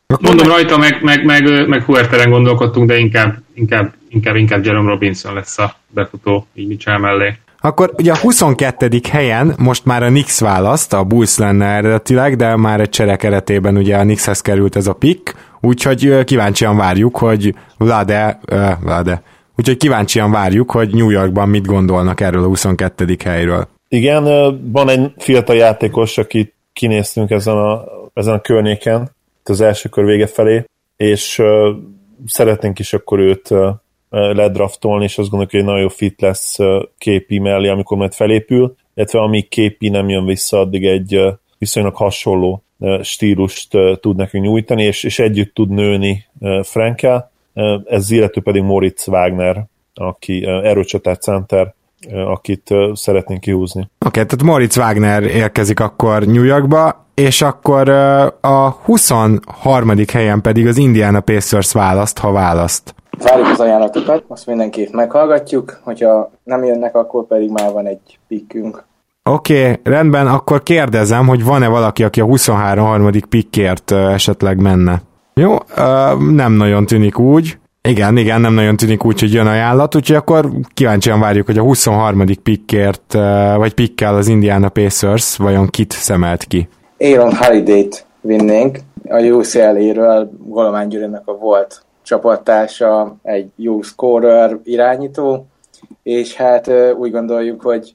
Mondom, rajta meg, meg, meg, meg Huerteren gondolkodtunk, de inkább, inkább, inkább, inkább Jerome Robinson lesz a befutó, így Mitchell mellé. Akkor ugye a huszonkettedik helyen most már a Knicks választ, a Bulls lenne eredetileg, de már egy csere keretében ugye a Knickshez került ez a pick, úgyhogy kíváncsian várjuk, hogy Vlade, uh, Vlade, úgyhogy kíváncsian várjuk, hogy New Yorkban mit gondolnak erről a huszonkettedik helyről. Igen, van egy fiatal játékos, akit kinéztünk ezen a, ezen a környéken, az első kör vége felé, és uh, szeretnénk is akkor őt uh, ledraftolni, és azt gondoljuk, hogy egy nagyon jó fit lesz uh, ká pé mellé, amikor majd felépül, illetve amíg ká pé nem jön vissza, addig egy uh, viszonylag hasonló uh, stílust uh, tud nekünk nyújtani, és, és együtt tud nőni uh, Frankel, uh, ez illető pedig Moritz Wagner, aki uh, erőcsatár center, uh, akit uh, szeretnénk kihúzni. Oké, okay, tehát Moritz Wagner érkezik akkor New Yorkba, és akkor a huszonharmadik helyen pedig az Indiana Pacers választ, ha választ. Várjuk az ajánlatokat, azt mindenképp meghallgatjuk, hogyha nem jönnek, akkor pedig már van egy pickünk. Oké, okay, rendben, akkor kérdezem, hogy van-e valaki, aki a huszonhárom harmadik pickért esetleg menne. Jó, nem nagyon tűnik úgy. Igen, igen, nem nagyon tűnik úgy, hogy jön ajánlat, úgyhogy akkor kíváncsian várjuk, hogy a huszonharmadik pickért, vagy pickkel az Indiana Pacers vajon kit szemelt ki. Aaron Holiday-t vinnénk, a u cé el á-ről Golomán Gyurinak a volt csapattársa, egy jó scorer irányító, és hát úgy gondoljuk, hogy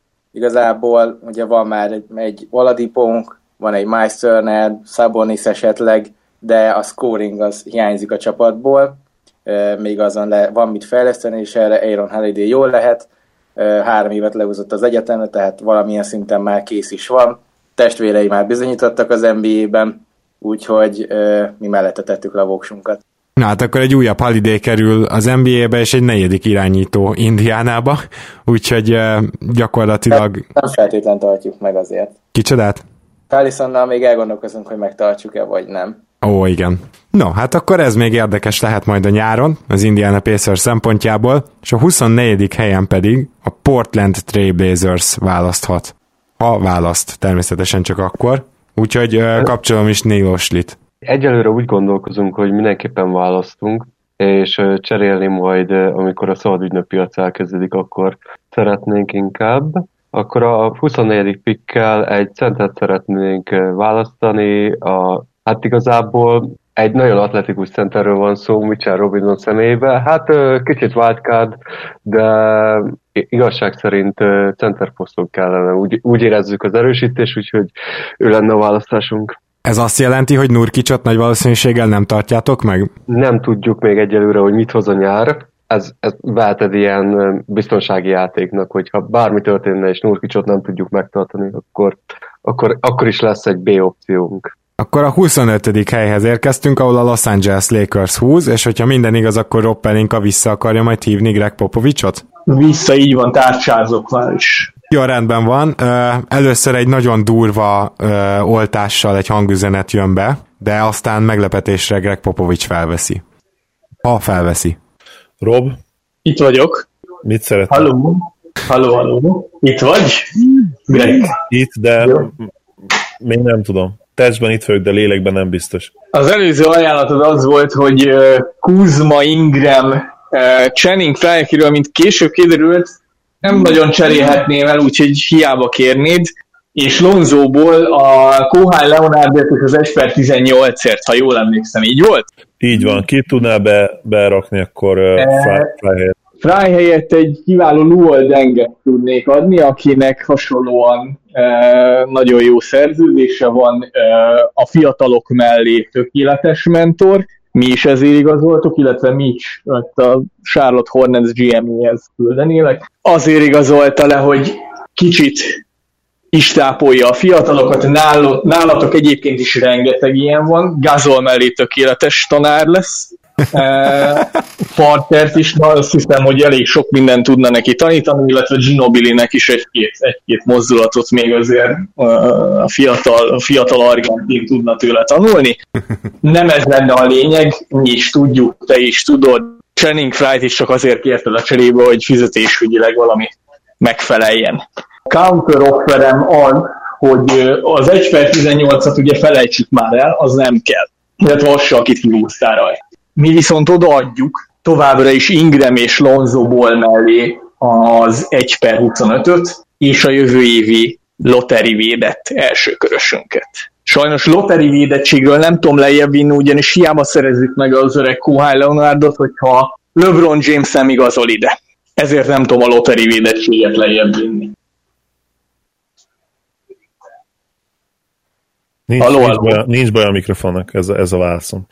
igazából ugye van már egy, egy Oladipónk, van egy Miles Turner, Sabonis esetleg, de a scoring az hiányzik a csapatból, még azon le, van mit fejleszteni, és erre Aaron Holiday jól lehet, három évet lehúzott az egyetemre, tehát valamilyen szinten már kész is van, testvérei már bizonyítottak az en bé á-ben, úgyhogy uh, mi mellette tettük le a voksunkat. Na hát akkor egy újabb Holiday kerül az en bé á-be, és egy negyedik irányító Indiánába, úgyhogy uh, gyakorlatilag... Nem, nem feltétlen tartjuk meg azért. Kicsodát? Carlisonnal még elgondolkozunk, hogy megtartjuk-e, vagy nem. Ó, igen. No, hát akkor ez még érdekes lehet majd a nyáron, az Indiana Pacers szempontjából, és a huszonnegyedik helyen pedig a Portland Trail Blazers választhat. Ha választ, természetesen csak akkor. Úgyhogy uh, kapcsolom is Neil Oshlit. Egyelőre úgy gondolkozunk, hogy mindenképpen választunk, és uh, cserélni majd, uh, amikor a szabadügynök piac elkezdődik, akkor szeretnénk inkább. Akkor a huszonnegyedik pickkel egy centert szeretnénk uh, választani. A, hát igazából egy nagyon atletikus centerről van szó, Mitchell Robinson személyében. Hát uh, kicsit wildcard, de igazság szerint uh, centerposzton kellene. Úgy, úgy érezzük az erősítés, úgyhogy ő lenne a választásunk. Ez azt jelenti, hogy Nurkicsot nagy valószínűséggel nem tartjátok meg? Nem tudjuk még egyelőre, hogy mit hoz a nyár. Ez, ez váltad ilyen biztonsági játéknak, hogyha bármi történne és Nurkicsot nem tudjuk megtartani, akkor, akkor, akkor is lesz egy B-opciónk. Akkor a huszonötödik helyhez érkeztünk, ahol a Los Angeles Lakers húz, és hogyha minden igaz, akkor Rob Pelinka vissza akarja majd hívni Greg Popovicsot? Vissza, így van, tárcsázok már is. Jó, rendben van. Először egy nagyon durva oltással egy hangüzenet jön be, de aztán meglepetésre Greg Popovics felveszi. Ha felveszi. Rob? Itt vagyok. Mit szeretnél? Halló? Halló, halló. Itt vagy? Greg? Itt, de jó. Még nem tudom. Testben itt vagyok, de lélekben nem biztos. Az előző ajánlatod az volt, hogy Kuzma, Ingram, Channing Frye, akiről mint később kiderült, nem nagyon cserélhetném el, úgyhogy hiába kérnéd, és Lonzóból a Kawhi Leonardért és az egy per tizennyolcért, ha jól emlékszem, így volt? Így van, ki tudnál be, berakni akkor uh, Frye helyett? Frye helyett egy kiváló Luol Denget tudnék adni, akinek hasonlóan uh, nagyon jó szerződése van, uh, a fiatalok mellé tökéletes mentor, mi is ezért igazoltuk, illetve mi is a Charlotte Hornets gé em-éhez küldenélek. Azért igazolta le, hogy kicsit is tápolja a fiatalokat, Nál, nálatok egyébként is rengeteg ilyen van, Gasol mellé tökéletes tanár lesz, Partert is, na, azt hiszem, hogy elég sok mindent tudna neki tanítani, illetve Ginobili-nek is egy-két, egy-két mozdulatot még azért a fiatal, a fiatal argentin tudna tőle tanulni. Nem ez lenne a lényeg, mi is tudjuk, te is tudod. Channing Frye-t is csak azért kérted a cserébe, hogy fizetésügyileg valami megfeleljen. Counter-offerem az, hogy az egy per tizennyolcat ugye felejtsük már el, az nem kell. illetve az se, akit kihúztál rajta. Mi viszont odaadjuk továbbra is Ingram és Lonzo Ball mellé az egy per huszonötöt és a jövő évi lottery védett elsőkörösünket. Sajnos lottery védettségről nem tudom lejjebb vinni, ugyanis hiába szerezzük meg az öreg Kawhi Leonardot, hogyha LeBron James nem igazol ide. Ezért nem tudom a lottery védettséget lejjebb vinni. Nincs, Halló, nincs, baj, nincs baj a mikrofonnak, ez a, ez a válaszom.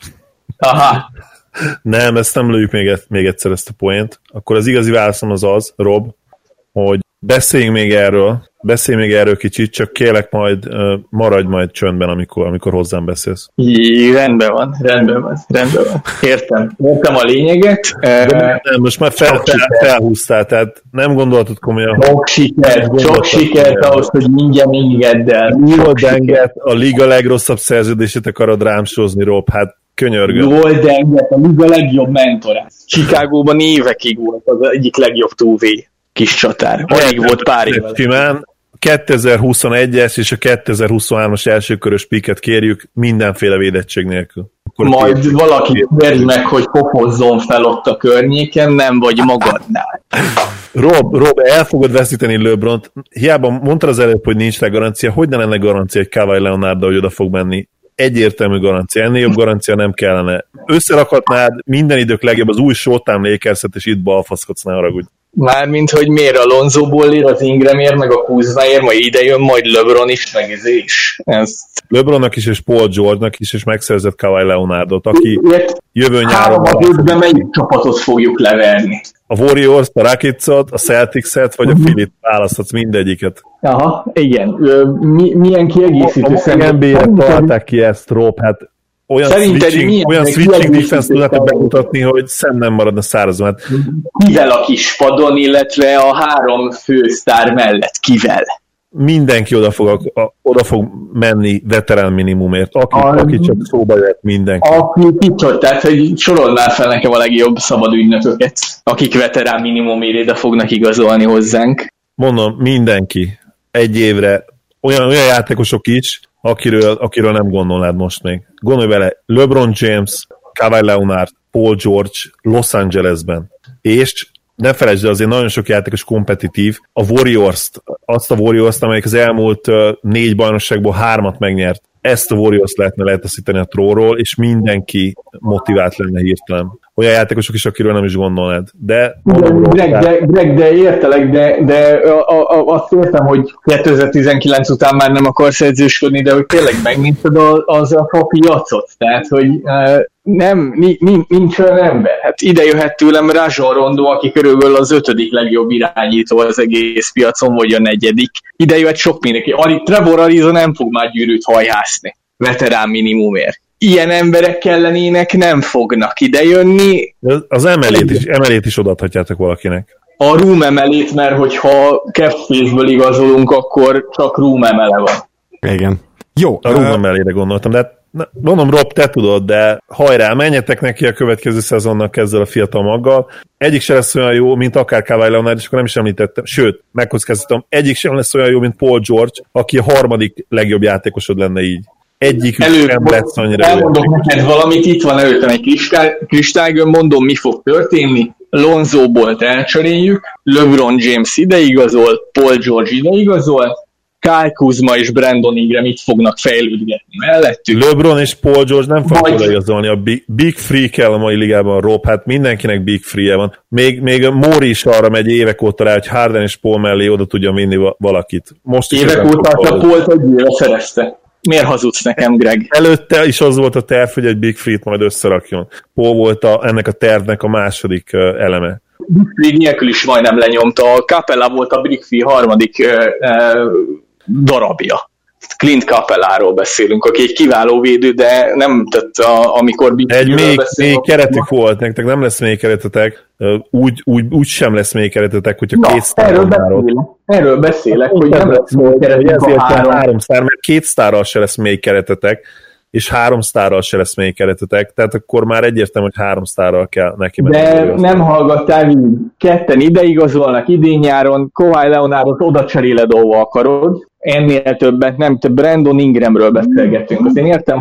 Aha. Nem, ezt nem lőjük még, még egyszer ezt a poént. Akkor az igazi válaszom az az, Rob, hogy beszéljünk még erről, beszélj még erről kicsit, csak kérlek majd, maradj majd csöndben, amikor, amikor hozzám beszélsz. Jé, rendben van, rendben van, rendben van. Értem, értem a lényeget. De nem, most már fel, fel, felhúztál, tehát nem gondoltad komolyan. Sok sikert, sok sikert ahhoz, hogy mindjárt engedd el. Jól enged, a liga legrosszabb szerződését akarod rám sózni, Rob, hát könyörgöm. Jól enged, a liga legjobb mentorát. Chicagóban évekig volt az egyik legjobb túvé kis csatár. Alig volt pár évvel. Simán, kétezer-huszonegyes és a kétezer-huszonhármas elsőkörös piket kérjük mindenféle védettség nélkül. Akkor majd kérjük. valaki kérj meg, hogy pofozzon fel ott a környéken, nem vagy magadnál. Rob, Rob, el fogod veszíteni LeBront. Hiába mondtad az előbb, hogy nincs rá garancia. Hogy ne lenne garancia, hogy Kawhi Leonard, hogy oda fog menni? Egyértelmű garancia. Ennél jobb garancia nem kellene. Összerakhatnád minden idők legjobb az új Showtime Lakerset, és itt balfaszkodsz, ne haragudj. Mármint, hogy miért a Lonzo Ball-ér, az Ingramért, meg a Kuzmáért, majd ide jön, majd LeBron is, meg ez is. Ezt... LeBronnak is, és Paul George-nak is, és megszerzett Kawhi Leonardot, aki Ért, jövő nyáron... Három évben melyik csapatot fogjuk leverni? A Warriors, a Rockets-ot, a Celtics-et, vagy a Philly-t választhatsz mindegyiket. Aha, igen. Mi, milyen kiegészítő szemben? A en bé á-re találták ki ezt, Rob, hát olyan switching, olyan switching defense tudnátok bemutatni, hogy szem nem maradna szárazon. Hát... Kivel a kispadon, illetve a három fősztár mellett? Kivel? Mindenki oda fog, a, oda fog menni veterán minimumért, aki, a, aki csak szóba jött, mindenki. Aki kicsit, tehát hogy sorold már fel nekem a legjobb szabad ügynököket, akik veterán minimumért ide fognak igazolni hozzánk. Mondom, mindenki egy évre, olyan, olyan játékosok is, akiről, akiről nem gondolnád most még. Gondolj vele, LeBron James, Kawhi Leonard, Paul George Los Angelesben, és ne felejtsd, azért nagyon sok játékos kompetitív, a Warriors-t, azt a Warriors-t, amelyik az elmúlt uh, négy bajnokságból hármat megnyert, ezt a Warriors lehetne letaszítani a trónról, és mindenki motivált lenne hirtelen. Olyan játékosok is, akiről nem is gondolnád. De, mondom, Greg, de, Greg, de értelek, de, de a, a, azt értem, hogy kétezer-tizenkilenc után már nem akarsz edzősködni, de hogy tényleg megnézted az a piacot. Tehát, hogy uh, nem, nincs, nincs olyan ember. Hát ide jöhet tőlem Rajon Rondo, aki körülbelül az ötödik legjobb irányító az egész piacon, vagy a negyedik. Ide jöhet sok mindenki. Trevor Ariza nem fog már gyűrűt hajhászni. Veterán minimumért. Ilyen emberek kellenének, nem fognak idejönni. Az emelét is, emelét is odaadhatjátok valakinek. A room emelét, mert hogyha cap space-ből igazolunk, akkor csak room emele van. Igen. Jó. A room emelére gondoltam, de mondom, Rob, te tudod, de hajrá, menjetek neki a következő szezonnak ezzel a fiatal maggal. Egyik sem lesz olyan jó, mint akár Kawhi Leonard, és akkor nem is említettem. Sőt, megkockáztatom, egyik sem lesz olyan jó, mint Paul George, aki a harmadik legjobb játékosod lenne így. Egyik sem lesz annyira. Elmondok neked valamit, itt van előttem egy kristály, kristálygömb, mondom, mi fog történni. Lonzo Ballt elcseréljük, LeBron James ideigazol, Paul George ideigazol, Kyle Kuzma és Brandon Ingram itt fognak fejlődgetni mellettük. LeBron és Paul George nem fog odaigazolni, a big, big free kell a mai ligában, Rob, hát mindenkinek big free-je van. Még, még a Móri is arra megy évek óta rá, hogy Harden és Paul mellé oda tudja vinni valakit. Most évek óta a Paul-t egy éve szerezte. Miért hazudsz nekem, Greg? Előtte is az volt a terv, hogy egy Big Free-t majd összerakjon. Paul volt a, ennek a tervnek a második uh, eleme. Big Free nélkül is majdnem lenyomta. A Capella volt a Big Free harmadik uh, uh, darabja. Clint Capelláról beszélünk, aki egy kiváló védő, de nem tett, a, amikor Big Free-ről beszélünk. Egy még keretük volt, nektek nem lesz még keretetek, úgy, úgy, úgy sem lesz még keretetek, hogyha Na, két sztár erről beszélek, erről beszélek, hogy nem lesz még keretetek a három. három sztár, mert két sztárral se lesz még keretetek, és három sztárral se lesz még keretetek, tehát akkor már egyértelmű, hogy három sztárral kell neki menni. De nem hallgattál, így ketten ideigazolnak idén-nyáron, Kawhi Leonardot oda cseréled, ahova akarod, ennél többet nem, te Brandon Ingramről beszélgetünk. Azt én értem, hogy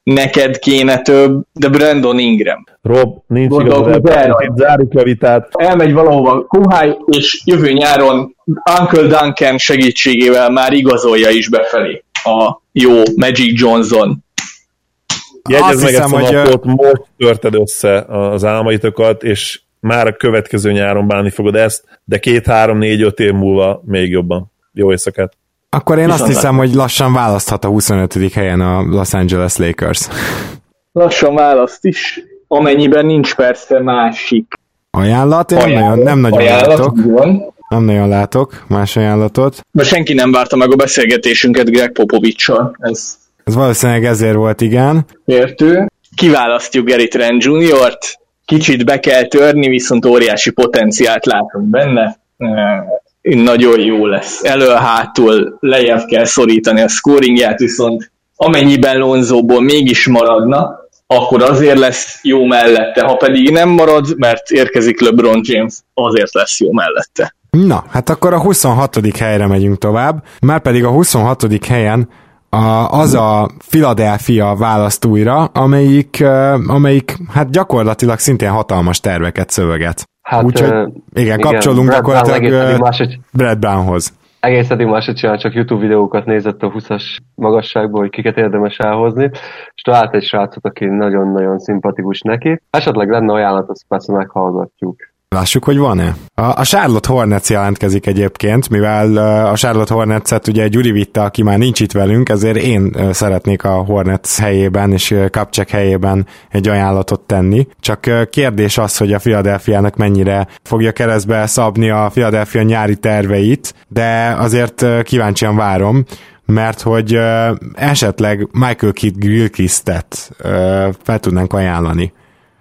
neked kéne több, de Brandon Ingram. Rob, nincs Gondolom, igazad, zárjuk a vitát. Elmegy valahova Kawhi, és jövő nyáron Uncle Duncan segítségével már igazolja is befelé a jó Magic Johnson. Jegyezd meg ezt a napot, most törted össze az álmaitokat, és már a következő nyáron bánni fogod ezt, de két, három, négy, öt év múlva még jobban. Jó éjszakát! Akkor én Viszont azt hiszem, hogy lassan választhat a huszonötödik helyen a Los Angeles Lakers. Lassan választ is, amennyiben nincs persze másik ajánlat. Én ajánlat. Nagyon, nem nagyon ajánlat, látok. Van. Nem nagyon látok más ajánlatot. De senki nem várta meg a beszélgetésünket Greg Popovics-sal. Ez... Ez valószínűleg ezért volt, igen. Értő. Kiválasztjuk Gary Trent juniort, kicsit be kell törni, viszont óriási potenciált látunk benne. Nagyon jó lesz. Elől-hátul lejjebb kell szorítani a scoringját, viszont amennyiben Lonzóból mégis maradna, akkor azért lesz jó mellette. Ha pedig nem marad, mert érkezik LeBron James, azért lesz jó mellette. Na, hát akkor a huszonhatodik helyre megyünk tovább, márpedig a huszonhatodik helyen a, az a Philadelphia választ újra, amelyik, amelyik hát gyakorlatilag szintén hatalmas terveket szöveget. Hát, úgyhogy uh, igen, igen, kapcsolunk Brad gyakorlatilag Brown Brad Brownhoz. Egész eddig máshogy csinál, csak YouTube videókat nézett a húszas magasságból, hogy kiket érdemes elhozni, és talált egy srácot, aki nagyon-nagyon szimpatikus neki. Esetleg lenne ajánlat, azt persze meghallgatjuk. Lássuk, hogy van-e. A, a Charlotte Hornets jelentkezik egyébként, mivel a Charlotte Hornets-et ugye Gyuri vitte, aki már nincs itt velünk, ezért én szeretnék a Hornets helyében és Kupchak helyében egy ajánlatot tenni. Csak kérdés az, hogy a Philadelphiának mennyire fogja keresztbe szabni a Philadelphia nyári terveit, de azért kíváncsian várom, mert hogy esetleg Michael Kidd-Gilchrist fel tudnánk ajánlani.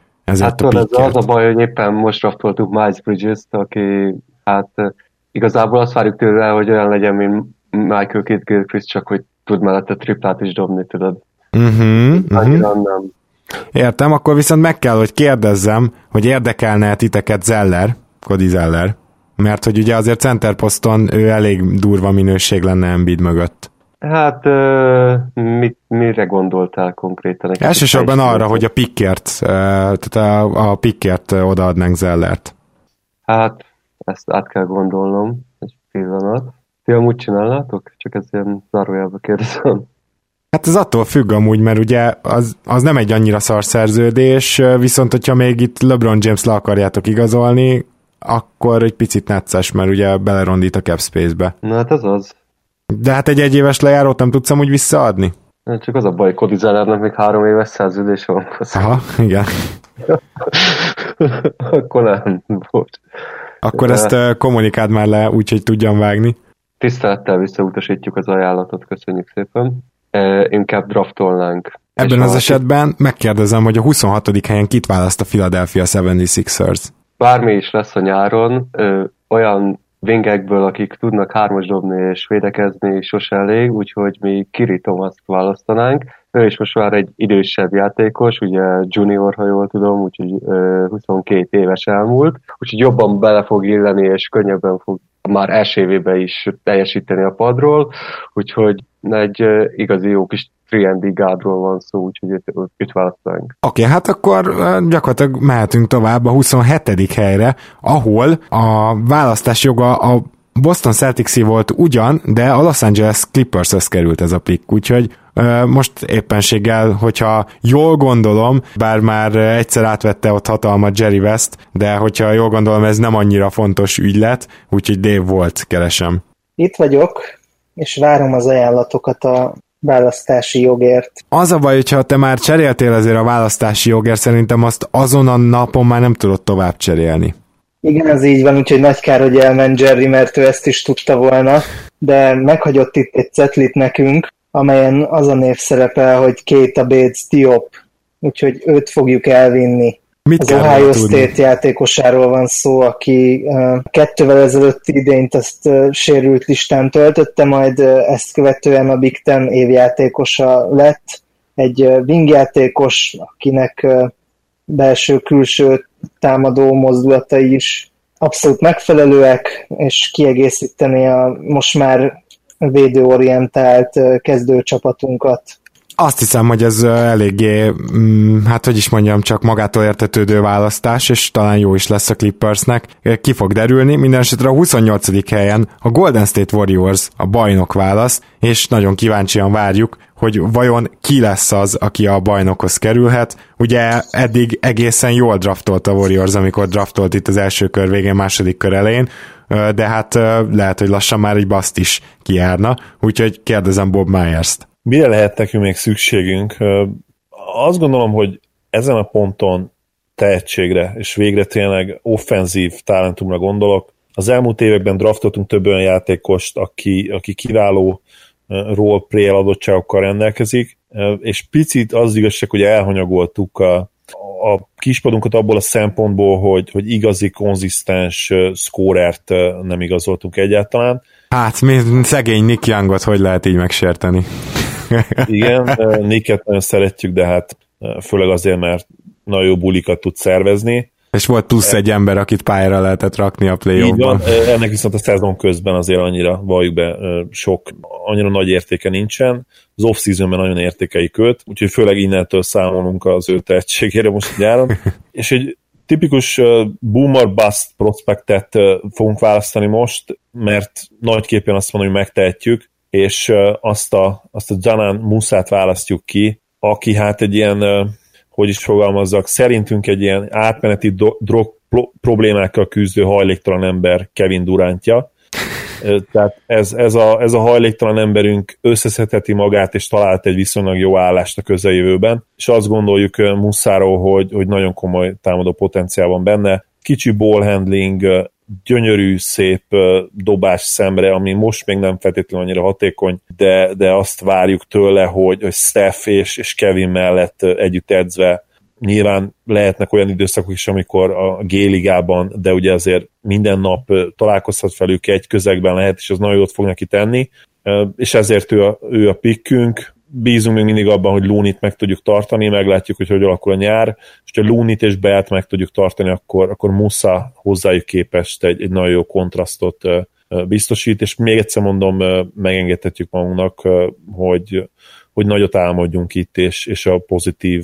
Hát a ez az a baj, hogy éppen most draftoltuk Miles Bridges-t, aki hát igazából azt várjuk tőle, hogy olyan legyen, mint Michael Kidd-Gilchrist, csak hogy tud mellette triplát is dobni, tudod. Uh-huh, Annyira uh-huh. nem. Értem, akkor viszont meg kell, hogy kérdezzem, hogy érdekelne titeket Zeller, Cody Zeller, mert hogy ugye azért center poszton ő elég durva minőség lenne Embiid mögött. Hát uh, mit, mire gondoltál konkrétan? Elsősorban arra, hogy a pickért, uh, tehát a, a pickért odaadnánk Zellert. Hát, ezt át kell gondolnom egy pillanat. Ti amúgy csinálnátok? Csak ez ilyen zárójelbe kérdezem. Hát ez attól függ amúgy, mert ugye az, az nem egy annyira szar szerződés, viszont hogyha még itt LeBron James le akarjátok igazolni, akkor egy picit necces, mert ugye belerondít a cap space-be. Na hát ez az. De hát egy egyéves lejárót nem tudsz amúgy visszaadni? Csak az a baj, Cody Zellernek még három éves szerződés van. Aha, igen. Akkor nem, bocs. Akkor de... ezt kommunikáld már le, úgyhogy tudjam vágni. Tisztelettel visszautasítjuk az ajánlatot, köszönjük szépen. E, inkább draftolnánk. Ebben az esetben megkérdezem, hogy a huszonhatodik helyen kit választ a Philadelphia hetvenhatos ers? Bármi is lesz a nyáron, ö, olyan wingekből, akik tudnak hármas dobni és védekezni, sose elég, úgyhogy mi Kiri Thomas-t választanánk. Ő is most már egy idősebb játékos, ugye junior, ha jól tudom, úgyhogy ö, huszonkét éves elmúlt, úgyhogy jobban bele fog illeni, és könnyebben fog már első évében is teljesíteni a padról, úgyhogy egy ö, igazi jó kis három and D guardról van szó, úgyhogy őt, őt választanánk. Oké, okay, hát akkor gyakorlatilag mehetünk tovább a huszonhetedik helyre, ahol a választás joga a Boston Celtics-i volt ugyan, de a Los Angeles Clippers-hez került ez a pick, úgyhogy ö, most éppenséggel, hogyha jól gondolom, bár már egyszer átvette ott hatalmat Jerry West, de hogyha jól gondolom, ez nem annyira fontos ügylet, úgyhogy Dave Volt keresem. Itt vagyok, és várom az ajánlatokat a választási jogért. Az a baj, hogyha te már cseréltél azért a választási jogért, szerintem azt azon a napon már nem tudod tovább cserélni. Igen, ez így van, úgyhogy nagy kár, hogy elment Jerry, mert ő ezt is tudta volna, de meghagyott itt egy cetlit nekünk, amelyen az a név szerepel, hogy Keita Bates-Diop, úgyhogy őt fogjuk elvinni. Mit az Ohio State tudni? Játékosáról van szó, aki uh, kettővel ezelőtti idényt ezt uh, sérült listán töltötte, majd uh, ezt követően a Big Ten évjátékosa lett. Egy uh, wingjátékos, akinek uh, belső-külső támadó mozdulatai is abszolút megfelelőek, és kiegészíteni a most már védőorientált uh, kezdőcsapatunkat. azt hiszem, hogy ez eléggé, hát hogy is mondjam, csak magától értetődő választás, és talán jó is lesz a Clippersnek. Ki fog derülni, minden esetre a huszonnyolcadik helyen a Golden State Warriors a bajnok válasz, és nagyon kíváncsian várjuk, hogy vajon ki lesz az, aki a bajnokhoz kerülhet. Ugye eddig egészen jól draftolt a Warriors, amikor draftolt itt az első kör végén, második kör elején, de hát lehet, hogy lassan már egy baszt is kijárna, úgyhogy kérdezem Bob Myers-t. Mire lehet nekünk még szükségünk? Azt gondolom, hogy ezen a ponton tehetségre, és végre tényleg offenzív talentumra gondolok. Az elmúlt években draftoltunk több olyan játékost, aki, aki kiváló role-play adottságokkal rendelkezik, és picit az igazság, hogy elhanyagoltuk a, a kispadunkat abból a szempontból, hogy, hogy igazi, konzisztens szkórert nem igazoltunk egyáltalán. Hát, mi szegény Nick Youngot hogy lehet így megsérteni? Igen, Nicket nagyon szeretjük, de hát főleg azért, mert nagyon jó bulikat tud szervezni. És volt plusz egy ember, akit pályára lehetett rakni a play-offban. Ennek viszont a szezon közben azért annyira, valljuk be, sok, annyira nagy értéke nincsen. Az off-seasonben nagyon értékeik őt, úgyhogy főleg innentől számolunk az ő tehetségére most nyáron. És egy tipikus boomer bust prospektet fogunk választani most, mert nagyképpen azt mondom, hogy megtehetjük, és azt a, azt a Janan Musát választjuk ki, aki hát egy ilyen, hogy is fogalmazzak, szerintünk egy ilyen átmeneti do- drog problémákkal küzdő hajléktalan ember Kevin Durantja. Tehát ez, ez, a, ez a hajléktalan emberünk összeszedheti magát, és talált egy viszonylag jó állást a közeljövőben, és azt gondoljuk Musáról, hogy, hogy nagyon komoly támadó potenciál van benne. Kicsi ball handling, gyönyörű, szép dobás szemre, ami most még nem feltétlenül annyira hatékony, de, de azt várjuk tőle, hogy, hogy Steph és, és Kevin mellett együtt edzve nyilván lehetnek olyan időszakok is, amikor a G-ligában, de ugye azért minden nap találkozhat velük egy közegben lehet, és az nagyon jót fog neki tenni, és ezért ő a, ő a pickünk. Bízunk még mindig abban, hogy Looney-t meg tudjuk tartani, meglátjuk, hogy hogy alakul a nyár, és ha Looney-t és Belt meg tudjuk tartani, akkor, akkor Musa hozzájuk képest egy, egy nagyon jó kontrasztot biztosít, és még egyszer mondom, megengedhetjük magunknak, hogy, hogy nagyot álmodjunk itt, és, és a pozitív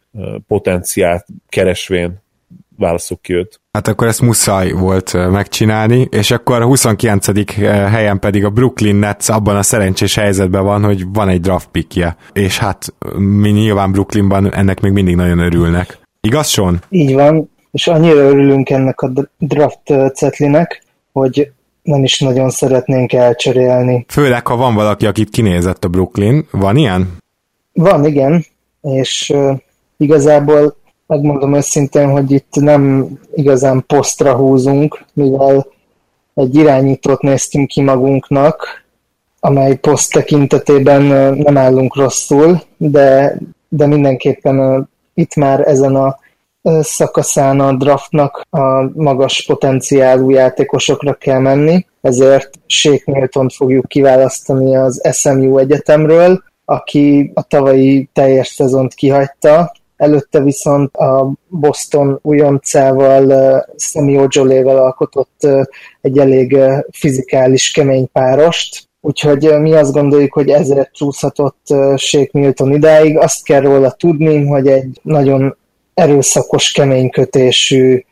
potenciált keresvén válasszuk ki őt. Hát akkor ezt muszáj volt megcsinálni, és akkor a huszonkilencedik helyen pedig a Brooklyn Nets abban a szerencsés helyzetben van, hogy van egy draft pickje, és hát mi nyilván Brooklynban ennek még mindig nagyon örülnek. Igaz, Sean? Így van, és annyira örülünk ennek a draft cetlinek, hogy nem is nagyon szeretnénk elcserélni. Főleg, ha van valaki, akit kinézett a Brooklyn. Van ilyen? Van, igen, és uh, igazából megmondom őszintén, hogy itt nem igazán posztra húzunk, mivel egy irányítót néztünk ki magunknak, amely poszt tekintetében nem állunk rosszul, de, de mindenképpen itt már ezen a szakaszán a draftnak a magas potenciálú játékosokra kell menni, ezért Shake Miltont fogjuk kiválasztani az es em u egyetemről, aki a tavalyi teljes szezont kihagyta, előtte viszont a Boston újoncával, Semi Ojeleyvel alkotott egy elég fizikális, kemény párost, úgyhogy mi azt gondoljuk, hogy ezért csúszhatott Shake Milton idáig. Azt kell róla tudni, hogy egy nagyon erőszakos, keménykötésű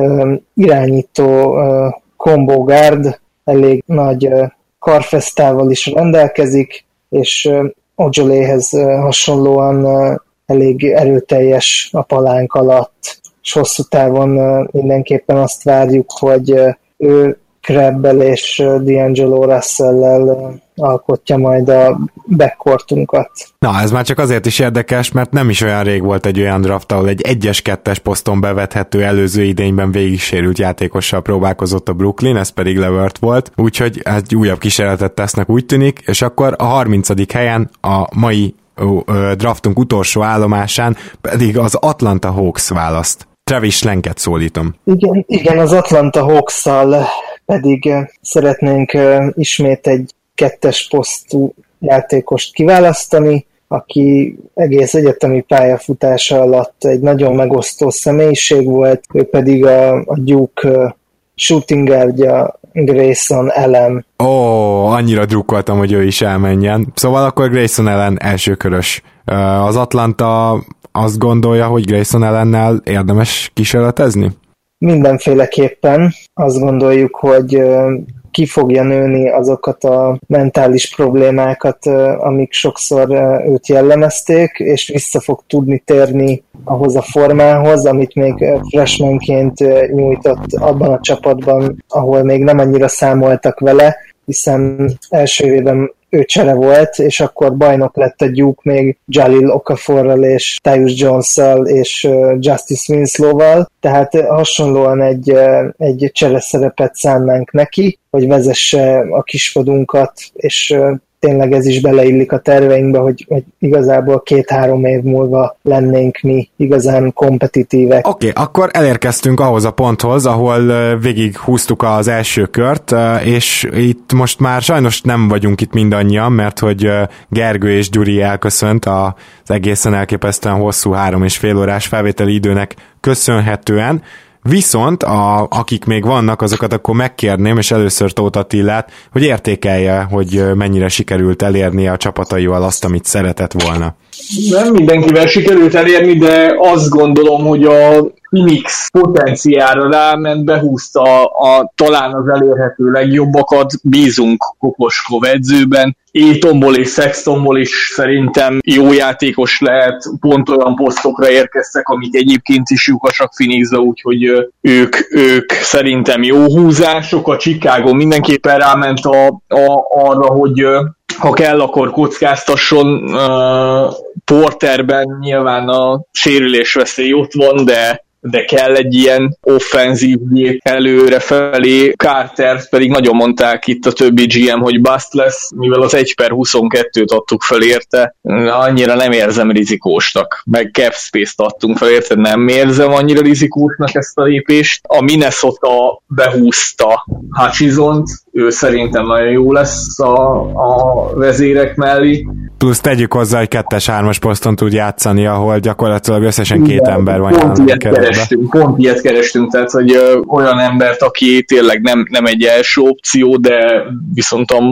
irányító combo guard, elég nagy karfesztával is rendelkezik, és Ojeleyhez hasonlóan elég erőteljes a palánk alatt, és hosszú távon mindenképpen azt várjuk, hogy ő Crabbel és D'Angelo Russell-lel alkotja majd a backcourtunkat. Na, ez már csak azért is érdekes, mert nem is olyan rég volt egy olyan draft, ahol egy egyes-kettes poszton bevethető előző idényben végig sérült játékossal próbálkozott a Brooklyn, ez pedig Levert volt, úgyhogy egy újabb kísérletet tesznek, úgy tűnik, és akkor a harmincadik helyen a mai draftunk utolsó állomásán pedig az Atlanta Hawks választ. Travis Lenket szólítom. Igen, igen, az Atlanta Hawks-szal pedig szeretnénk ismét egy kettes posztú játékost kiválasztani, aki egész egyetemi pályafutása alatt egy nagyon megosztó személyiség volt, ő pedig a, a Duke shooting guardja Grayson Allen. Ó, oh, annyira drukkoltam, hogy ő is elmenjen. Szóval akkor Grayson Allen elsőkörös Az Atlanta azt gondolja, hogy Grayson Allennel érdemes kísérletezni? Mindenféleképpen azt gondoljuk, hogy ki fogja nőni azokat a mentális problémákat, amik sokszor őt jellemezték, és vissza fog tudni térni ahhoz a formához, amit még freshmanként nyújtott abban a csapatban, ahol még nem annyira számoltak vele, hiszen első évben ő csere volt, és akkor bajnok lett a Duke még Jalil Okaforral és Tyus Jones-szal és Justice Winslow-val, tehát hasonlóan egy, egy csereszerepet szánnánk neki, hogy vezesse a kispadunkat, és tényleg ez is beleillik a terveinkbe, hogy, hogy igazából két-három év múlva lennénk mi igazán kompetitívek. Oké, okay, akkor elérkeztünk ahhoz a ponthoz, ahol végig húztuk az első kört, és itt most már sajnos nem vagyunk itt mindannyian, mert hogy Gergő és Gyuri elköszönt az egészen elképesztően hosszú három és fél órás felvételi időnek köszönhetően. Viszont a, akik még vannak, azokat akkor megkérném, és először Tóth Attilát, hogy értékelje, hogy mennyire sikerült elérnie a csapataival azt, amit szeretett volna. Nem mindenkivel sikerült elérni, de azt gondolom, hogy a Phoenix potenciára ráment, behúzta a, a talán az elérhető legjobbakat, bízunk Kokoskov edzőben, Aitonból és Sextonból is szerintem jó játékos lehet, pont olyan posztokra érkeztek, amik egyébként is lyukasak Phoenixbe, úgyhogy ők, ők szerintem jó húzások, a Chicago mindenképpen ráment a, a, arra, hogy ha kell, akkor kockáztasson. uh, Porterben nyilván a sérülésveszély ott van, de de kell egy ilyen offenzív gép előrefelé. Carter pedig nagyon mondták itt a többi gé em, hogy bust lesz, mivel az egy per huszonkettőt adtuk fel érte, annyira nem érzem rizikósnak, meg cap space-t adtunk fel érte, nem érzem annyira rizikósnak ezt a lépést. A Minnesota behúzta Hutchisont, ő szerintem nagyon jó lesz a, a vezérek mellé. Plusz tegyük hozzá, hogy kettes-hármas poszton tud játszani, ahol gyakorlatilag összesen két igen, ember van. Pont ilyet kerestünk, pont ilyet kerestünk, tehát hogy ö, olyan embert, aki tényleg nem, nem egy első opció, de viszont a,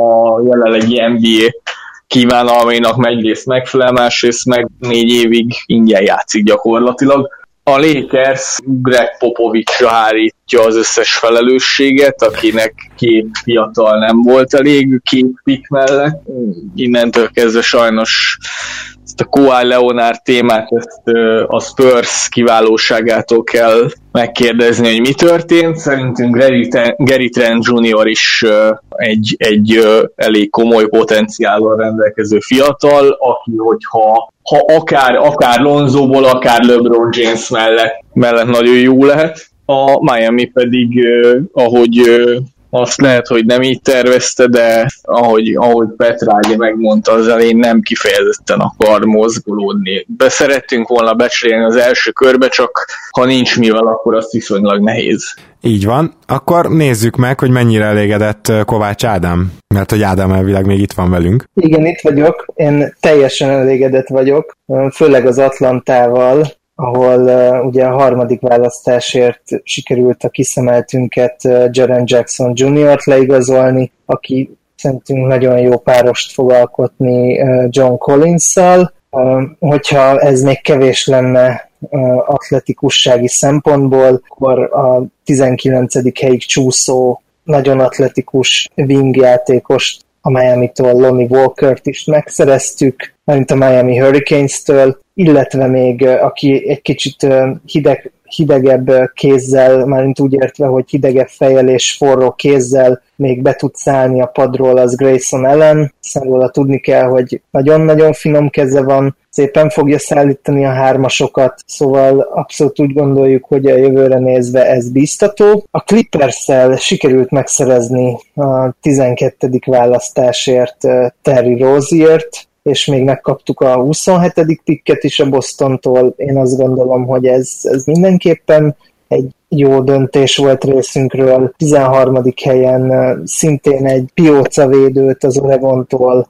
a jelenlegi en bé á kívánalmainak egyrészt megfelel, másrészt meg négy évig ingyen játszik gyakorlatilag. A Lakers Greg Popovicsra hárítja az összes felelősséget, akinek két fiatal nem volt elég, két pick mellett. Innentől kezdve sajnos ezt a Kawhi Leonard témát, ezt a Spurs kiválóságától kell megkérdezni, hogy mi történt. Szerintünk Gary, Gary Trent junior is egy, egy elég komoly potenciállal rendelkező fiatal, aki, hogyha ha akár, akár Lonzóból, akár LeBron James mellett, mellett nagyon jó lehet. A Miami pedig, ahogy azt lehet, hogy nem így tervezte, de ahogy, ahogy Petrágyi megmondta, az elején nem kifejezetten akar mozgolódni. Beszerettünk volna becserélni az első körbe, csak ha nincs mivel, akkor azt viszonylag nehéz. Így van. Akkor nézzük meg, hogy mennyire elégedett Kovács Ádám, mert hogy Ádám elvileg még itt van velünk. Igen, itt vagyok. Én teljesen elégedett vagyok, főleg az Atlantával, ahol uh, ugye a harmadik választásért sikerült a kiszemeltünket uh, Jaren Jackson juniort leigazolni, aki szerintünk nagyon jó párost fog alkotni uh, John Collins-szal. Uh, hogyha ez még kevés lenne uh, atletikussági szempontból, akkor a tizenkilencedik helyig csúszó, nagyon atletikus wing játékost a Miami-tól, Lonnie Walkert is megszereztük, mint a Miami Hurricanes-től, illetve még aki egy kicsit hideg, hidegebb kézzel, mármint úgy értve, hogy hidegebb fejjel és forró kézzel még be tud szállni a padról, az Grayson Allen, hiszen róla tudni kell, hogy nagyon-nagyon finom keze van, szépen fogja szállítani a hármasokat, szóval abszolút úgy gondoljuk, hogy a jövőre nézve ez bíztató. A Clippers-szel sikerült megszerezni a tizenkettedik választásért Terry Roziert, és még megkaptuk a huszonhetedik pikket is a Bostontól. Én azt gondolom, hogy ez, ez mindenképpen egy jó döntés volt részünkről. tizenharmadik helyen szintén egy pióca védőt az Oregontól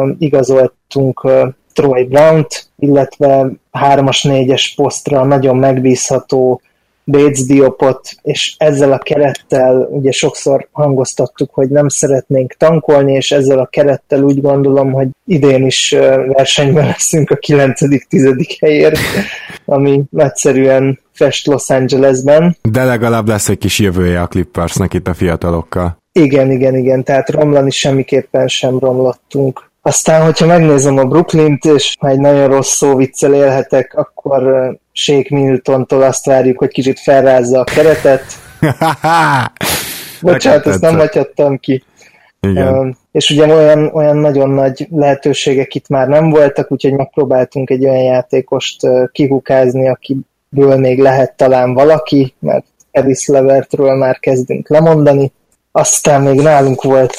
igazoltunk, Troy Brown-t, illetve hármas-négyes posztra nagyon megbízható Bates Diopot, és ezzel a kerettel ugye sokszor hangoztattuk, hogy nem szeretnénk tankolni, és ezzel a kerettel úgy gondolom, hogy idén is versenyben leszünk a kilencedik-tizedik helyért, ami nagyszerűen fest Los Angelesben. De legalább lesz egy kis jövője a Clippersnek itt a fiatalokkal. Igen, igen, igen, tehát romlani semmiképpen sem romlottunk. Aztán, hogyha megnézem a Brooklynt, és ha egy nagyon rossz szóviccel élhetek, akkor Shake Miltontól azt várjuk, hogy kicsit felrázza a keretet. Bocsánat, ezt nem hagyhattam ki. Uh, és ugye olyan, olyan nagyon nagy lehetőségek itt már nem voltak, úgyhogy megpróbáltunk egy olyan játékost uh, kihukázni, akiből még lehet talán valaki, mert Caris Levertről már kezdünk lemondani. Aztán még nálunk volt,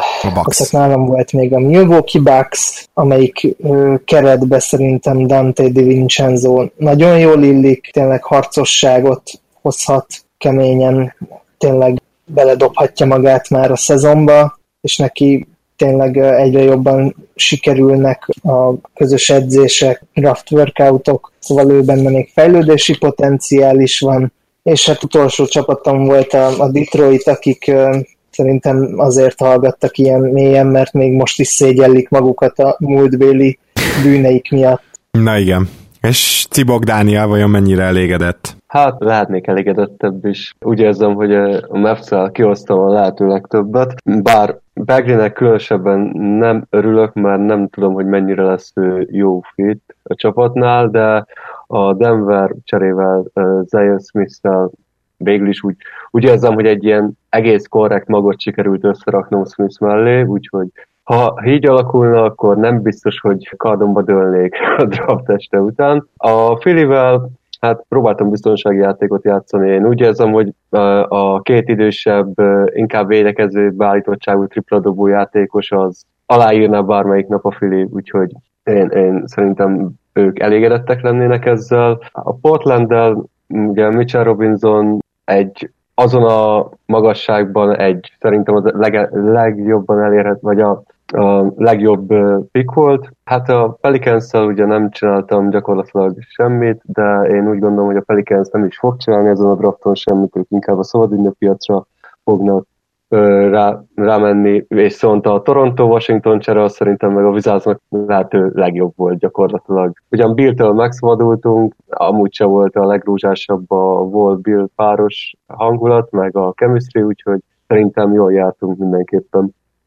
uh, nálam volt még a Milwaukee Bucks, amelyik uh, keretbe szerintem Dante DiVincenzo nagyon jól illik, tényleg harcosságot hozhat keményen, tényleg beledobhatja magát már a szezonba, és neki tényleg egyre jobban sikerülnek a közös edzések, draft workoutok, szóval ő benne még fejlődési potenciál is van, és hát utolsó csapatom volt a, a Detroit, akik uh, szerintem azért hallgattak ilyen mélyen, mert még most is szégyellik magukat a múltbéli bűneik miatt. Na igen. És Cibok Dániel vajon mennyire elégedett? Hát lehetnék elégedettebb is. Úgy érzem, hogy a Mavs-szel kihoztam a lehető legtöbbet, bár Bagleynek különösebben nem örülök, mert nem tudom, hogy mennyire lesz ő jó fit a csapatnál, de a Denver cserével, uh, Zion Smith-tel végül is úgy, úgy érzem, hogy egy ilyen egész korrekt magot sikerült összeraknom Smith mellé, úgyhogy ha így alakulna, akkor nem biztos, hogy kardonba dőlnék a draft este után. A Phillyvel hát próbáltam biztonsági játékot játszani. Én úgy érzem, hogy a két idősebb, inkább védekező beállítottságú tripladobó játékos az aláírná bármelyik nap a Philly, úgyhogy én, én szerintem ők elégedettek lennének ezzel. A Portlanddel ugye Mitchell Robinson egy azon a magasságban egy szerintem az leg, legjobban elérhet, vagy a, a legjobb pick volt. Hát a Pelicans-szel ugye nem csináltam gyakorlatilag semmit, de én úgy gondolom, hogy a Pelicans nem is fog csinálni ezen a drafton semmit, ők inkább a szabadügynök piacra fognak rá, rámenni, és szóval a Toronto-Washington csere az szerintem meg a Wizardsnak lehető legjobb volt gyakorlatilag. Ugyan Bill-től megszabadultunk, amúgy se volt a legrózsásabb a Wall-Bill páros hangulat, meg a chemistry, úgyhogy szerintem jól jártunk mindenképpen.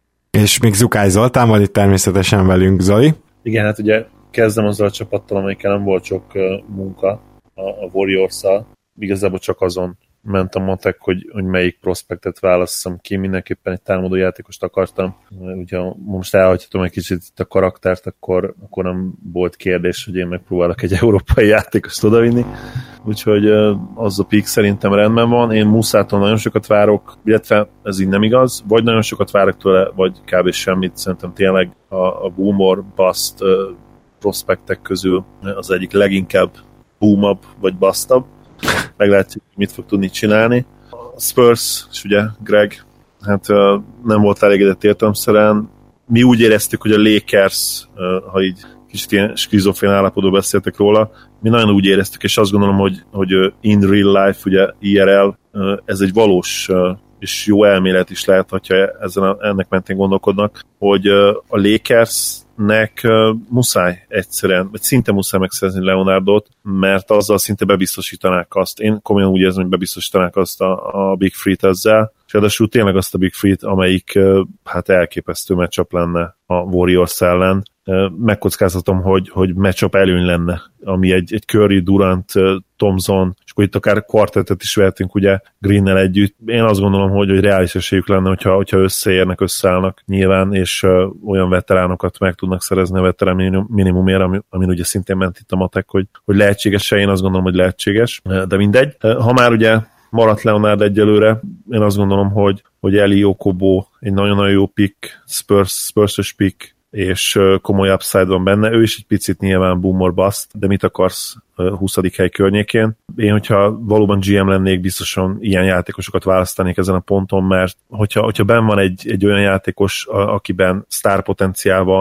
És még Zukály Zoltán van itt természetesen velünk, Zoli. Igen, hát ugye kezdem azzal a csapattal, amelyikkel nem volt sok munka a, a Warriors-szal. Igazából csak azon ment a matek, hogy, hogy melyik prospektet válasszam ki, mindenképpen egy támadó játékost akartam. Ugye most elhagyhatom egy kicsit itt a karaktert, akkor, akkor nem volt kérdés, hogy én megpróbálok egy európai játékost odavinni. Úgyhogy az a pick szerintem rendben van. Én Musától nagyon sokat várok, illetve ez így nem igaz, vagy nagyon sokat várok tőle, vagy kb. Semmit. Szerintem tényleg a, a boom or bust prospektek közül az egyik leginkább boom-up vagy bust-up. Meglátjuk, mit fog tudni csinálni. A Spurs, és ugye Greg, hát uh, nem volt elégedett értelemszerűen. Mi úgy éreztük, hogy a Lakers, uh, ha így kicsit ilyen skizofrén állapotban beszéltek róla, mi nagyon úgy éreztük, és azt gondolom, hogy, hogy in real life, ugye I R L, uh, ez egy valós uh, és jó elmélet is lehet, hogyha ezen a, ennek mentén gondolkodnak, hogy uh, a Lakersnek uh, muszáj egyszerűen, vagy szinte muszáj megszerezni Leonardot, mert azzal szinte bebiztosítanák azt. Én komolyan úgy érzem, hogy bebiztosítanák azt a, a Big Free-t ezzel, és ráadásul tényleg azt a Big Free-t, amelyik uh, hát elképesztő matchup lenne a Warriors ellen. Uh, megkockáztatom, hogy, hogy matchup előny lenne, ami egy, egy Curry, Durant, uh, Thompson, és akkor itt akár kvartettet is vehetünk ugye Greennel együtt. Én azt gondolom, hogy, hogy reális esélyük lenne, hogyha, hogyha összeérnek, összeállnak nyilván, és uh, olyan veteránokat meg tudnak szerezni a veterán minimumért, ami, amin ugye szintén ment itt a matek, hogy, hogy lehetséges-e, én azt gondolom, hogy lehetséges, de mindegy. Uh, ha már ugye maradt Leonard egyelőre, én azt gondolom, hogy, hogy Eli Okobo egy nagyon-nagyon jó pick, Spurs, Spurs-ös pick, és komoly upside van benne. Ő is egy picit nyilván boom or bust, de mit akarsz huszadik hely környékén? Én, hogyha valóban G M lennék, biztosan ilyen játékosokat választanék ezen a ponton, mert hogyha, hogyha benn van egy, egy olyan játékos, akiben sztár potenciál van,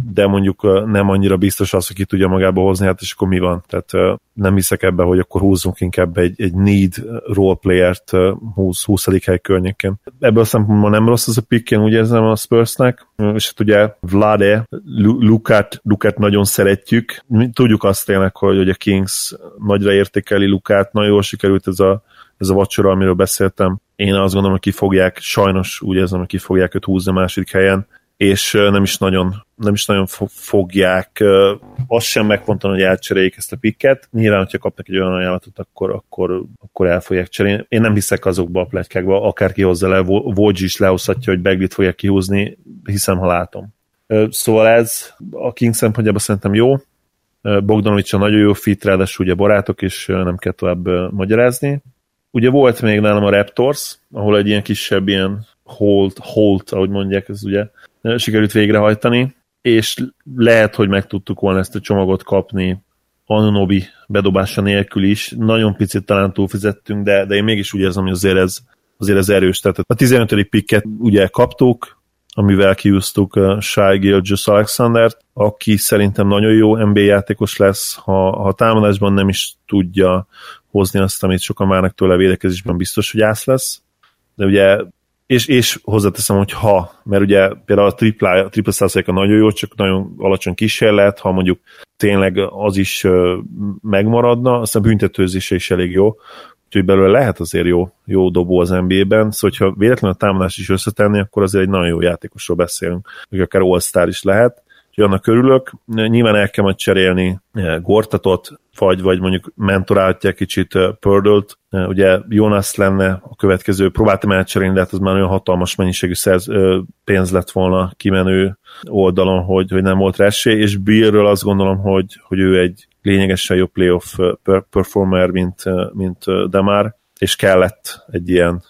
de mondjuk nem annyira biztos az, hogy ki tudja magába hozni, hát és akkor mi van? Tehát nem hiszek ebbe, hogy akkor húzzunk inkább egy, egy need roleplayert húsz hely környékén. Ebből a szempontból nem rossz az a pick, én úgy érzem a Spursnek, és hát ugye Vlade, Lukát, Lukát nagyon szeretjük. Tudjuk azt tényleg, hogy, hogy a Kings nagyra értékeli Lukát, nagyon jól sikerült ez a, ez a vacsora, amiről beszéltem. Én azt gondolom, hogy ki fogják, sajnos úgy érzem, hogy ki fogják őt húzni a második helyen, és nem is nagyon, nem is nagyon fogják azt sem megfontolni, hogy elcseréljék ezt a picket. Nyilván, hogyha kapnak egy olyan ajánlatot, akkor, akkor, akkor el fogják cserélni. Én nem hiszek azokba a pletykákba, akárki hozza le, Woj is lehozhatja, hogy Beglit fogják kihúzni, hiszem, ha látom. Szóval ez a King szempontjában szerintem jó. Bogdanovics a nagyon jó fit, ráadásul ugye barátok, és nem kell tovább magyarázni. Ugye volt még nálam a Raptors, ahol egy ilyen kisebb ilyen hold, hold, ahogy mondják, ez ugye sikerült végrehajtani, és lehet, hogy meg tudtuk volna ezt a csomagot kapni Anunoby bedobása nélkül is. Nagyon picit talán túlfizettünk, de, de én mégis úgy érzem, hogy azért ez, azért ez erős. Tehát a tizenötödik picket ugye kaptuk, amivel kiúztuk Shai Gilgeous-Alexandert, aki szerintem nagyon jó en bé á játékos lesz, ha, ha támadásban nem is tudja hozni azt, amit sokan várnak tőle, védekezésben biztos, hogy ász lesz. De ugye És, és hozzáteszem, hogy ha, mert ugye például a tripla, a tripla százaléka nagyon jó, csak nagyon alacsony kísérlet, ha mondjuk tényleg az is megmaradna, aztán büntetőzése is elég jó, úgyhogy belőle lehet azért jó, jó dobó az en bé á-ben, szóval hogyha véletlenül a támadást is összetenni, akkor azért egy nagyon jó játékosról beszélünk, hogy akár All-Star is lehet, úgyhogy annak örülök. Nyilván el kell majd cserélni Gortatot, vagy, vagy mondjuk mentorálhatják kicsit Pördölt. Ugye Jonas lenne a következő, próbáltam elcserélni, de hát az már olyan hatalmas mennyiségű szerz, pénz lett volna kimenő oldalon, hogy, hogy nem volt rá esély, és Billről azt gondolom, hogy, hogy ő egy lényegesen jobb playoff performer, mint, mint Demar, és kellett egy ilyen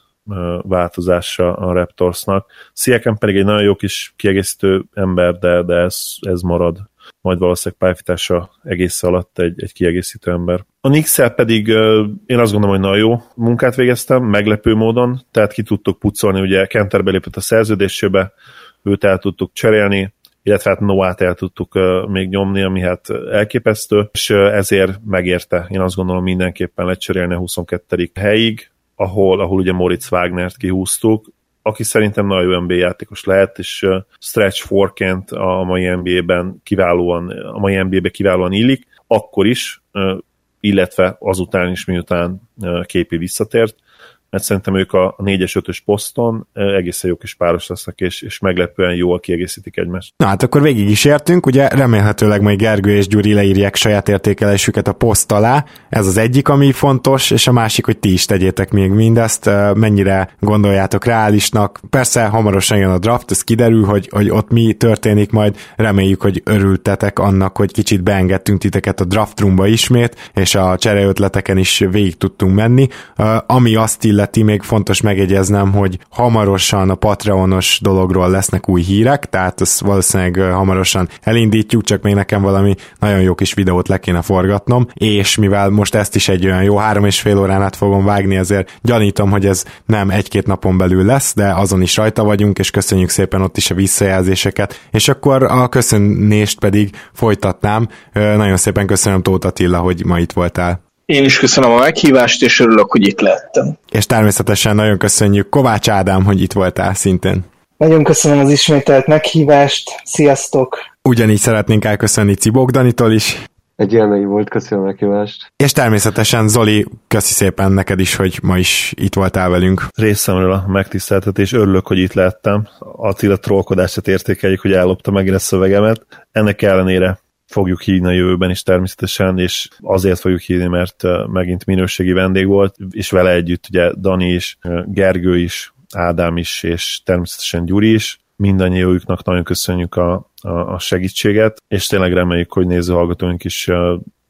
változása a Raptorsnak. Siakam pedig egy nagyon jó kis kiegészítő ember, de, de ez, ez marad majd valószínűleg pályafutása egész alatt egy, egy kiegészítő ember. A Knicks-el pedig én azt gondolom, hogy nagyon jó munkát végeztem, meglepő módon, tehát ki tudtuk pucolni, ugye Kenter belépett a szerződésébe, őt el tudtuk cserélni, illetve hát Noah-t el tudtuk még nyomni, ami hát elképesztő, és ezért megérte, én azt gondolom mindenképpen lecserélni a huszonkettedik helyig, ahol, ahol ugye Moritz Wagnert kihúztuk, aki szerintem nagyon jó en bé á játékos lehet, és uh, stretch fourként a mai en bé á-ben kiválóan, a mai en bé á-ben kiválóan illik, akkor is, uh, illetve azután is, miután uh, Képi visszatért, mert szerintem ők a négyes, ötös poszton egészen jó kis páros lesznek, és, és meglepően jól kiegészítik egymást. Na hát akkor végig is értünk, ugye remélhetőleg majd Gergő és Gyuri leírják saját értékelésüket a poszt alá, ez az egyik, ami fontos, és a másik, hogy ti is tegyétek még mindezt, mennyire gondoljátok reálisnak. Persze hamarosan jön a draft, ez kiderül, hogy, hogy ott mi történik majd, reméljük, hogy örültetek annak, hogy kicsit beengedtünk titeket a draft roomba ismét, és a csereötleteken is végig tudtunk menni, ami azt illeti, még fontos megjegyeznem, hogy hamarosan a Patreonos dologról lesznek új hírek, tehát ezt valószínűleg hamarosan elindítjuk, csak még nekem valami nagyon jó kis videót le kéne forgatnom, és mivel most ezt is egy olyan jó három és fél órán át fogom vágni, ezért gyanítom, hogy ez nem egy-két napon belül lesz, de azon is rajta vagyunk, és köszönjük szépen ott is a visszajelzéseket, és akkor a köszönést pedig folytatnám. Nagyon szépen köszönöm, Tóth Attila, hogy ma itt voltál. Én is köszönöm a meghívást, és örülök, hogy itt lehettem. És természetesen nagyon köszönjük Kovács Ádám, hogy itt voltál szintén. Nagyon köszönöm az ismételt meghívást, sziasztok! Ugyanígy szeretnénk elköszönni Cibók Danitól is. Egy élmény volt, köszönöm a meghívást. És természetesen Zoli, köszi szépen neked is, hogy ma is itt voltál velünk. Részemről a megtiszteltetés, örülök, hogy itt lehettem. Attila trollkodását értékeljük, hogy ellopta megint a szövegemet. Ennek ellenére fogjuk hívni a jövőben is természetesen, és azért fogjuk hívni, mert megint minőségi vendég volt, és vele együtt ugye Dani is, Gergő is, Ádám is, és természetesen Gyuri is. Mindannyiójuknak nagyon köszönjük a, a, a segítséget, és tényleg reméljük, hogy nézőhallgatóink is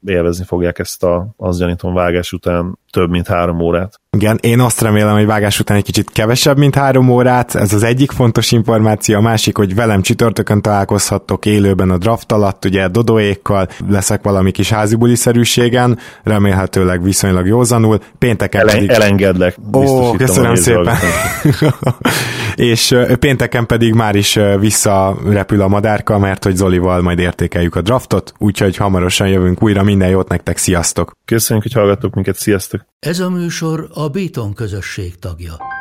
élvezni fogják ezt a, azt gyanítom, vágás után több mint három órát. Igen, én azt remélem, hogy vágás után egy kicsit kevesebb, mint három órát, ez az egyik fontos információ, a másik, hogy velem csütörtökön találkozhattok élőben a draft alatt, ugye Dodóékkal, leszek valami kis házibuliszerűségen, remélhetőleg viszonylag józanul, pénteken Elen, pedig... Elengedlek, Ó, köszönöm szépen. És pénteken pedig már is visszarepül a madárka, mert hogy Zolival majd értékeljük a draftot, úgyhogy hamarosan jövünk újra, minden jót nektek, sziasztok! Köszönjük, hogy hallgattok minket, sziasztok! Ez a műsor a Béton közösség tagja.